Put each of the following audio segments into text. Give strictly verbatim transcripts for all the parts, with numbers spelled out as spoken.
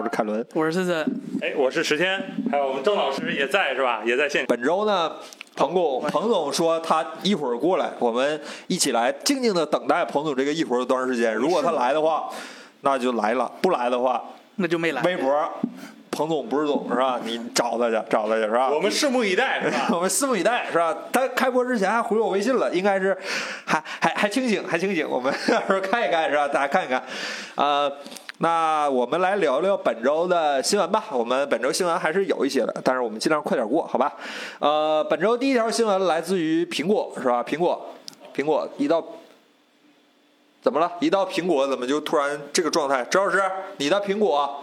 凯伦， 我是森森， 哎，我是石天，还有我们郑老师也在是吧？也在现场。 本周呢，彭总，彭总说他一会儿过来，我们一起来静静的等待彭总这个一会儿有多长时间。如果他来的话，那就来了；不来的话， 那就没来。 微博。彭总不是总是吧？你找他去，找他去是吧？ 我们拭目以待是吧？ 我们拭目以待是吧？他开播之前还回我微信了，应该是还还还清醒，还清醒。我们到时候看一看是吧？大家看一看，呃，那我们来聊聊本周的新闻吧。我们本周新闻还是有一些的，但是我们尽量快点过，好吧？呃，本周第一条新闻来自于苹果是吧？苹果，苹果一到怎么了？一到苹果怎么就突然这个状态？周老师，你的苹果。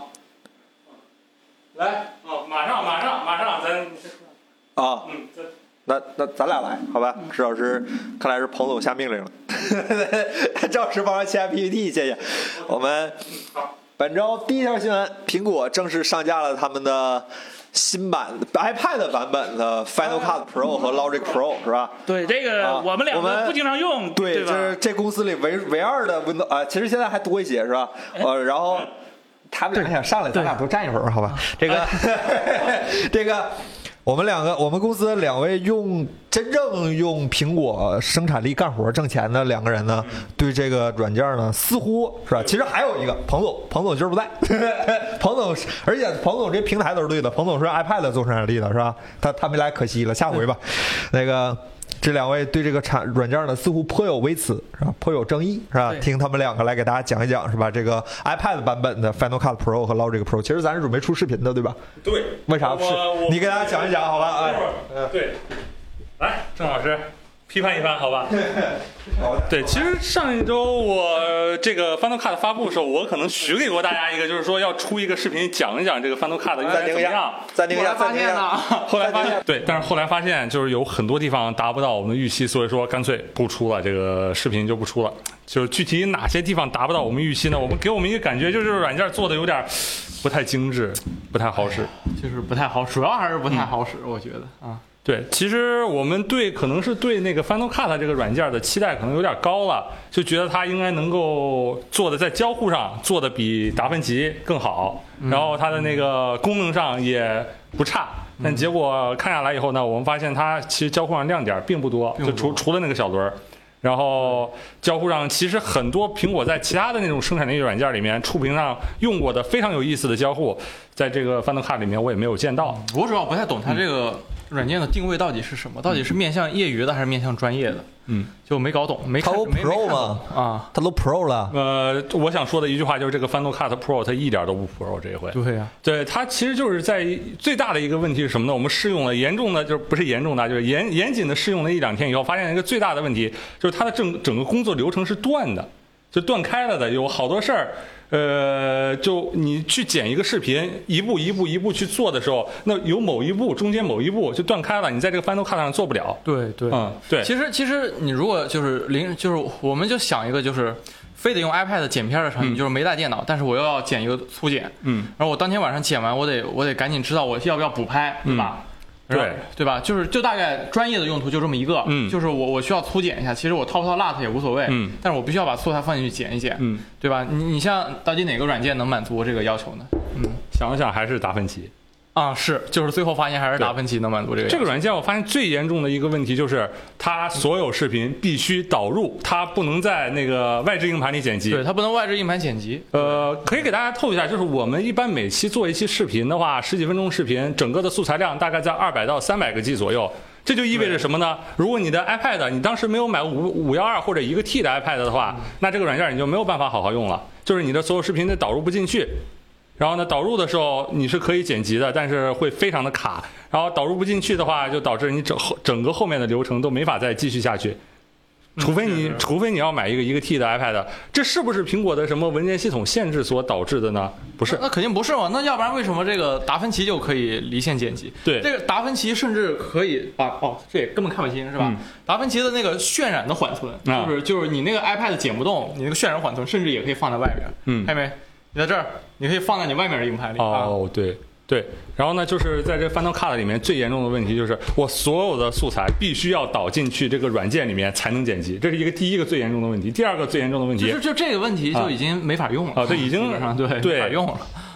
来哦，马上马上马上，咱啊，嗯，那那咱俩来，好吧？石老师，看来是彭总下命令了。赵老师帮忙签 P P T， 谢谢。我们本周第一条新闻，苹果正式上架了他们的新版 iPad 版本的 Final Cut Pro 和 Logic Pro， 是吧？ 对，这个我们两个不经常用， 对， 对吧？ 这是这公司里唯唯二的 Windows 啊，其实现在还多一些，是吧？呃，然后。他们俩想上来，咱俩多站一会儿，好吧？这个，这个，我们两个，我们公司两位用真正用苹果生产力干活挣钱的两个人呢，对这个软件呢，似乎是吧？其实还有一个彭总，彭总今儿不在，彭总，而且彭总这平台都是对的，彭总是 iPad 做生产力的，是吧？他他没来，可惜了，下回吧。那个。这两位对这个产软件呢似乎颇有微词，是吧？颇有争议，是吧？听他们两个来给大家讲一讲，是吧？这个 iPad 版本的 Final Cut Pro 和 Logic Pro， 其实咱是准备出视频的，对吧？ 对。 为啥不是？你给大家讲一讲，好吧？哎， 对。来，郑老师。批判一番，好吧？对，其实上一周我这个 Final Cut 发布的时候，我可能许给过大家一个，就是说要出一个视频讲一讲这个 Final Cut 应该怎么样。 暂停一下， 发现了， 后来发现，对，但是后来发现就是有很多地方达不到我们的预期，所以说干脆不出了，这个视频就不出了。就是具体哪些地方达不到我们预期呢？我们给我们一个感觉就是软件做的有点不太精致，不太好使， 就是不太好，主要还是不太好使，嗯、我觉得啊。 对，其实我们对可能是对那个 Final Cut 这个软件的期待可能有点高了，就觉得它应该能够做的在交互上做的比达芬奇更好，嗯、然后它的那个功能上也不差。但结果看下来以后呢，我们发现它其实交互上亮点并不多，就除除了那个小轮。然后交互上其实很多苹果在其他的那种生产力软件里面触屏上用过的非常有意思的交互，在这个 Final Cut 里面我也没有见到。 我主要不太懂它这个软件的定位到底是什么，到底是面向业余的还是面向专业的？嗯，就没搞懂，没看。 它都 Pro 吗？ 啊， 它都 Pro 了。 呃，我想说的一句话就是这个 Final Cut Pro 它一点都不 Pro 这一回。 对呀、啊， 对它其实就是在最大的一个问题是什么呢？我们试用了严重的，就是不是严重的，就是严严谨的试用了一两天以后，发现一个最大的问题就是它的整整个工作流程是断的，就断开了的，有好多事儿。呃，就你去剪一个视频，一步一步一步去做的时候，那有某一步中间某一步就断开了，你在这个 Final Cut 上做不了。 对对， 嗯，对。 其实其实你如果就是零，就是我们就想一个，就是非得用 iPad 剪片的场景，嗯、就是没带电脑，但是我又要剪一个粗剪，嗯，然后我当天晚上剪完，我得我得赶紧知道我要不要补拍，对吧？嗯对对吧？就是就大概专业的用途就这么一个，嗯，就是我我需要粗剪一下，其实我套不套 L U T 也无所谓，嗯，但是我必须要把素材放进去剪一剪，嗯，对吧？你你像到底哪个软件能满足我这个要求呢？ 嗯，想想还是达芬奇。 啊，是，就是最后发现还是达芬奇能满足这个。 这个软件我发现最严重的一个问题就是，它所有视频必须导入，它不能在那个外置硬盘里剪辑。 对，它不能外置硬盘剪辑。 呃，可以给大家透一下，就是我们一般每期做一期视频的话，十几分钟视频，整个的素材量大概在二百到三百个 G 左右。这就意味着什么呢？如果你的 iPad 你当时没有买五五幺二或者一个 T 的 iPad 的话，那这个软件你就没有办法好好用了，就是你的所有视频都导入不进去。然后呢，导入的时候你是可以剪辑的，但是会非常的卡。然后导入不进去的话，就导致你整后整个后面的流程都没法再继续下去。除非你，除非你要买一个一个 T 的 iPad， 这是不是苹果的什么文件系统限制所导致的呢？不是， 那肯定不是嘛。那要不然为什么这个达芬奇就可以离线剪辑？ 对， 这个达芬奇甚至可以把哦，这也根本看不清是吧？嗯、达芬奇的那个渲染的缓存，就是、嗯、就是你那个 iPad 剪不动，你那个渲染缓存甚至也可以放在外面。嗯，看见没？你在这儿，你可以放在你外面的硬盘里。 哦，对。对，然后呢，就是在这 Final Cut 里面最严重的问题就是我所有的素材必须要导进去这个软件里面才能剪辑，这是一个第一个最严重的问题。第二个最严重的问题就是就这个问题就已经没法用了啊，对，已经基本上对对没法用了。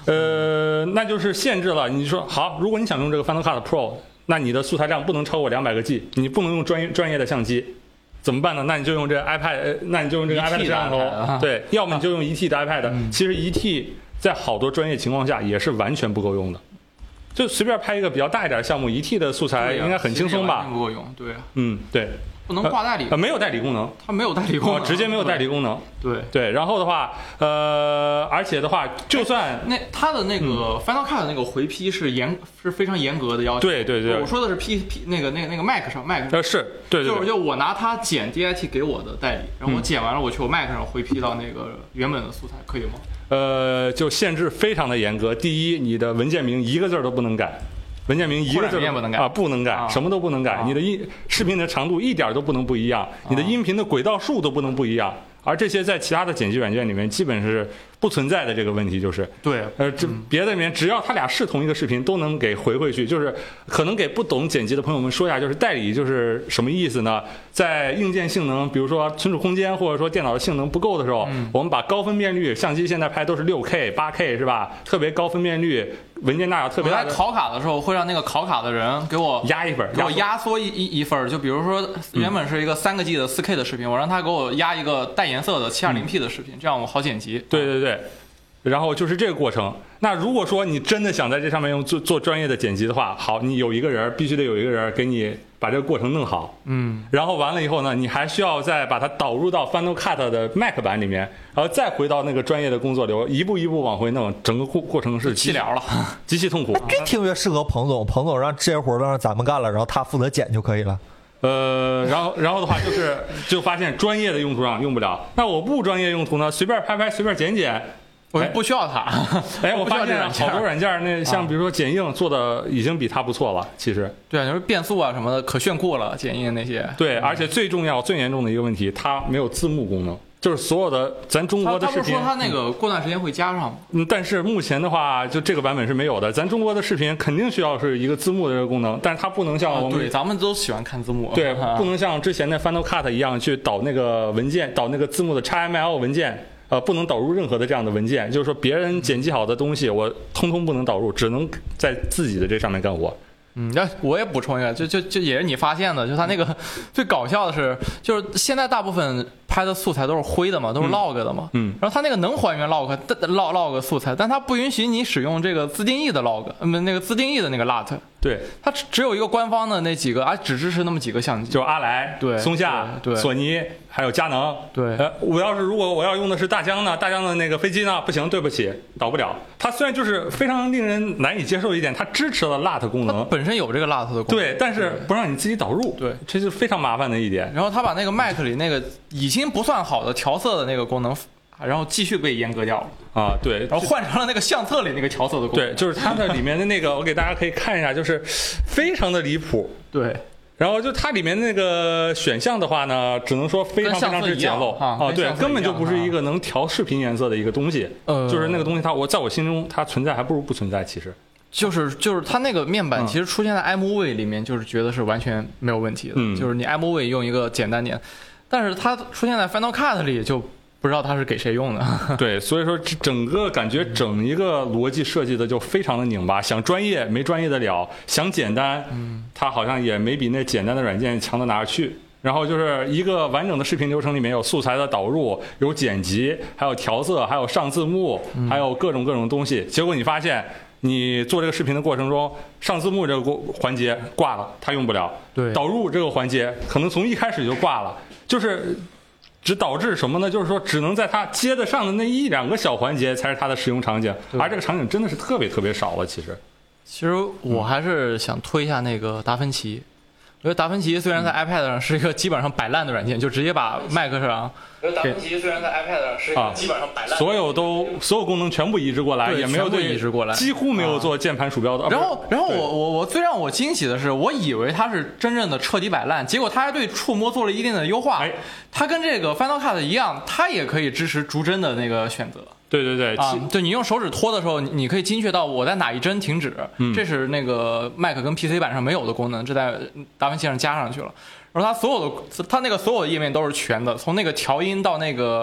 呃，那就是限制了。你说好，如果你想用这个 Final Cut Pro， 那你的素材量不能超过两百个 G， 你不能用专业专业的相机，怎么办呢？那你就用这个 iPad， 那你就用这个 iPad 摄像头，啊、对，要么你就用一 T 的 iPad、嗯。其实一 T 在好多专业情况下也是完全不够用的。就随便拍一个比较大一点的项目，一 T 的素材应该很轻松吧？ 不够用，对。 嗯，对。 不能挂代理， 呃，没有代理功能， 它没有代理功能， 直接没有代理功能。 对对，然后的话，呃，而且的话，就算那它的那个 Final Cut 的那个回批是严是非常严格的要求。 对对对， 我说的是 P P 那个那个那个 Mac 上 Mac 上， 呃是，对对， 就是就我拿它剪 D I T 给我的代理，然后我剪完了，我去我 Mac 上回批到那个原本的素材，可以吗？ 呃，就限制非常的严格。第一，你的文件名一个字都不能改。文件名一个字不能改啊，不能改，啊、什么都不能改。啊、你的音视频的长度一点都不能不一样，啊、你的音频的轨道数都不能不一样。而这些在其他的剪辑软件里面基本是不存在的。这个问题就是， 对， 呃，这别的里面只要他俩是同一个视频，都能给回回去。就是可能给不懂剪辑的朋友们说一下，就是代理就是什么意思呢？在硬件性能，比如说存储空间或者说电脑的性能不够的时候，嗯、我们把高分辨率，相机现在拍都是 六 K、八 K 是吧？特别高分辨率。文件大小特别大。 我在考卡的时候会让那个考卡的人给我压一份， 给我压缩一一一份。就比如说原本是一个三个 G 的四 K 的视频，嗯、我让他给我压一个带颜色的 七二零 P 的视频，嗯、这样我好剪辑。 对对对。然后就是这个过程。那如果说你真的想在这上面用做做专业的剪辑的话，好，你有一个人必须得有一个人给你把这个过程弄好， 嗯， 然后完了以后呢，你还需要再把它导入到 Final Cut 的 Mac 版里面，然后再回到那个专业的工作流，一步一步往回弄，整个过过程是气疗了， 极其痛苦。 这挺越适合彭总，彭总让这些活都让咱们干了，然后他负责剪就可以了。 呃，然后然后的话就是就发现专业的用途上用不了，那我不专业用途呢，随便拍拍，随便剪剪。 我不需要它， 哎，我发现好多软件，那像比如说剪映做的已经比它不错了，其实。 对啊，就是变速啊什么的可炫酷了，剪映那些。 对，而且最重要、最严重的一个问题，它没有字幕功能，就是所有的咱中国的视频。他不是说它那个过段时间会加上吗？ 嗯，但是目前的话，就这个版本是没有的。咱中国的视频肯定需要是一个字幕的这个功能，但是它不能像我们、 啊、对，咱们都喜欢看字幕。 对，不能像之前的 Final Cut 一样去导那个文件，导那个字幕的 X M L 文件。呃，不能导入任何的这样的文件，就是说别人剪辑好的东西，我通通不能导入，只能在自己的这上面干活。 嗯，那我也补充一个，就就就也是你发现的，就他那个最搞笑的是，就是现在大部分拍的素材都是灰的嘛，都是 log 的嘛， 嗯， 然后他那个能还原 log log log 素材，但他不允许你使用这个自定义的 log， 嗯，那个自定义的那个 lat。 对， 它只有一个官方的那几个，啊，只支持那么几个相机， 就阿莱、 对、 松下、 对、 索尼，还有佳能。 对， 呃，我要是如果我要用的是大疆呢，大疆的那个飞机呢，不行，对不起，导不了。它虽然就是非常令人难以接受一点，它支持了 lat 功能， 本身有这个 lat 的功能， 对，但是不让你自己导入， 对， 这就非常麻烦的一点。 然后他把那个 Mac 里那个已经不算好的调色的那个功能。然后继续被阉割掉了啊，对， 然后换成了那个相册里那个调色的功能。 对，就是它的里面的那个，我给大家可以看一下，就是非常的离谱。 对， 然后就它里面那个选项的话呢，只能说非常非常之简陋啊， 哦，对，根本就不是一个能调视频颜色的一个东西。 呃， 就是那个东西它，它我在我心中它存在还不如不存在，其实。 就是就是它那个面板其实出现在 iMovie 里面，就是觉得是完全没有问题的。 嗯， 就是你 iMovie 用一个简单点，但是它出现在 Final Cut 里就。不知道它是给谁用的。 对，所以说整个感觉整一个逻辑设计的就非常的拧巴，想专业没专业的了，想简单， 嗯， 它好像也没比那简单的软件强到哪儿去。然后就是一个完整的视频流程里面有素材的导入，有剪辑，还有调色，还有上字幕，还有各种各种东西。结果你发现你做这个视频的过程中，上字幕这个环节挂了，它用不了。 对， 导入这个环节可能从一开始就挂了，就是只导致什么呢？就是说只能在它接得上的那一两个小环节才是它的使用场景，而这个场景真的是特别特别少了。其实， 其实我还是想推一下那个达芬奇。我觉得达芬奇虽然在 iPad 上是一个基本上摆烂的软件，就直接把 Mac 上。我觉得达芬奇虽然在 iPad 上是一个基本上摆烂， 所有都所有功能全部移植过来，也没有对移植过来， 几乎没有做键盘鼠标的。 然后，然后我我我最让我惊喜的是，我以为它是真正的彻底摆烂，结果它还对触摸做了一定的优化。 哎， 它跟这个 Final Cut 一样，它也可以支持逐帧的那个选择。 对对对， 啊，对，你用手指拖的时候，你可以精确到我在哪一帧停止， 嗯， 这是那个 Mac 跟 P C 版上没有的功能，这在达芬奇上加上去了。然后它所有的，它那个所有的页面都是全的，从那个调音到那个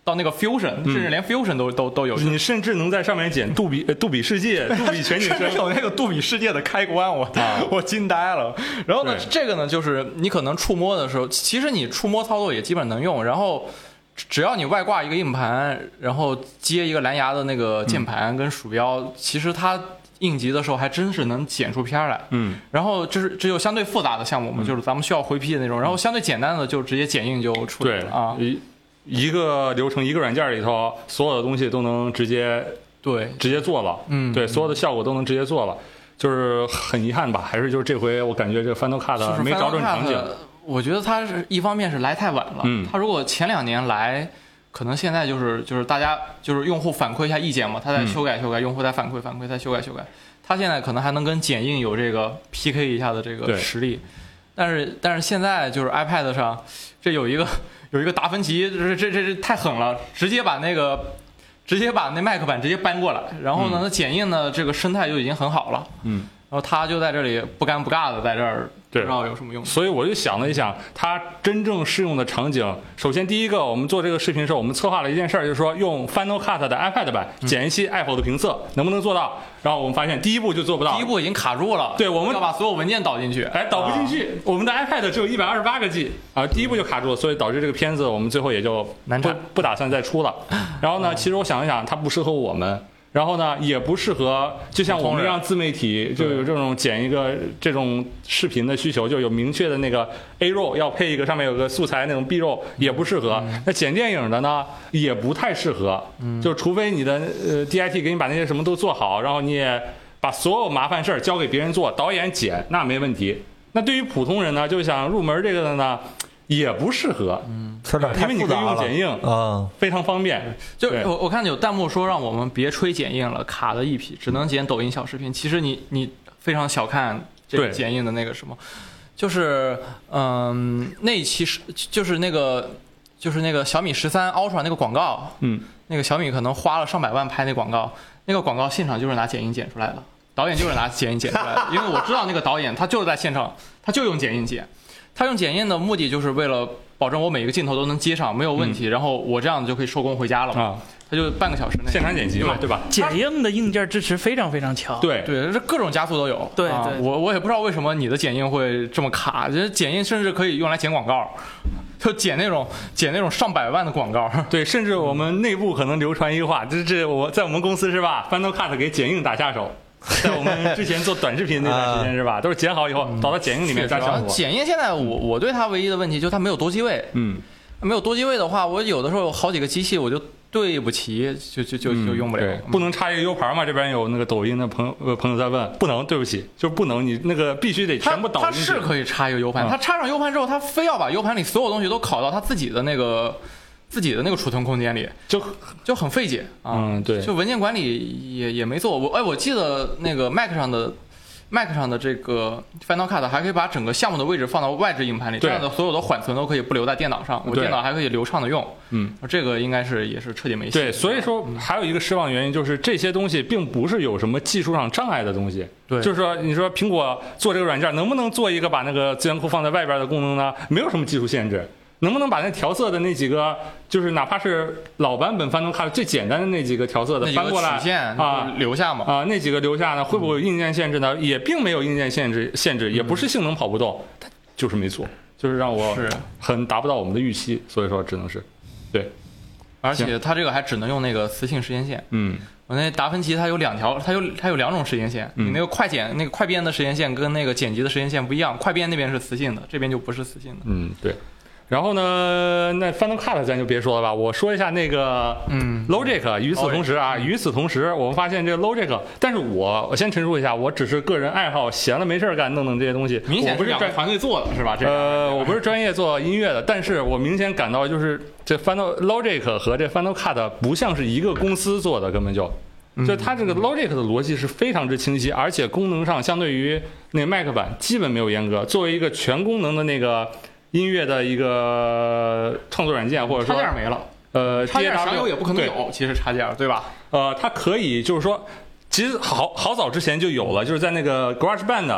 到那个 Fusion，、嗯、甚至连 Fusion 都都都有。 你甚至能在上面剪杜比、呃、杜比世界、杜比全景声， 有那个杜比世界的开关，我、啊、我惊呆了。然后呢，这个呢，就是你可能触摸的时候，其实你触摸操作也基本能用。然后只要你外挂一个硬盘，然后接一个蓝牙的那个键盘跟鼠标，嗯、其实它应急的时候还真是能剪出片来。嗯。然后这是这就相对复杂的项目嘛，嗯、就是咱们需要回批的那种。然后相对简单的就直接剪映就处理了啊。 一个流程一个软件里头，所有的东西都能直接对直接做了，嗯，对，所有的效果都能直接做了，就是很遗憾吧，还是就是这回我感觉这个 Final Cut 没找准场景。 我觉得它是一方面是来太晚了，嗯，它如果前两年来，可能现在就是就是大家就是用户反馈一下意见嘛，他在修改修改，嗯、用户在反馈反馈，再修改修改，他现在可能还能跟剪映有这个 P K 一下的这个实力，但是但是现在就是 iPad 上这有一个。有一个达芬奇，这这这这太狠了，直接把那个，直接把那 Mac 版直接搬过来，然后呢，它剪映的这个生态就已经很好了，嗯，然后他就在这里不尴不尬的在这儿，不知道有什么用。 所以我就想了一想，它真正适用的场景，首先第一个，我们做这个视频的时候，我们策划了一件事儿，就是说用 Final Cut 的 iPad 版剪一期 Apple 的评测，能不能做到？然后我们发现第一步就做不到， 第一步已经卡住了。 对，我们要把所有文件导进去， 哎，导不进去。啊、我们的 iPad 只有一百二十八个 G 啊，第一步就卡住了，所以导致这个片子我们最后也就不不打算再出了。然后呢，其实我想一想，它不适合我们。然后呢，也不适合，就像我们让自媒体就有这种剪一个这种视频的需求，就有明确的那个 A roll 要配一个上面有个素材那种 B roll 也不适合。嗯、那剪电影的呢，也不太适合。嗯、就除非你的呃 D I T 给你把那些什么都做好，然后你也把所有麻烦事儿交给别人做，导演剪那没问题。那对于普通人呢，就想入门这个的呢。也不适合， 嗯， 因为你可以用剪映， 啊， 非常方便。 就我我看有弹幕说让我们别吹剪映了，卡的一批，只能剪抖音小视频。其实你你非常小看这个剪映的那个什么，就是嗯那一期是就是那个就是那个小米十三 Ultra 那个广告，嗯，那个小米可能花了上百万拍那广告，那个广告现场就是拿剪映剪出来的，导演就是拿剪映剪出来的，因为我知道那个导演他就是在现场，他就用剪映剪。他用剪映的目的就是为了保证我每一个镜头都能接上没有问题，嗯、然后我这样就可以收工回家了嘛。啊、他就半个小时内现场剪辑嘛，对吧？ 剪映的硬件支持非常非常强。 对对，这各种加速都有。 对对， 啊、我我也不知道为什么你的剪映会这么卡，这剪映甚至可以用来剪广告，就剪那种剪那种上百万的广告。 对，甚至我们内部可能流传一句话，这这我在我们公司是吧 ？Final Cut 给剪映打下手。在我们之前做短视频那段时间是吧，都是剪好以后导到剪映里面加效果。 剪映现在我我对它唯一的问题就是它没有多机位，嗯，没有多机位的话，我有的时候有好几个机器我就对不齐，就就就就用不了。 对，不能插一个 U 盘嘛？这边有那个抖音的朋友呃朋友在问，不能，对不起，就是不能，你那个必须得全部导进去。 它是可以插一个 U 盘，它插上 U 盘之后，它非要把 U 盘里所有东西都拷到它自己的那个。自己的那个储存空间里就就很费解啊， 嗯，对， 就文件管理也也没做。我哎，我记得那个 Mac 上的 Mac 上的这个 Final Cut 还可以把整个项目的位置放到外置硬盘里，这样的所有的缓存都可以不留在电脑上，我电脑还可以流畅的用。嗯，这个应该是也是彻底没戏。 对，所以说还有一个失望原因就是这些东西并不是有什么技术上障碍的东西。 对， 就是说你说苹果做这个软件能不能做一个把那个资源库放在外边的功能呢？没有什么技术限制。能不能把那调色的那几个，就是哪怕是老版本Final Cut最简单的那几个调色的翻过来啊，留下嘛啊，那几个留下呢，会不会有硬件限制呢？也并没有硬件限制，限制也不是性能跑不动，它就是没做，就是让我很达不到我们的预期，所以说只能是，对， 而且它这个还只能用那个磁性时间线，嗯。我那达芬奇它有两条，它有它有两种时间线。嗯、你那个快剪那个快编的时间线跟那个剪辑的时间线不一样，快编那边是磁性的，这边就不是磁性的。 嗯，对。然后呢，那 Final Cut 咱就别说了吧，我说一下那个嗯 Logic。与此同时啊，与此同时，我们发现这个 Logic， 但是我我先陈述一下，我只是个人爱好，闲了没事干弄弄这些东西。 明显不是专团队做的是吧？这个、 呃，我不是专业做音乐的，但是我明显感到就是这 Final Logic 和这 Final Cut 不像是一个公司做的，根本就。就它这个 Logic 的逻辑是非常之清晰，而且功能上相对于那个 Mac 版基本没有阉割。作为一个全功能的那个音乐的一个创作软件，或者说插件没了， 呃， 插件啥有也不可能有，其实插件对吧？ 呃，它可以就是说，其实好好早之前就有了，就是在那个 GarageBand。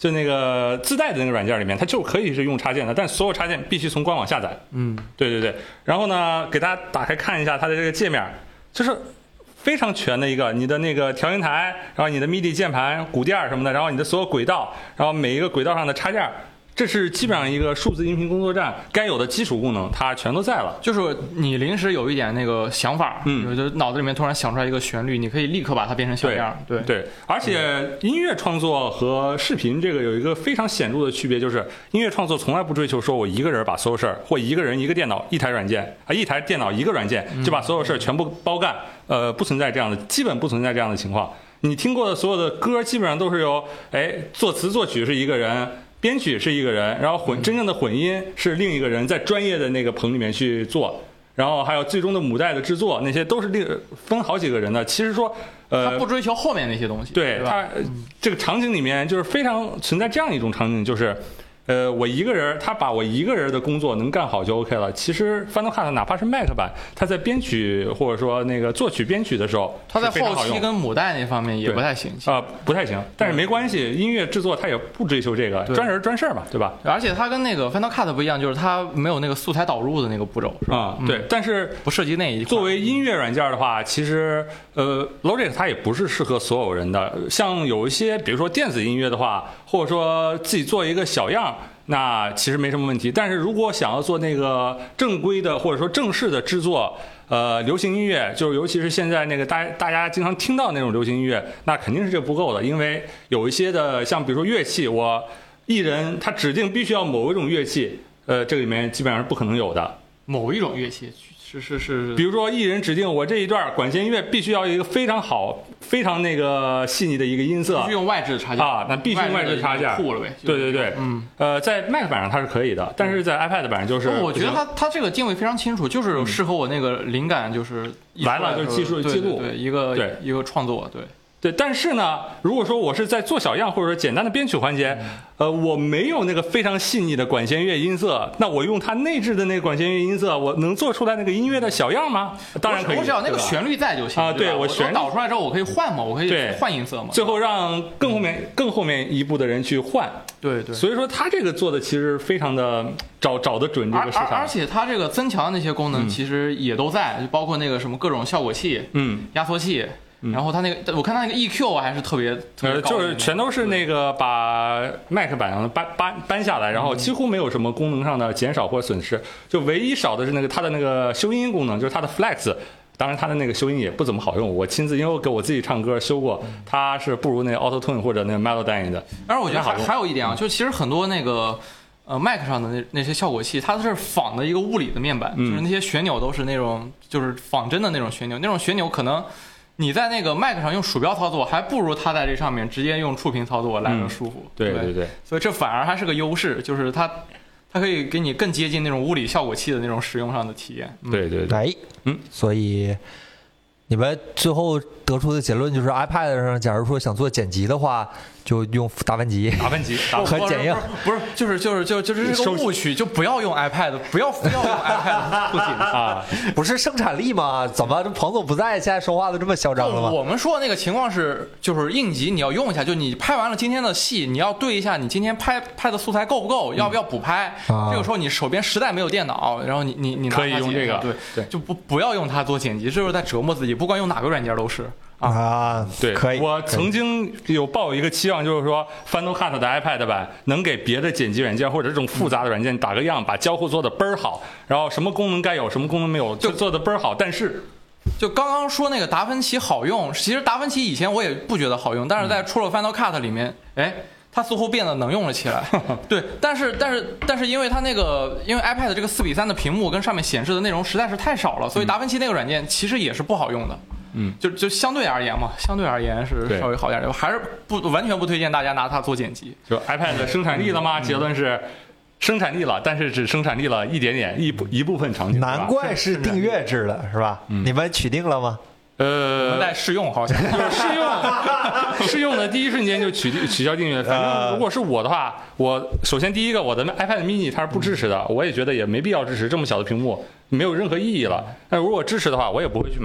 就那个自带的那个软件里面，它就可以是用插件的，但所有插件必须从官网下载。 嗯， 对对对。然后呢，给大家打开看一下它的这个界面，就是非常全的一个，你的那个调音台，然后你的 M I D I 键盘、鼓垫什么的，然后你的所有轨道，然后每一个轨道上的插件。这是基本上一个数字音频工作站该有的基础功能，它全都在了。 就是你临时有一点那个想法，嗯，就脑子里面突然想出来一个旋律，你可以立刻把它变成小样。 对 对, 对，而且音乐创作和视频这个有一个非常显著的区别，就是音乐创作从来不追求说我一个人把所有事儿，或一个人一个电脑一台软件啊，一台电脑一个软件就把所有事儿全部包干，呃，不存在这样的，基本不存在这样的情况。你听过的所有的歌，基本上都是由哎作词作曲是一个人。编曲是一个人，然后混真正的混音是另一个人在专业的那个棚里面去做，然后还有最终的母带的制作，那些都是另分好几个人的。其实说，呃， 他不追求后面那些东西， 对他这个场景里面就是非常存在这样一种场景，就是。呃，我一个人，他把我一个人的工作能干好就 OK 了。其实 Final Cut 哪怕是 Mac 版，他在编曲或者说那个作曲编曲的时候， 他在后期跟母带那方面也不太行啊、呃，不太行。但是没关系，音乐制作他也不追求这个，专人专事儿嘛，对吧？ 而且它跟那个 Final Cut 不一样，就是它没有那个素材导入的那个步骤，是吧？ 啊、嗯，对。但是不涉及那一块。 作为音乐软件的话，其实呃 ，Logic 它也不是适合所有人的。像有一些，比如说电子音乐的话，或者说自己做一个小样。那其实没什么问题，但是如果想要做那个正规的或者说正式的制作，呃，流行音乐，就是尤其是现在那个大大家经常听到那种流行音乐，那肯定是这不够的，因为有一些的像比如说乐器，我艺人他指定必须要某一种乐器，呃，这里面基本上是不可能有的。 某一种乐器。是是是， 比如说艺人指定我这一段管弦乐必须要有一个非常好、非常那个细腻的一个音色， 必须用外置插件啊，那必须用外置插件， 酷了呗。 对对对，嗯，呃，在 Mac 版上它是可以的，但是在 iPad 版上就是， 我觉得它它这个定位非常清楚，就是适合我那个灵感，就是来了就是技术记录， 对一个对一个创作，对。 对，但是呢，如果说我是在做小样或者说简单的编曲环节，呃，我没有那个非常细腻的管弦乐音色，那我用它内置的那个管弦乐音色，我能做出来那个音乐的小样吗？当然可以， 我只要那个旋律在就行啊。对， 我旋律导出来之后，我可以换嘛，我可以换音色嘛。 最后让更后面、更后面一步的人去换。 对对。 所以说他这个做的其实非常的找找得准这个市场， 而而且它这个增强的那些功能其实也都在，就包括那个什么各种效果器、嗯，压缩器。然后它那个，我看它那个 E Q 还是特别特别高， 就是全都是那个把 Mac 版上搬搬搬下来，然后几乎没有什么功能上的减少或损失，就唯一少的是那个它的那个修音功能，就是它的 Flex。当然，它的那个修音也不怎么好用。我亲自因为我给我自己唱歌修过，它是不如那个 Auto Tune 或者那个 Melodyne 的。 但是我觉得还还有一点啊，就其实很多那个呃 Mac 上的那那些效果器，它是仿的一个物理的面板，就是那些旋钮都是那种就是仿真的那种旋钮，那种旋钮可能。你在那个 Mac 上用鼠标操作，还不如它在这上面直接用触屏操作来的舒服。 嗯、对对对， 所以这反而还是个优势，就是它它可以给你更接近那种物理效果器的那种使用上的体验。 嗯、对对对， 哎，嗯，所以你们最后得出的结论就是 iPad 上，假如说想做剪辑的话，就用达芬奇， 达芬奇和剪映， 不是，就是就是就就是这个误区，就不要用 iPad， 不要非要用 iPad 做剪辑啊，不是生产力吗？怎么彭总不在，现在说话都这么嚣张了吗？ 我们说的那个情况是，就是应急你要用一下，就你拍完了今天的戏，你要对一下你今天拍拍的素材够不够，要不要补拍？ 啊、 这个时候你手边实在没有电脑，然后你你你可以用这个， 对对， 就不不要用它做剪辑，这就是在折磨自己，不管用哪个软件都是。 啊， 对， 可以。 我曾经有抱有一个期望，就是说 Final Cut 的 iPad 版能给别的剪辑软件或者这种复杂的软件打个样，把交互做的倍儿好，然后什么功能该有，什么功能没有，就做的倍儿好。但是， 就刚刚说那个达芬奇好用，其实达芬奇以前我也不觉得好用，但是在出了 Final Cut 里面，哎。它似乎变得能用了起来，对，但是但是但是因为它那个因为 iPad 这个四比三的屏幕跟上面显示的内容实在是太少了，所以达芬奇那个软件其实也是不好用的，嗯，就就相对而言嘛，相对而言是稍微好点的，还是不完全不推荐大家拿它做剪辑。 就 iPad 的生产力了吗？嗯、结论是生产力了，但是只生产力了一点点一部一部分场景。 难怪是订阅制的，是吧？嗯、你们取定了吗？ 呃， 我们在试用，好像试用，试用的第一瞬间就取取消订阅。反正如果是我的话，我首先第一个，我的 iPad mini 它是不支持的，我也觉得也没必要支持这么小的屏幕，没有任何意义了。但如果支持的话，我也不会去买的。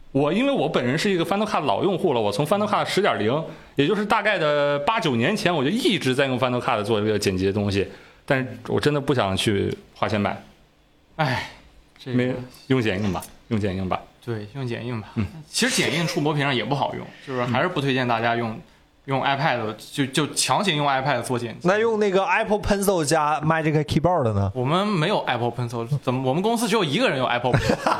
我因为我本人是一个 Final Cut 老用户了，我从 Final Cut 十点零，也就是大概的八九年前，我就一直在用 Final Cut 做这个剪辑的东西，但是我真的不想去花钱买。 哎，这个、 没用剪映吧，用剪映吧。 对，用剪映吧。 嗯， 其实剪映触摸屏上也不好用，就是还是不推荐大家用。用 iPad 就就强行用 iPad 做剪辑， 那用那个 Apple Pencil 加 Magic Keyboard 呢？ 我们没有 Apple Pencil， 怎么我们公司只有一个人用 Apple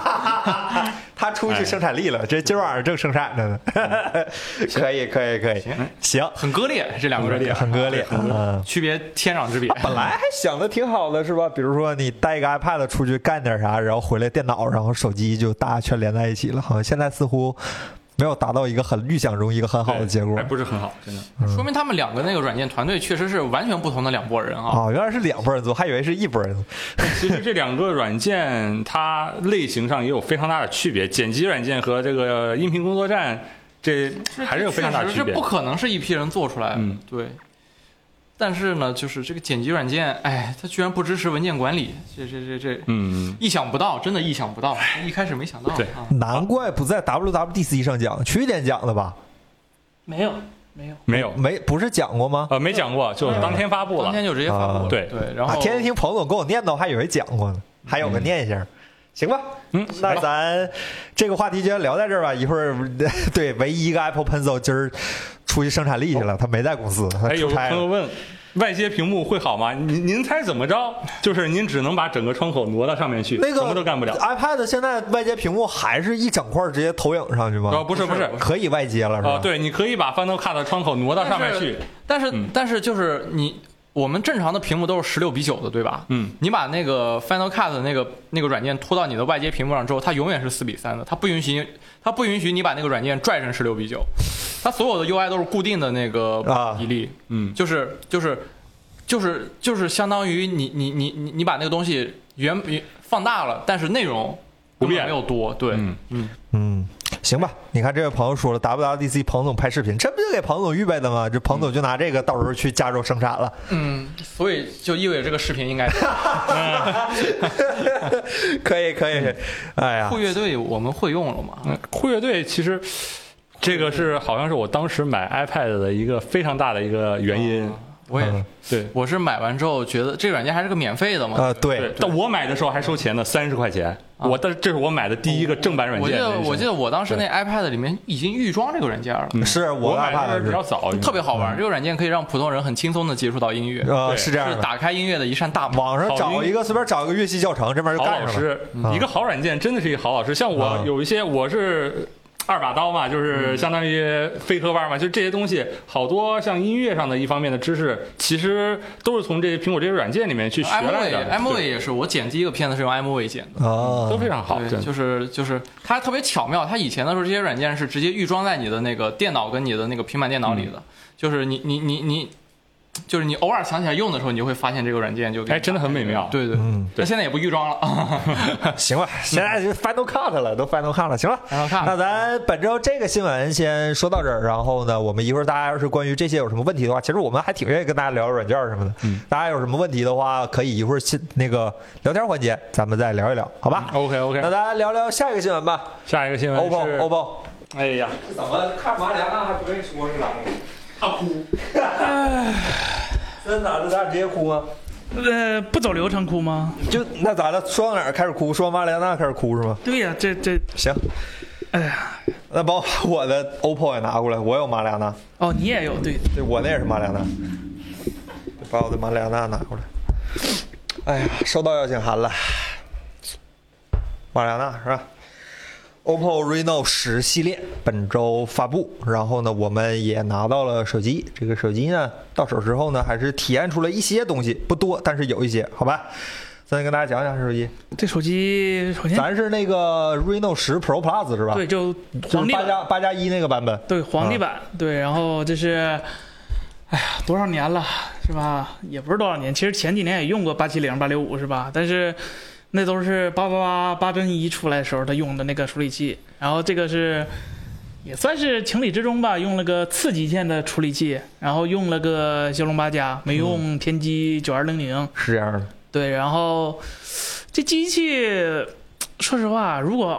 Pencil？ 他出去生产力了，这今晚上正生产着呢。可以，可以，可以，行， 很割裂，这两个人很割裂，嗯， 区别天壤之别。 本来还想的挺好的，是吧？比如说你带一个 iPad 出去干点啥，然后回来电脑，然后手机就大家全连在一起了。好像现在似乎没有达到一个很预想中一个很好的结果， 还不是很好，真的。 嗯、说明他们两个那个软件团队确实是完全不同的两拨人啊！ 哦，原来是两拨人做，还以为是一拨人做。 其实这两个软件它类型上也有非常大的区别，剪辑软件和这个音频工作站，这还是有非常大的区别。 这不可能是一批人做出来的， 嗯， 对。但是呢，就是这个剪辑软件，哎，它居然不支持文件管理，这这这这， 嗯， 意想不到，真的意想不到，一开始没想到。 对， 啊、 难怪不在 W W D C 上讲，去年讲的吧？ 没有，没有， 没有， 没不是讲过吗？ 呃，没讲过，就当天发布了， 当天就直接发布了。 啊、对对，然后、 啊、天天听彭总跟我念叨，还以为讲过呢，还有个念想。嗯行吧， 嗯， 那咱这个话题就先聊在这儿吧。一会儿，对，唯一一个 Apple Pencil 今儿出去生产力去了，他没在公司，他哎，有出差了。 个朋友问，外接屏幕会好吗？您您猜怎么着？就是您只能把整个窗口挪到上面去， 那个什么都干不了。 iPad 现在外接屏幕还是一整块直接投影上去吗？ 哦，不是不是， 可以外接了是吧？ 哦，对，你可以把 Final Cut 的窗口挪到上面去， 但是、 嗯、 但是就是你。我们正常的屏幕都是十六比九的，对吧？ 嗯， 你把那个 Final Cut 的那个那个软件拖到你的外接屏幕上之后，它永远是四比三的，它不允许它不允许你把那个软件拽成十六比九，它所有的 U I 都是固定的那个比例， 啊、嗯， 就是就是就是就是相当于你你你你你把那个东西原放大了，但是内容不变没有多，对， 嗯嗯嗯。行吧，你看这位朋友说了 ，W W D C 彭总拍视频，这不就给彭总预备的吗？这彭总就拿这个到时候去加州生产了。 嗯，所以就意味着这个视频应该可以可以。哎呀， 酷乐队我们会用了吗？ 嗯、酷乐队其实这个是好像是我当时买 iPad 的一个非常大的一个原因。 啊我也是、嗯， 对， 我是买完之后觉得这个软件还是个免费的嘛。 啊、呃， 对。 对。 但我买的时候还收钱呢，三十块钱。啊、我但这是我买的第一个正版软件。 我记得我记得我当时那 iPad 里面已经预装这个软件了。 嗯、是我买的比较早， 特别好玩、嗯。这个软件可以让普通人很轻松的接触到音乐。 呃，是这样的。 是打开音乐的一扇大门。 网上找一个随便找一个乐器教程，这边就干上了。 好老师、 嗯， 一个好软件真的是一个好老师。像我有一些我是。二把刀嘛，就是相当于飞科班嘛，就这些东西，好多像音乐上的一方面的知识，其实都是从这些苹果这些软件里面去学来的。 M V 也是，我剪第一个片子是用 M V 剪的， 哦， 都非常好。 对，就是就是它特别巧妙，它以前的时候这些软件是直接预装在你的那个电脑跟你的那个平板电脑里的，嗯、就是你你你你。就是你偶尔想起来用的时候，你就会发现这个软件就哎，真的很美妙。 对对， 嗯， 那现在也不预装了。 行吧，现在就 Final Cut 了，都 Final Cut 了，行了。 Final Cut。 那咱本周这个新闻先说到这儿，然后呢，我们一会儿大家要是关于这些有什么问题的话，其实我们还挺愿意跟大家聊聊软件什么的。 嗯， 大家有什么问题的话，可以一会儿新那个聊天环节，咱们再聊一聊，好吧、 嗯、？OK OK。 那咱聊聊下一个新闻吧。 下一个新闻是 O P P O。O P P O。 哎呀， 怎么看马里亚纳还不愿意说是咋的？ 他哭。 那咋的？咱俩直接哭吗？ 呃，不走流程哭吗？ 就那咋的？说到哪儿开始哭？说马里亚纳开始哭是吗？ 对呀、啊，这这行。 哎呀， 那把我的 O P P O 也拿过来，我有马里亚纳。 哦，你也有对？ 对，我那也是马里亚纳。把我的马里亚纳拿过来。哎呀，收到邀请函了。马里亚纳是吧？O P P O Reno 十系列本周发布，然后呢，我们也拿到了手机。这个手机呢，到手之后呢，还是体验出了一些东西，不多，但是有一些，好吧？再跟大家讲讲这手机。 这手机首先， 咱是那个 Reno 十 Pro Plus 是吧？ 对，就皇帝八加八加一那个版本。 对，皇帝版。啊、对，然后这是，哎呀，多少年了，是吧？也不是多少年，其实前几年也用过八七零、八六五，是吧？但是。那都是八八八八针一出来的时候他用的那个处理器，然后这个是也算是情理之中吧，用了个次极限的处理器，然后用了个骁龙八加，没用天玑九二零零， 是这样的。 对，然后这机器说实话，如果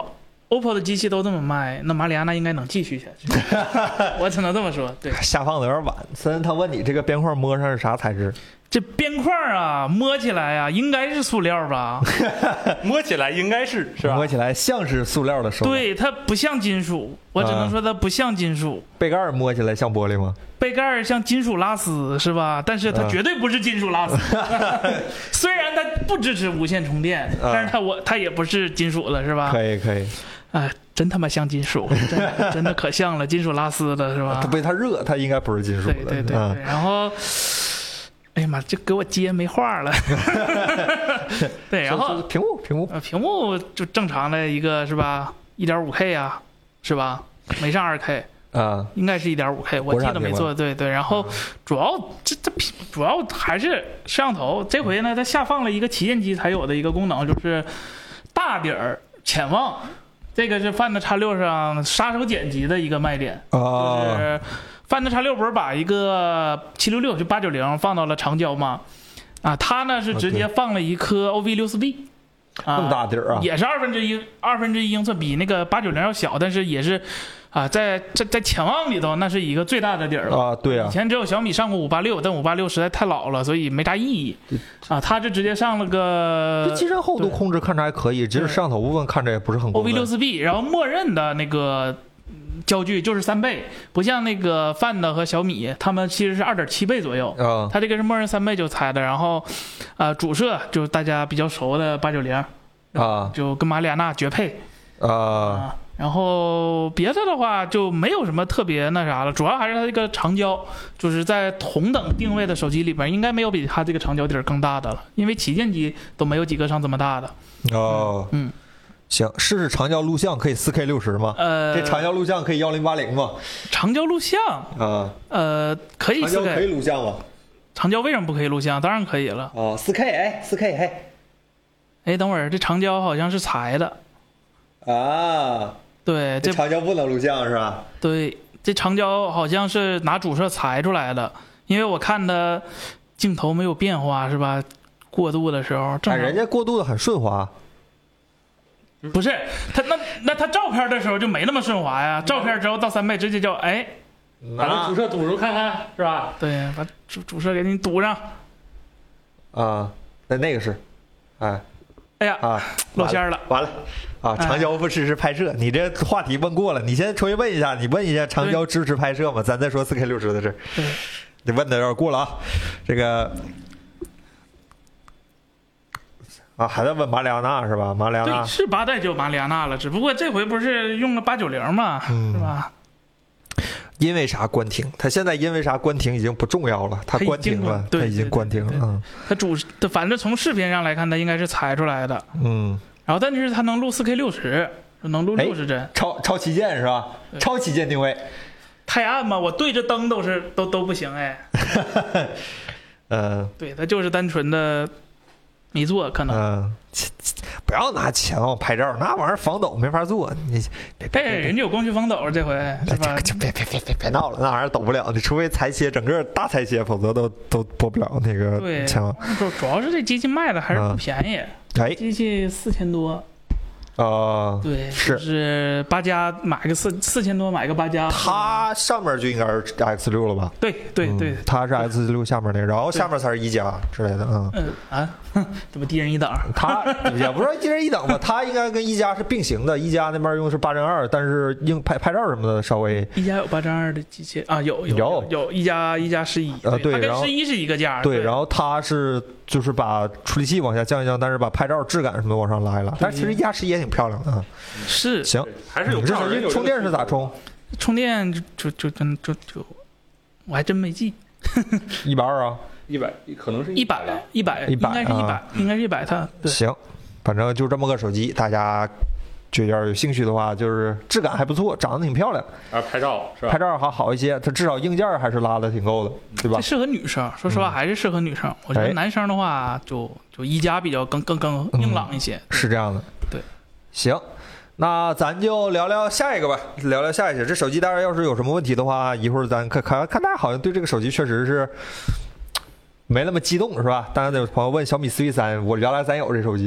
O P P O 的机器都这么卖，那马里亚纳应该能继续下去。我只能这么说。对， 下放的有点晚。森他问你这个边框摸上是啥材质？ 这边框啊，摸起来啊，应该是塑料吧？ 摸起来应该是是吧？ 摸起来像是塑料的手感。 对，它不像金属，我只能说它不像金属。 啊、背盖摸起来像玻璃吗？ 背盖像金属拉丝是吧？但是它绝对不是金属拉丝。啊、虽然它不支持无线充电，啊、但是它我它也不是金属的是吧？ 可以可以。 哎，真他妈像金属，真的真的可像了，金属拉丝的是吧？ 它不，它热，它应该不是金属的。 对对对对， 啊、 然后。哎呀妈，这给我接没话了。对，然后屏幕屏幕呃屏幕就正常的一个是吧 ，一点五 K 啊，是吧？没上 二 K 啊， 应该是 一点五 K， 我记得没错。对对，然后主要这这主要还是摄像头。这回呢，它下放了一个旗舰机才有的一个功能，就是大底儿潜望。这个是 Find X 六上杀手剪辑的一个卖点， 啊、 就是。Find X 六不是把一个七六六就八九零放到了长焦吗？啊，它呢是直接放了一颗 O V 六四 B， 啊， 这么大底儿啊， 也是二分之一二分之一英寸，比那个八九零要小，但是也是啊，在在在潜望里头那是一个最大的底儿了啊，对啊， 以前只有小米上过五八六，但五八六实在太老了，所以没啥意义啊，它就直接上了个。 这机身厚度控制看着还可以，只是摄像头部分看着也不是很过分。 O V 六四 B， 然后默认的那个。焦距就是三倍，不像那个 Find 和小米，他们其实是二点七倍左右。 啊， 它这个是默认三倍就猜的。然后，呃，主摄就是大家比较熟的八九零， 啊， 就跟马里亚纳绝配。 啊， 啊然后别的的话就没有什么特别那啥了，主要还是它这个长焦，就是在同等定位的手机里边，应该没有比它这个长焦底儿更大的了，因为旗舰机都没有几个上这么大的。 哦， 嗯。 行，试试长焦录像可以 四 K 六十吗？ 呃， 这长焦录像可以一零八零吗？ 长焦录像啊， 呃，可以 四 K， 长焦可以录像吗？ 长焦为什么不可以录像？当然可以了。 哦 ，四 K， 哎 ，四 K， 哎， 哎，等会儿这长焦好像是裁的。 啊， 对，这长焦不能录像是吧？ 对，这长焦好像是拿主摄裁出来的，因为我看它镜头没有变化是吧？过渡的时候，正常、 哎、人家过渡的很顺滑。 不是他那那他照片的时候就没那么顺滑呀，照片之后到三倍直接就哎， 把那主摄堵住看看是吧？ 对，把主主摄给你堵上。 啊，那那个是，哎， 哎呀啊， 露馅了， 完了啊！长焦不支持拍摄，你这话题问过了，你先重新问一下，你问一下长焦支持拍摄吗？咱再说 四 K 六十的事。 对， 你问的有点过了啊，这个。啊，还在问马里亚纳是吧？马里亚纳对，是八代就有马里亚纳了，只不过这回不是用了八九零嘛， 嗯、 是吧？ 因为啥关停？他现在因为啥关停已经不重要了，他关停了，他已经关停了。嗯， 他主，反正从视频上来看，他应该是裁出来的。 嗯， 然后但是他能录 四 K 六十，能录六十帧， 超超旗舰是吧？超旗舰定位。 太暗嘛，我对着灯都是都都不行哎。 嗯， 对，他就是单纯的。没做可能， 嗯，不要拿潜望拍照，那玩意儿防抖没法做。你别别， 人家有光学防抖，这回是吧？ 就别别别别别闹了，那玩意儿抖不了，你除非裁切整个大裁切，否则都都播不了那个潜望。 主主要是这机器卖的还是不便宜， 哎， 机器四千多。 啊， 对， 是就是八加买个四四千多买个八加， 它上面就应该是 X 六了吧？ 对对对， 它是 X 六下面那个，然后下面才是一加之类的，嗯嗯啊，怎么低人一等？ 它也不是低人一等吧，它应该跟一加是并行的，一加那边用的是八针二，但是硬拍拍照什么的稍微一加有八针二的机器啊，有有有有一加一加十一， 呃对， 它跟十一是一个价， 对，然后它是就是把处理器往下降一降，但是把拍照质感什么的往上拉一拉，但是其实一加十一也挺漂亮的啊。 是， 行， 还是有。 这手机充电是咋充？ 充电就就就真就就，我还真没记。 一百二啊， 一百可能是一百一百，应该是一百，应该是一百。它行，反正就这么个手机，大家就要有兴趣的话，就是质感还不错，长得挺漂亮。 啊，拍照是吧？ 拍照还好一些，它至少硬件还是拉的挺够的，对吧？ 这适合女生，说实话还是适合女生。我觉得男生的话，就就一加比较更更更硬朗一些。 是这样的， 对。 行。那咱就聊聊下一个吧，聊聊下一个。这手机大家要是有什么问题的话，一会儿咱看看看大家好像对这个手机确实是没那么激动，是吧？当然有朋友问小米 C V 三，我原来咱有这手机啊，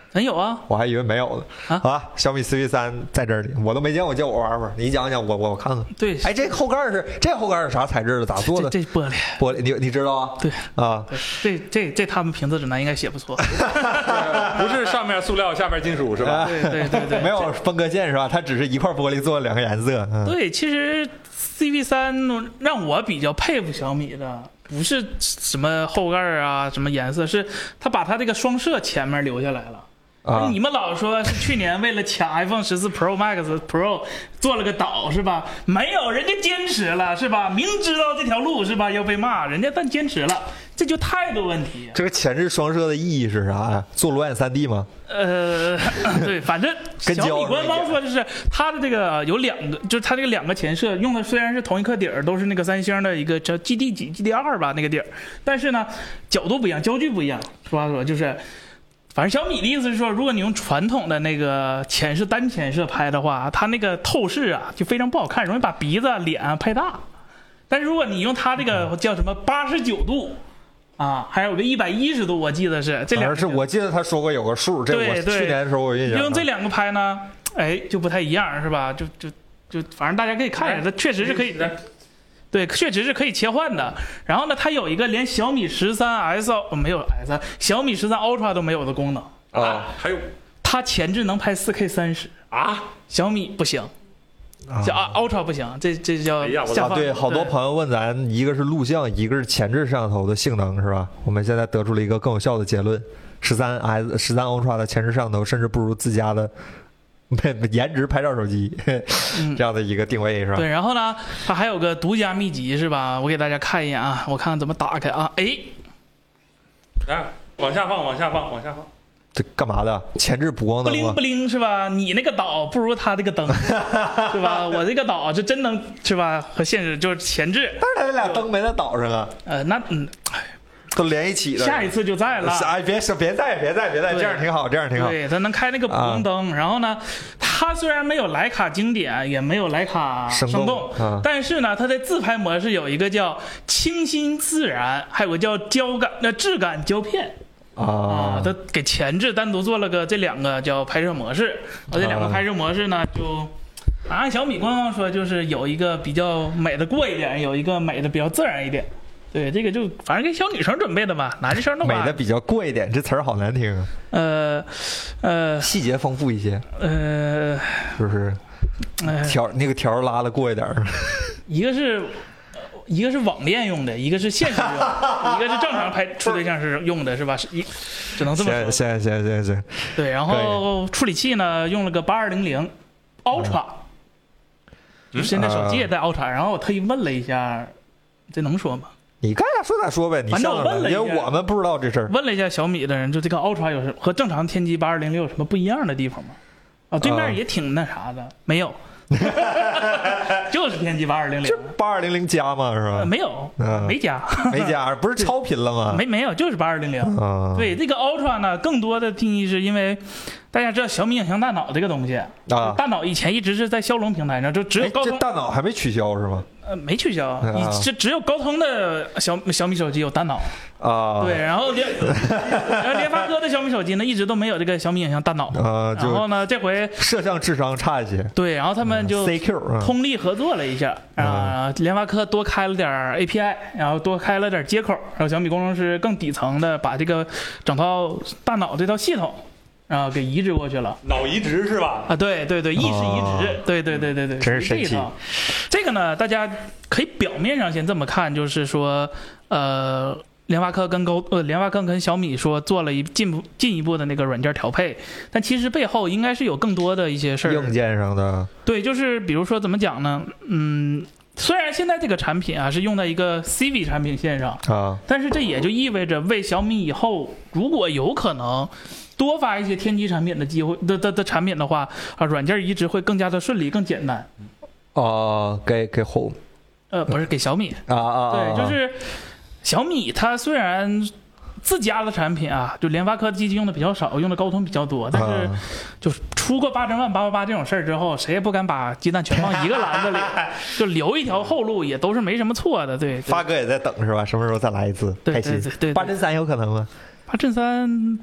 咱有啊， 我还以为没有呢。 啊好吧，小米 C V 三在这里，我都没见过，叫我玩玩，你讲讲我我看看。 对， 哎，这后盖是这后盖是啥材质的？咋做的？ 这这玻璃， 玻璃，你你知道啊？ 对啊， 对，这这这他们评测指南应该写不错， 不是上面塑料，下边金属是吧？ 对对对对， 没有分割线是吧？它只是一块玻璃做了两个颜色。嗯、 对，其实 C V 三让我比较佩服小米的，不是什么后盖啊，什么颜色，是它把它这个双摄前面留下来了。 啊、 你们老说是去年为了抢 iPhone 十四 Pro Max Pro 做了个岛是吧？没有，人家坚持了是吧？明知道这条路是吧要被骂，人家但坚持了，这就态度问题。 这个前置双摄的意义是啥呀？做裸眼 三 D 吗？ 呃，对，反正小米官方说就是它的这个有两个，就是它这个两个前摄用的虽然是同一颗底儿，都是那个三星的一个叫 G D 几 G D 二吧那个底儿，但是呢角度不一样，焦距不一样。说实话就是。反正小米的意思是说，如果你用传统的那个前摄单前摄拍的话，它那个透视啊就非常不好看，容易把鼻子、脸啊拍大。但是如果你用它这个叫什么八十九度啊，还有个一百一十度，我记得是这两个。 是我记得他说过有个数，这我去年的时候我有印象。 用这两个拍呢，哎，就不太一样，是吧？就就就，反正大家可以看一下，它确实是可以。对，确实是可以切换的。然后呢，它有一个连小米十三 S 没有 S， 小米十三 Ultra 都没有的功能啊。还有， 它前置能拍 四 K 三十啊， 小米不行，叫啊 Ultra 不行，这这叫下放。对，好多朋友问咱，一个是录像，一个是前置摄像头的性能，是吧？我们现在得出了一个更有效的结论：十三 S、十三 Ultra 的前置摄像头甚至不如自家的。颜值拍照手机这样的一个定位是吧？ 对，然后呢，它还有个独家秘籍是吧？我给大家看一眼啊，我看看怎么打开啊。哎， 来往下放，往下放，往下放。 这干嘛的？前置补光灯吗？ 不灵不灵是吧？你那个岛不如他这个灯，是吧？我这个岛是真能是吧？和现实就是前置， 但是他这俩灯没在岛上啊。 呃，那嗯。 都连一起的， 下一次就在了。 哎，别说，别在，别在，别在，这样挺好，这样挺好。 对，它能开那个补光灯，啊、然后呢，它虽然没有徕卡经典，也没有徕卡生动， 动啊、 但是呢，它在自拍模式有一个叫清新自然，还有个叫胶感呃质感胶片。啊，它给前置单独做了个这两个叫拍摄模式，而这两个拍摄模式呢，就按小米官方说，就是有一个比较美的过一点，有一个美的比较自然一点。对，这个就反正给小女生准备的吧，男生的话美的比较过一点，这词儿好难听。 呃呃， 细节丰富一些。 呃， 是不是？条、呃、那个条拉的过一点。 一个是，一个是网恋用的，一个是现实用的，一个是正常拍处对象是用的，是吧？是一，只能这么说。 行行行行。 对，然后处理器呢用了个八二零零 Ultra，、嗯、就现在手机也带 Ultra，、嗯、然后我特意问了一下，这能说吗？ 你该咋说咋说呗，你反正我问了一下， 因为我们不知道这事儿。 问了一下小米的人，就这个 Ultra 有什和正常天玑八二零六有什么不一样的地方吗？啊，对面也挺那啥的，啊、没有，就是天玑八二零零， 八二零零加嘛是吧？ 呃、没有，嗯、没加， 没加，不是超频了吗？ 没没有，就是八二零零。 啊， 对，这个 Ultra 呢，更多的定义是因为。大家知道小米影像大脑这个东西啊，大脑以前一直是在骁龙平台上，就只有高通。 这大脑还没取消是吗？ 呃，没取消，你这只有高通的小小米手机有大脑啊。对， 然后联然后联发科的小米手机呢，一直都没有这个小米影像大脑啊。 然后呢，这回摄像智商差一些。 对，然后他们就 C Q 通力合作了一下啊，联发科多开了点 A P I， 然后多开了点接口，然后小米工程师更底层的把这个整套大脑这套系统。啊，给移植过去了， 脑移植是吧？ 啊，对对对，意识移植，哦、对对对对对， 真是神奇。 这个呢，大家可以表面上先这么看，就是说，呃，联发科跟高呃联发科跟小米说做了一进步进一步的那个软件调配，但其实背后应该是有更多的一些事儿。 硬件上的。对， 就是比如说怎么讲呢？嗯。虽然现在这个产品啊是用在一个 C V 产品线上啊，但是这也就意味着为小米以后如果有可能多发一些天玑产品的机会的的的产品的话啊，软件移植会更加的顺利、更简单。 哦、呃，给给后， 呃，不是给小米啊啊， 对，就是小米它虽然。自家的产品啊，就联发科的机器用的比较少，用的高通比较多，但是就出过八千万八八八这种事儿之后，谁也不敢把鸡蛋全放一个篮子里，就留一条后路也都是没什么错的。对， 发哥也在等是吧？什么时候再来一次？ 对对对对， 八针三有可能吗？ 八针三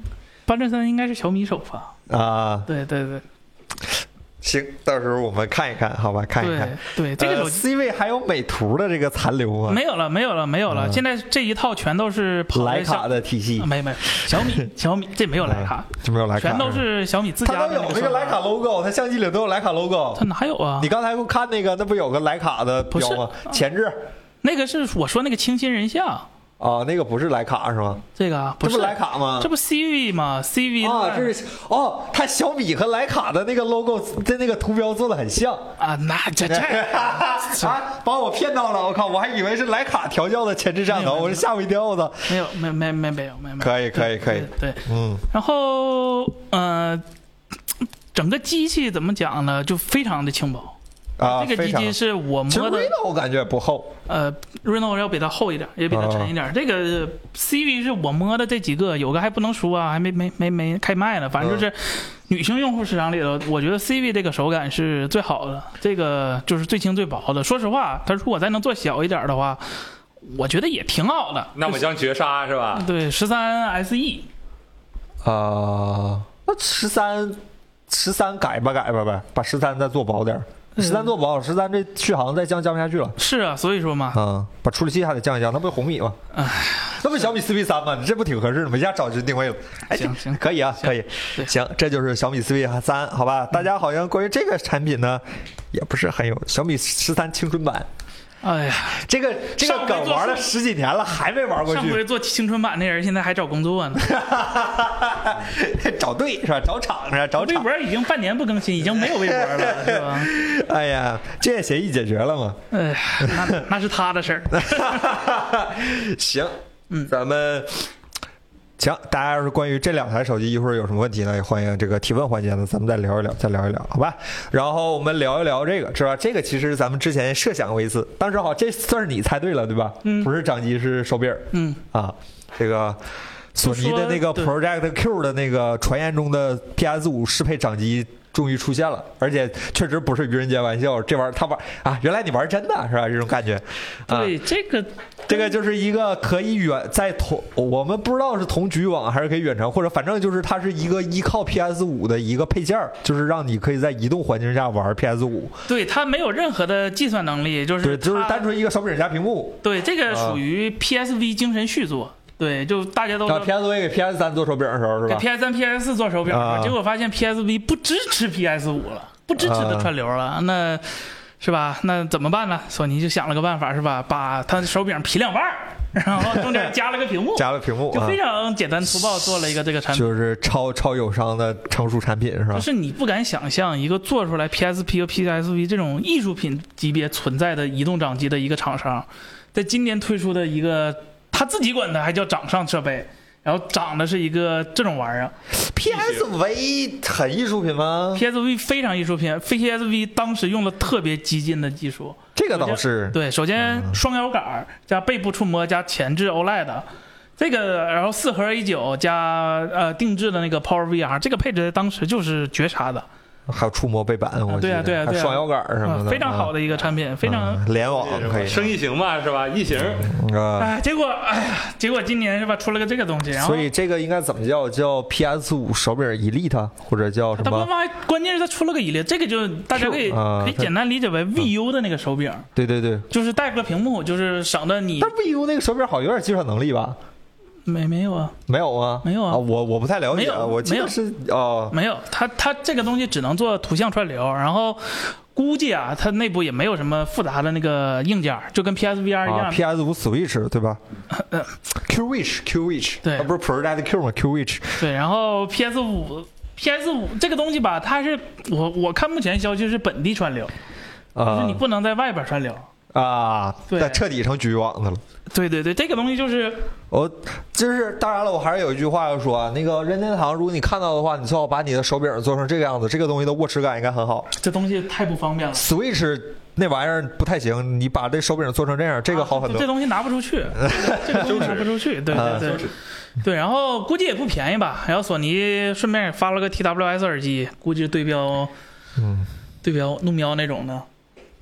八阵三应该是小米首发啊。 对对对。 行，到时候我们看一看，好吧，看一看。 对，对这个手机、 呃、C 位还有美图的这个残留吗？ 没有了，没有了，没有了。嗯、现在这一套全都是跑徕卡的体系， 啊、没没小米小米这没有徕卡， 这、嗯、没有徕卡， 全都是小米自家的。 它都有那个徕卡 logo， 它相机里都有徕卡 logo。 它哪有啊？ 你刚才给我看那个，那不有个徕卡的标吗？前置， 那个是我说那个清新人像。 哦，那个不是徕卡是吗？ 这个不是徕卡吗？ 这不 C V 吗 ？C V 啊，这是哦，它小米和徕卡的那个 logo 的那个图标做的很像啊，那这这啊，把我骗到了！我靠，我还以为是徕卡调教的前置摄像头，我是吓我一跳的。 没有，没没没没有没有。 可以可以可以， 对， 嗯。 然后呃，整个机器怎么讲呢？就非常的轻薄。 啊， 这个机器是我摸的， Reno 我感觉不厚， 呃 ，Reno 要比它厚一点，也比它沉一点。哦、这个 C V 是我摸的这几个，有个还不能说啊，还没没没没开卖呢。反正就是女性用户市场里头，我觉得 C V 这个手感是最好的，这个就是最轻最薄的。说实话，它如果再能做小一点的话，我觉得也挺好的。 那么将绝杀是吧？ 对，十三 S E， 啊，那十三十三改吧改吧呗，把十三再做薄点。十三做薄，十三这续航再降降不下去了。 是啊，所以说嘛， 嗯，把处理器还得降一降，那不是红米吗？ 哎， 那不小米四 V 三吗？这不挺合适的吗？一下找就定位了。哎， 行行， 可以啊，可以。行，这就是小米四 V 三，好吧？大家好像关于这个产品呢，也不是很有小米十三青春版。 哎呀， 这个这个梗玩了十几年了，还没玩过去。 上回做青春版那人现在还找工作呢， 找对是吧？找厂是吧？找厂。 微博已经半年不更新，已经没有微博了，是吧？ 哎呀，这也协议解决了吗？ 哎，那那是他的事儿。 行，嗯，咱们。行，大家要是关于这两台手机一会儿有什么问题呢，也欢迎这个提问环节呢，咱们再聊一聊，再聊一聊，好吧？然后我们聊一聊这个，是吧？这个其实咱们之前设想过一次，当时好，这算是你猜对了，对吧？嗯，不是掌机，是手柄。嗯，啊，这个索尼的那个 Project Q 的那个传言中的 P S 五适配掌机终于出现了，而且确实不是愚人节玩笑，这玩意儿他玩啊，原来你玩真的是吧？这种感觉。 啊、对，这个这个就是一个可以远在同我们不知道是同局域网还是可以远程，或者反正就是它是一个依靠 P S 五的一个配件，就是让你可以在移动环境下玩 P S 五。 对，它没有任何的计算能力，就是对，就是单纯一个手柄加屏幕。 对，这个属于 P S V 精神续作。对，就大家都啊 P S V 给 P S 三做手柄的时候是吧？ 给 P S 三、P S 四做手柄的时候、啊，结果发现 P S V 不支持 P S 五了，不支持的串流了，啊、那是吧？那怎么办呢？索尼就想了个办法，是吧？把它的手柄劈两半，然后中间加了个屏幕， 加了屏幕， 就非常简单粗暴做了一个这个产品， 就是超超友商的成熟产品是吧？ 就是你不敢想象一个做出来 P S P 和 P S V 这种艺术品级别存在的移动掌机的一个厂商，在今年推出的一个。他自己管它还叫掌上设备，然后长的是一个这种玩意儿。 P S V 很艺术品吗 ？P S V 非常艺术品 ，P S V 当时用了特别激进的技术。 这个倒是对，首先双摇杆加背部触摸加前置 O L E D， 这个然后四核 A 九加呃定制的那个 Power V R， 这个配置在当时就是绝杀的。 还有触摸背板，我对啊对啊对啊， 双摇杆什么的， 非常好的一个产品，非常联网可以， 升异形嘛是吧？异形啊， 哎，结果哎呀，结果今年是吧出了个这个东西，然后所以这个应该怎么叫？叫 P S 五手柄 Elite 或者叫什么？ 它官方关键是它出了个 Elite， 这个就大家可以可以简单理解为 V U 的那个手柄。 对对对， 就是带个屏幕，就是省得你。 但 V U 那个手柄好有点计算能力吧？ 没没有啊， 没有啊， 没有啊， 啊我我不太了解，我记得是哦， 没有，它它这个东西只能做图像串流，然后估计啊，它内部也没有什么复杂的那个硬件，就跟 P S V R 一样。 啊、P S 五 Switch 对吧？呃 ，Q Wish Q Wish 对， 啊、不是 Project Q 吗 ？Q Wish 对，然后 P S 五 P S 五这个东西吧，它是我我看目前消息是本地串流，啊、就是你不能在外边串流。 啊，对，彻底成局域网的了。 对对对，这个东西就是我，就是当然了，我还是有一句话要说啊，那个任天堂，如果你看到的话，你最好把你的手柄做成这个样子，这个东西的握持感应该很好。 这东西太不方便了 ，Switch 那玩意儿不太行，你把这手柄做成这样，这个好很多。 啊、这东西拿不出去，这个东西拿不出去，对对对。对，然后估计也不便宜吧。然后索尼顺便也发了个 T W S 耳机，估计是对标，嗯，对标怒喵那种的。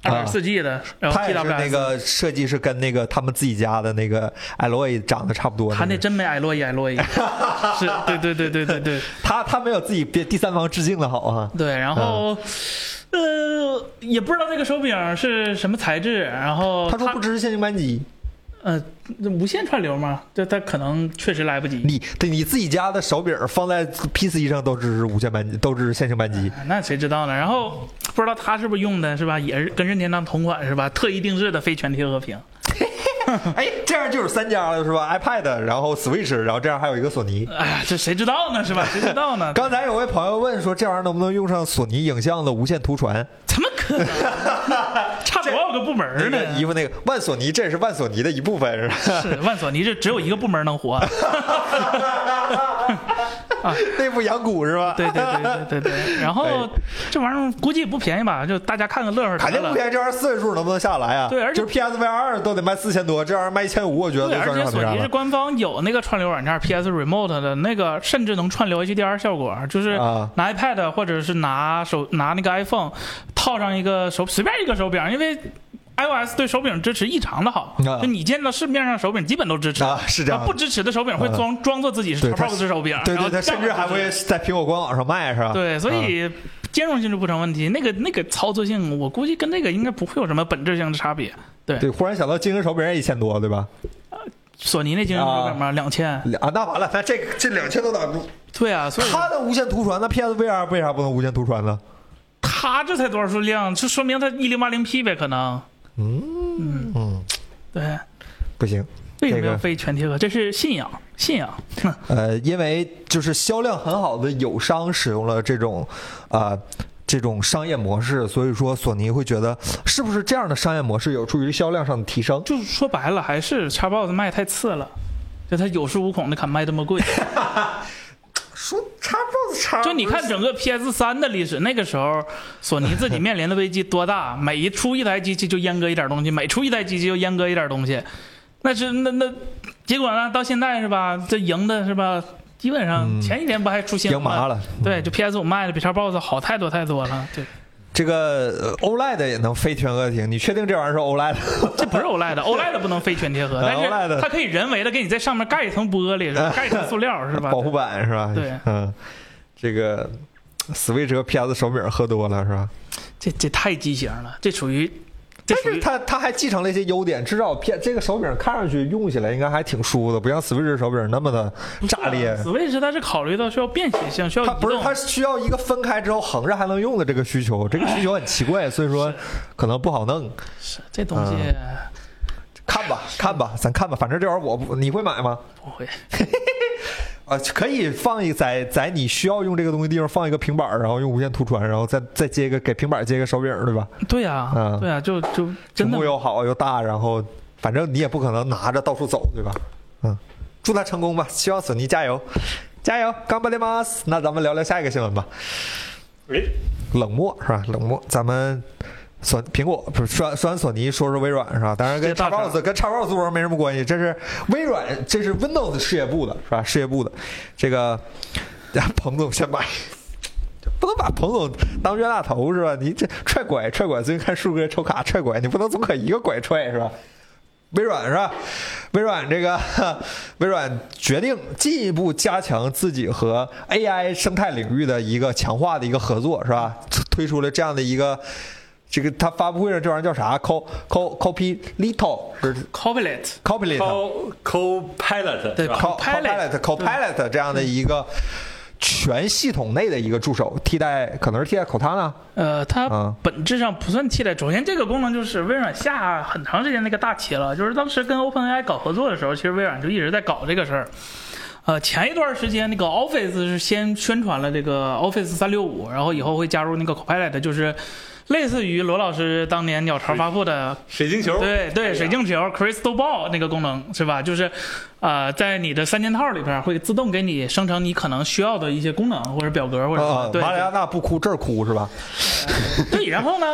二点四 G 的，然后它 T 也 W 是 S 那个设计是跟那个他们自己家的那个 Alloy 长得差不多。 他那真没 Alloy Alloy， 是，对对对对对对， 他他没有自己第三方致敬的好啊。 对，然后。嗯呃，也不知道这个手柄是什么材质，然后他说不支持线性扳机。 呃，无线串流嘛，这它可能确实来不及。 你对你自己家的手柄放在 P C 上都支持无线扳机，都支持线性扳机、 哎，那谁知道呢？然后不知道他是不是用的是吧？也是跟任天堂同款是吧？特意定制的非全贴合屏。 哎，这样就有三家了是吧 ？iPad， 然后 Switch， 然后这样还有一个索尼。 哎呀，这谁知道呢是吧？谁知道呢？ 刚才有位朋友问说，这玩意儿能不能用上索尼影像的无线图传？ 怎么可能？差多少个部门呢？ 那个衣服那个万索尼，这也是万索尼的一部分是吧？ 是万索尼，这只有一个部门能活。啊， 内部养蛊是吧？ 对对对对对对。然后、哎、这玩意儿估计也不便宜吧？就大家看个乐呵。 肯定不便宜，这玩意儿四位数能不能下来啊？ 对，而且就是 P S V R 都得卖四千多，这玩意儿卖一千五，我觉得都算是很而且索尼是官方有那个串流软件 P S Remote 的那个，甚至能串流 H D R 效果，就是拿 iPad 或者是拿手拿那个 iPhone 套上一个手随便一个手柄，因为。iOS 对手柄支持异常的好， 啊、 就你见到市面上手柄基本都支持啊，是这样。 不支持的手柄会装、啊、装作自己是 Xbox 手柄， 对对对，甚至还会在苹果官网上卖，是吧？ 对，所以兼容性就不成问题。那个那个操作性，我估计跟那个应该不会有什么本质性的差别。对对，忽然想到精英手柄也一千多，对吧？ 索尼那精英手柄嘛，两千啊，那完了，那这这两千都打不住。 对啊，所以它的无线图传，那 P S V R 为啥不能无线图传呢？ 它这才多少数量，就说明它一零八零 P 呗，可能。 嗯嗯嗯， 对， 不行。 为什么要非全贴合？这是信仰，信仰。 呃，因为就是销量很好的友商使用了这种，呃，这种商业模式，所以说索尼会觉得是不是这样的商业模式有助于销量上的提升？ 就是说白了，还是 Xbox 卖太次了，就它有恃无恐的敢卖这么贵。 说Xbox叉， 就你看整个 P S 三 的历史，那个时候索尼自己面临的危机多大？每一出一台机器就阉割一点东西，每出一台机器就阉割一点东西，那是那那结果呢？到现在是吧？这赢的是吧？基本上前几天不还出新闻吗？ 赢麻了。 对，就 P S 五 卖的比 Xbox 好太多太多了。对。 这个 O L E D 也能非全合屏，你确定这玩意儿是 O L E D？ 这不是 O L E D，O L E D 不能非全贴合，但是它可以人为的给你在上面盖一层玻璃，是吧？盖一层塑料，是吧？ 保护板是吧？ 对， 嗯，这个 Switch 和 P S 手柄喝多了是吧？ 这这太畸形了，这属于。 但是它它还继承了一些优点，至少片这个手柄看上去用起来应该还挺舒服的，不像 Switch 手柄那么的炸裂。 Switch 它是考虑到需要便携性，需要移动， 它不是它需要一个分开之后横着还能用的这个需求，这个需求很奇怪，所以说可能不好弄。 是这东西、嗯， 看吧看吧，咱看吧，反正这玩意儿我不，你会买吗？ 不会。 啊，可以放一在在你需要用这个东西地方放一个平板，然后用无线图传，然后再再接个给平板接个手柄，对吧？ 对呀、啊，嗯，对呀、啊，就就屏幕又好又大，然后反正你也不可能拿着到处走，对吧？嗯，祝他成功吧，希望索尼加油，加油，干巴里马斯。那咱们聊聊下一个新闻吧。 喂， 冷漠是吧？冷漠，咱们。索苹果不是说说完索尼，说说微软是吧？当然跟 Xbox 跟 Xbox 做没什么关系，这是微软，这是 Windows 事业部的是吧？事业部的这个，彭总先买，不能把彭总当冤大头是吧？你这踹拐踹拐，最近看树哥抽卡踹拐，你不能总可一个拐踹是吧？微软是吧？微软这个微软决定进一步加强自己和 A I 生态领域的一个强化的一个合作是吧？推出了这样的一个。这个他发布会上这玩意儿叫啥 ？Co Co Copilot 是 Copilot Copilot Copilot 对 Copilot Copilot 这样的一个全系统内的一个助手，替代可能是替代 Cortana。 呃，它本质上不算替代。首先，这个功能就是微软下很长时间那个大棋了，就是当时跟 OpenAI 搞合作的时候，其实微软就一直在搞这个事儿。呃，前一段时间那个 Office 是先宣传了这个 Office 三六五，然后以后会加入那个 Copilot， 就是类似于罗老师当年鸟巢发布的水晶球， 对对，水晶球 Crystal Ball 那个功能是吧？就是呃，在你的三件套里边会自动给你生成你可能需要的一些功能或者表格或者什么。 呃、 对， 马里亚纳不哭这儿哭是吧？ 对，然后呢？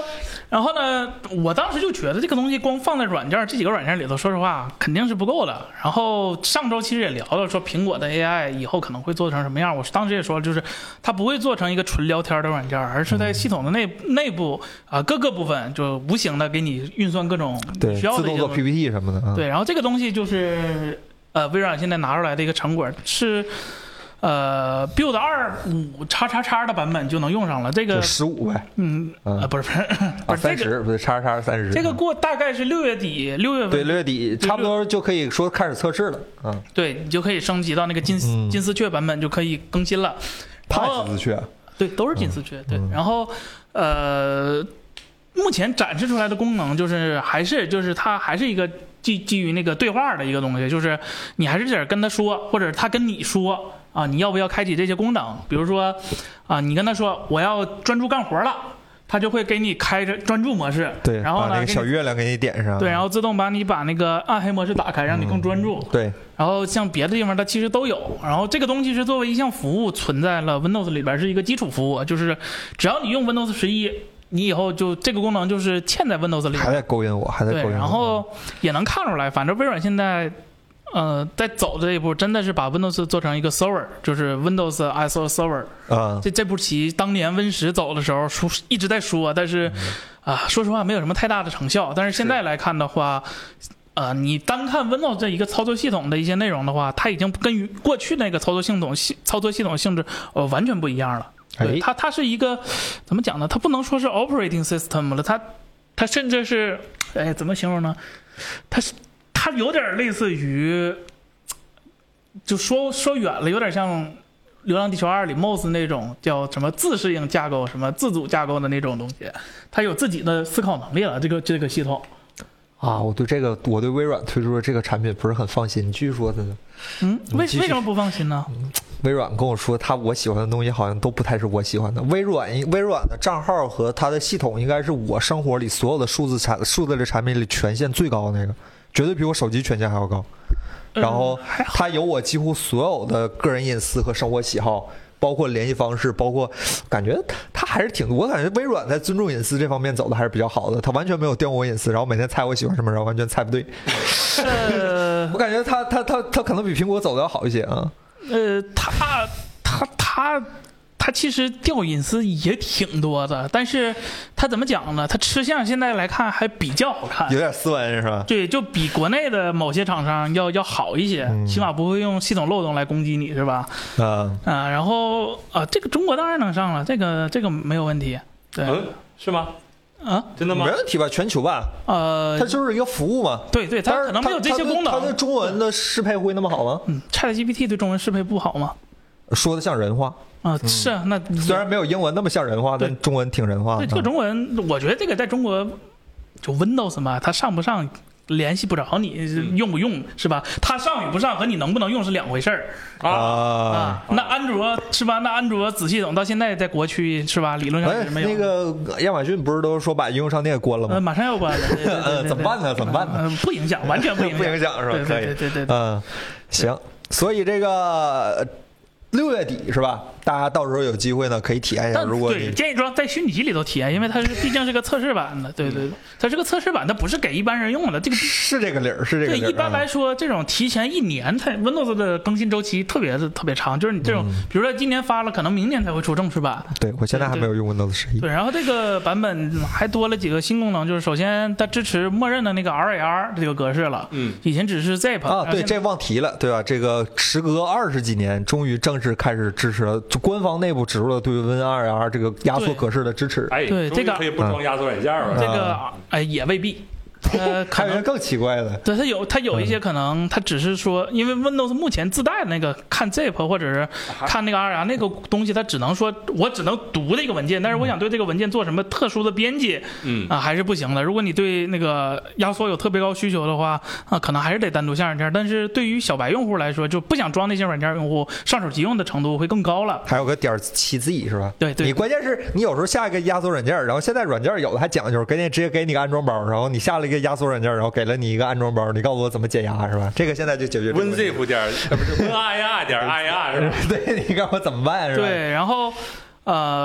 然后呢，我当时就觉得这个东西光放在软件这几个软件里头，说实话肯定是不够的。然后上周其实也聊了，说苹果的 A I 以后可能会做成什么样。我当时也说了，就是它不会做成一个纯聊天的软件，而是在系统的内内部啊、呃、各个部分就无形的给你运算各种需要的自动做 P P T 什么的。啊、 对，然后这个东西就是呃微软现在拿出来的一个成果是。呃 ，Build 二五叉叉叉的版本就能用上了，这个十五呗， 嗯，呃，不是不是，不是三十，不是叉叉叉三十， 这个过大概是六月底，六月份对，六月底差不多就可以说开始测试了，嗯， 对，你就可以升级到那个金丝、嗯、金丝雀版本就可以更新了， 怕金丝雀， 对，都是金丝雀， 嗯、 对，然后呃，目前展示出来的功能就是还是就是它还是一个基基于那个对话的一个东西，就是你还是得跟他说，或者他跟你说。啊，你要不要开启这些功能？比如说，啊，你跟他说我要专注干活了，他就会给你开着专注模式。 对， 然后呢， 把那个小月亮给你点上。 对，然后自动把你把那个暗黑模式打开，让你更专注。 嗯、对。 然后像别的地方它其实都有，然后这个东西是作为一项服务存在了 Windows 里边，是一个基础服务，就是只要你用 Windows 十一。你以后就这个功能就是嵌在 Windows 里， 还在勾引我，还在勾引我。 对，然后也能看出来，反正微软现在。呃，在走这一步，真的是把 Windows 做成一个 server， 就是 Windows as a server。啊，这这步棋当年 Win 十走的时候说一直在说，但是啊、呃，说实话没有什么太大的成效。但是现在来看的话，呃，你单看 Windows 这一个操作系统的一些内容的话，它已经跟过去那个操作系统系操作系统性质呃完全不一样了。对，它它是一个怎么讲呢？它不能说是 operating system 了，它它甚至是哎怎么形容呢？它是。它有点类似于，就说说远了，有点像《流浪地球二》里 M O S 那种叫什么自适应架构、什么自主架构的那种东西，它有自己的思考能力了。这个这个系统啊，我对这个，我对微软推出的这个产品不是很放心。你继续说，真的， 嗯，为为什么不放心呢？ 嗯微软跟我说，他我喜欢的东西好像都不太是我喜欢的。微软微软的账号和它的系统应该是我生活里所有的数字产数字类产品里权限最高的那个。绝对比我手机权限还要高，然后它有我几乎所有的个人隐私和生活喜好，包括联系方式，包括感觉它还是挺，我感觉微软在尊重隐私这方面走的还是比较好的，它完全没有玷污我隐私，然后每天猜我喜欢什么，然后完全猜不对。我感觉它它它它可能比苹果走的要好一些啊。 呃，它它它。它其实掉隐私也挺多的，但是它怎么讲呢？它吃相现在来看还比较好看， 有点斯文是吧？ 对，就比国内的某些厂商要要好一些、嗯，起码不会用系统漏洞来攻击你，是吧？啊啊，然后啊，这个中国当然能上了，这个这个没有问题。对， 嗯，是吗？ 啊， 真的吗？ 没问题吧？全球吧？ 呃， 它就是一个服务嘛。 对对，它可能没有这些功能。 它的中文的适配会那么好吗？ 嗯 ，ChatGPT 对中文适配不好吗？ 说的像人话。 啊，是啊，那虽然没有英文那么像人话，但中文挺人话的。 对，这个中文，我觉得这个在中国就 Windows 嘛，它上不上联系不着你，用不用是吧？它上与不上和你能不能用是两回事儿啊啊！那安卓是吧？那安卓子系统到现在在国区是吧？理论上是没有。 那个亚马逊不是都说把应用商店给关了吗？ 呃，马上要关了。 呃，怎么办呢？怎么办呢？ 呃，不影响，完全不影响， 不影响是吧？ 可以，对对对对。 嗯，行，所以这个。六月底是吧？大家到时候有机会呢，可以体验一下。如果对建议说在虚拟机里头体验，因为它是毕竟是个测试版的，对对对，它是个测试版，它不是给一般人用的。这个是这个理儿，是这个理儿。 对，一般来说，这种提前一年才 Windows 的更新周期特别的特别长，就是你这种，比如说今年发了，可能明年才会出正式版。 对，我现在还没有用 Windows 十一。 对，然后这个版本还多了几个新功能，就是首先它支持默认的那个 R A R 这个格式了，嗯，以前只是 Zip 啊，对，这忘提了，对吧？这个时隔二十几年，终于正式开始支持。就官方内部植入了对 Win 二 R 这个压缩格式的支持。 哎， 对，这个可以不装压缩软件了。 这个哎也未必。呃， 还有更奇怪的， 对，它有它有一些可能，它只是说，因为 Windows 目前自带的那个看 Zip 或者是看那个 R A R 那个东西，它只能说我只能读这个文件，但是我想对这个文件做什么特殊的编辑，嗯啊还是不行的。如果你对那个压缩有特别高需求的话，啊可能还是得单独下软件。但是对于小白用户来说，就不想装那些软件用户，上手即用的程度会更高了。 还有个点七 Z 是吧？ 对对。 你关键是你有时候下一个压缩软件，然后现在软件有的还讲究，给你直接给你个安装包，然后你下了一个压缩软件，然后给了你一个安装包，你告诉我怎么解压是吧？这个现在就解决。 WinZip 点不是 Win I R 点 I R 是吧？ 对，你告诉我怎么办是吧？ 对，然后呃，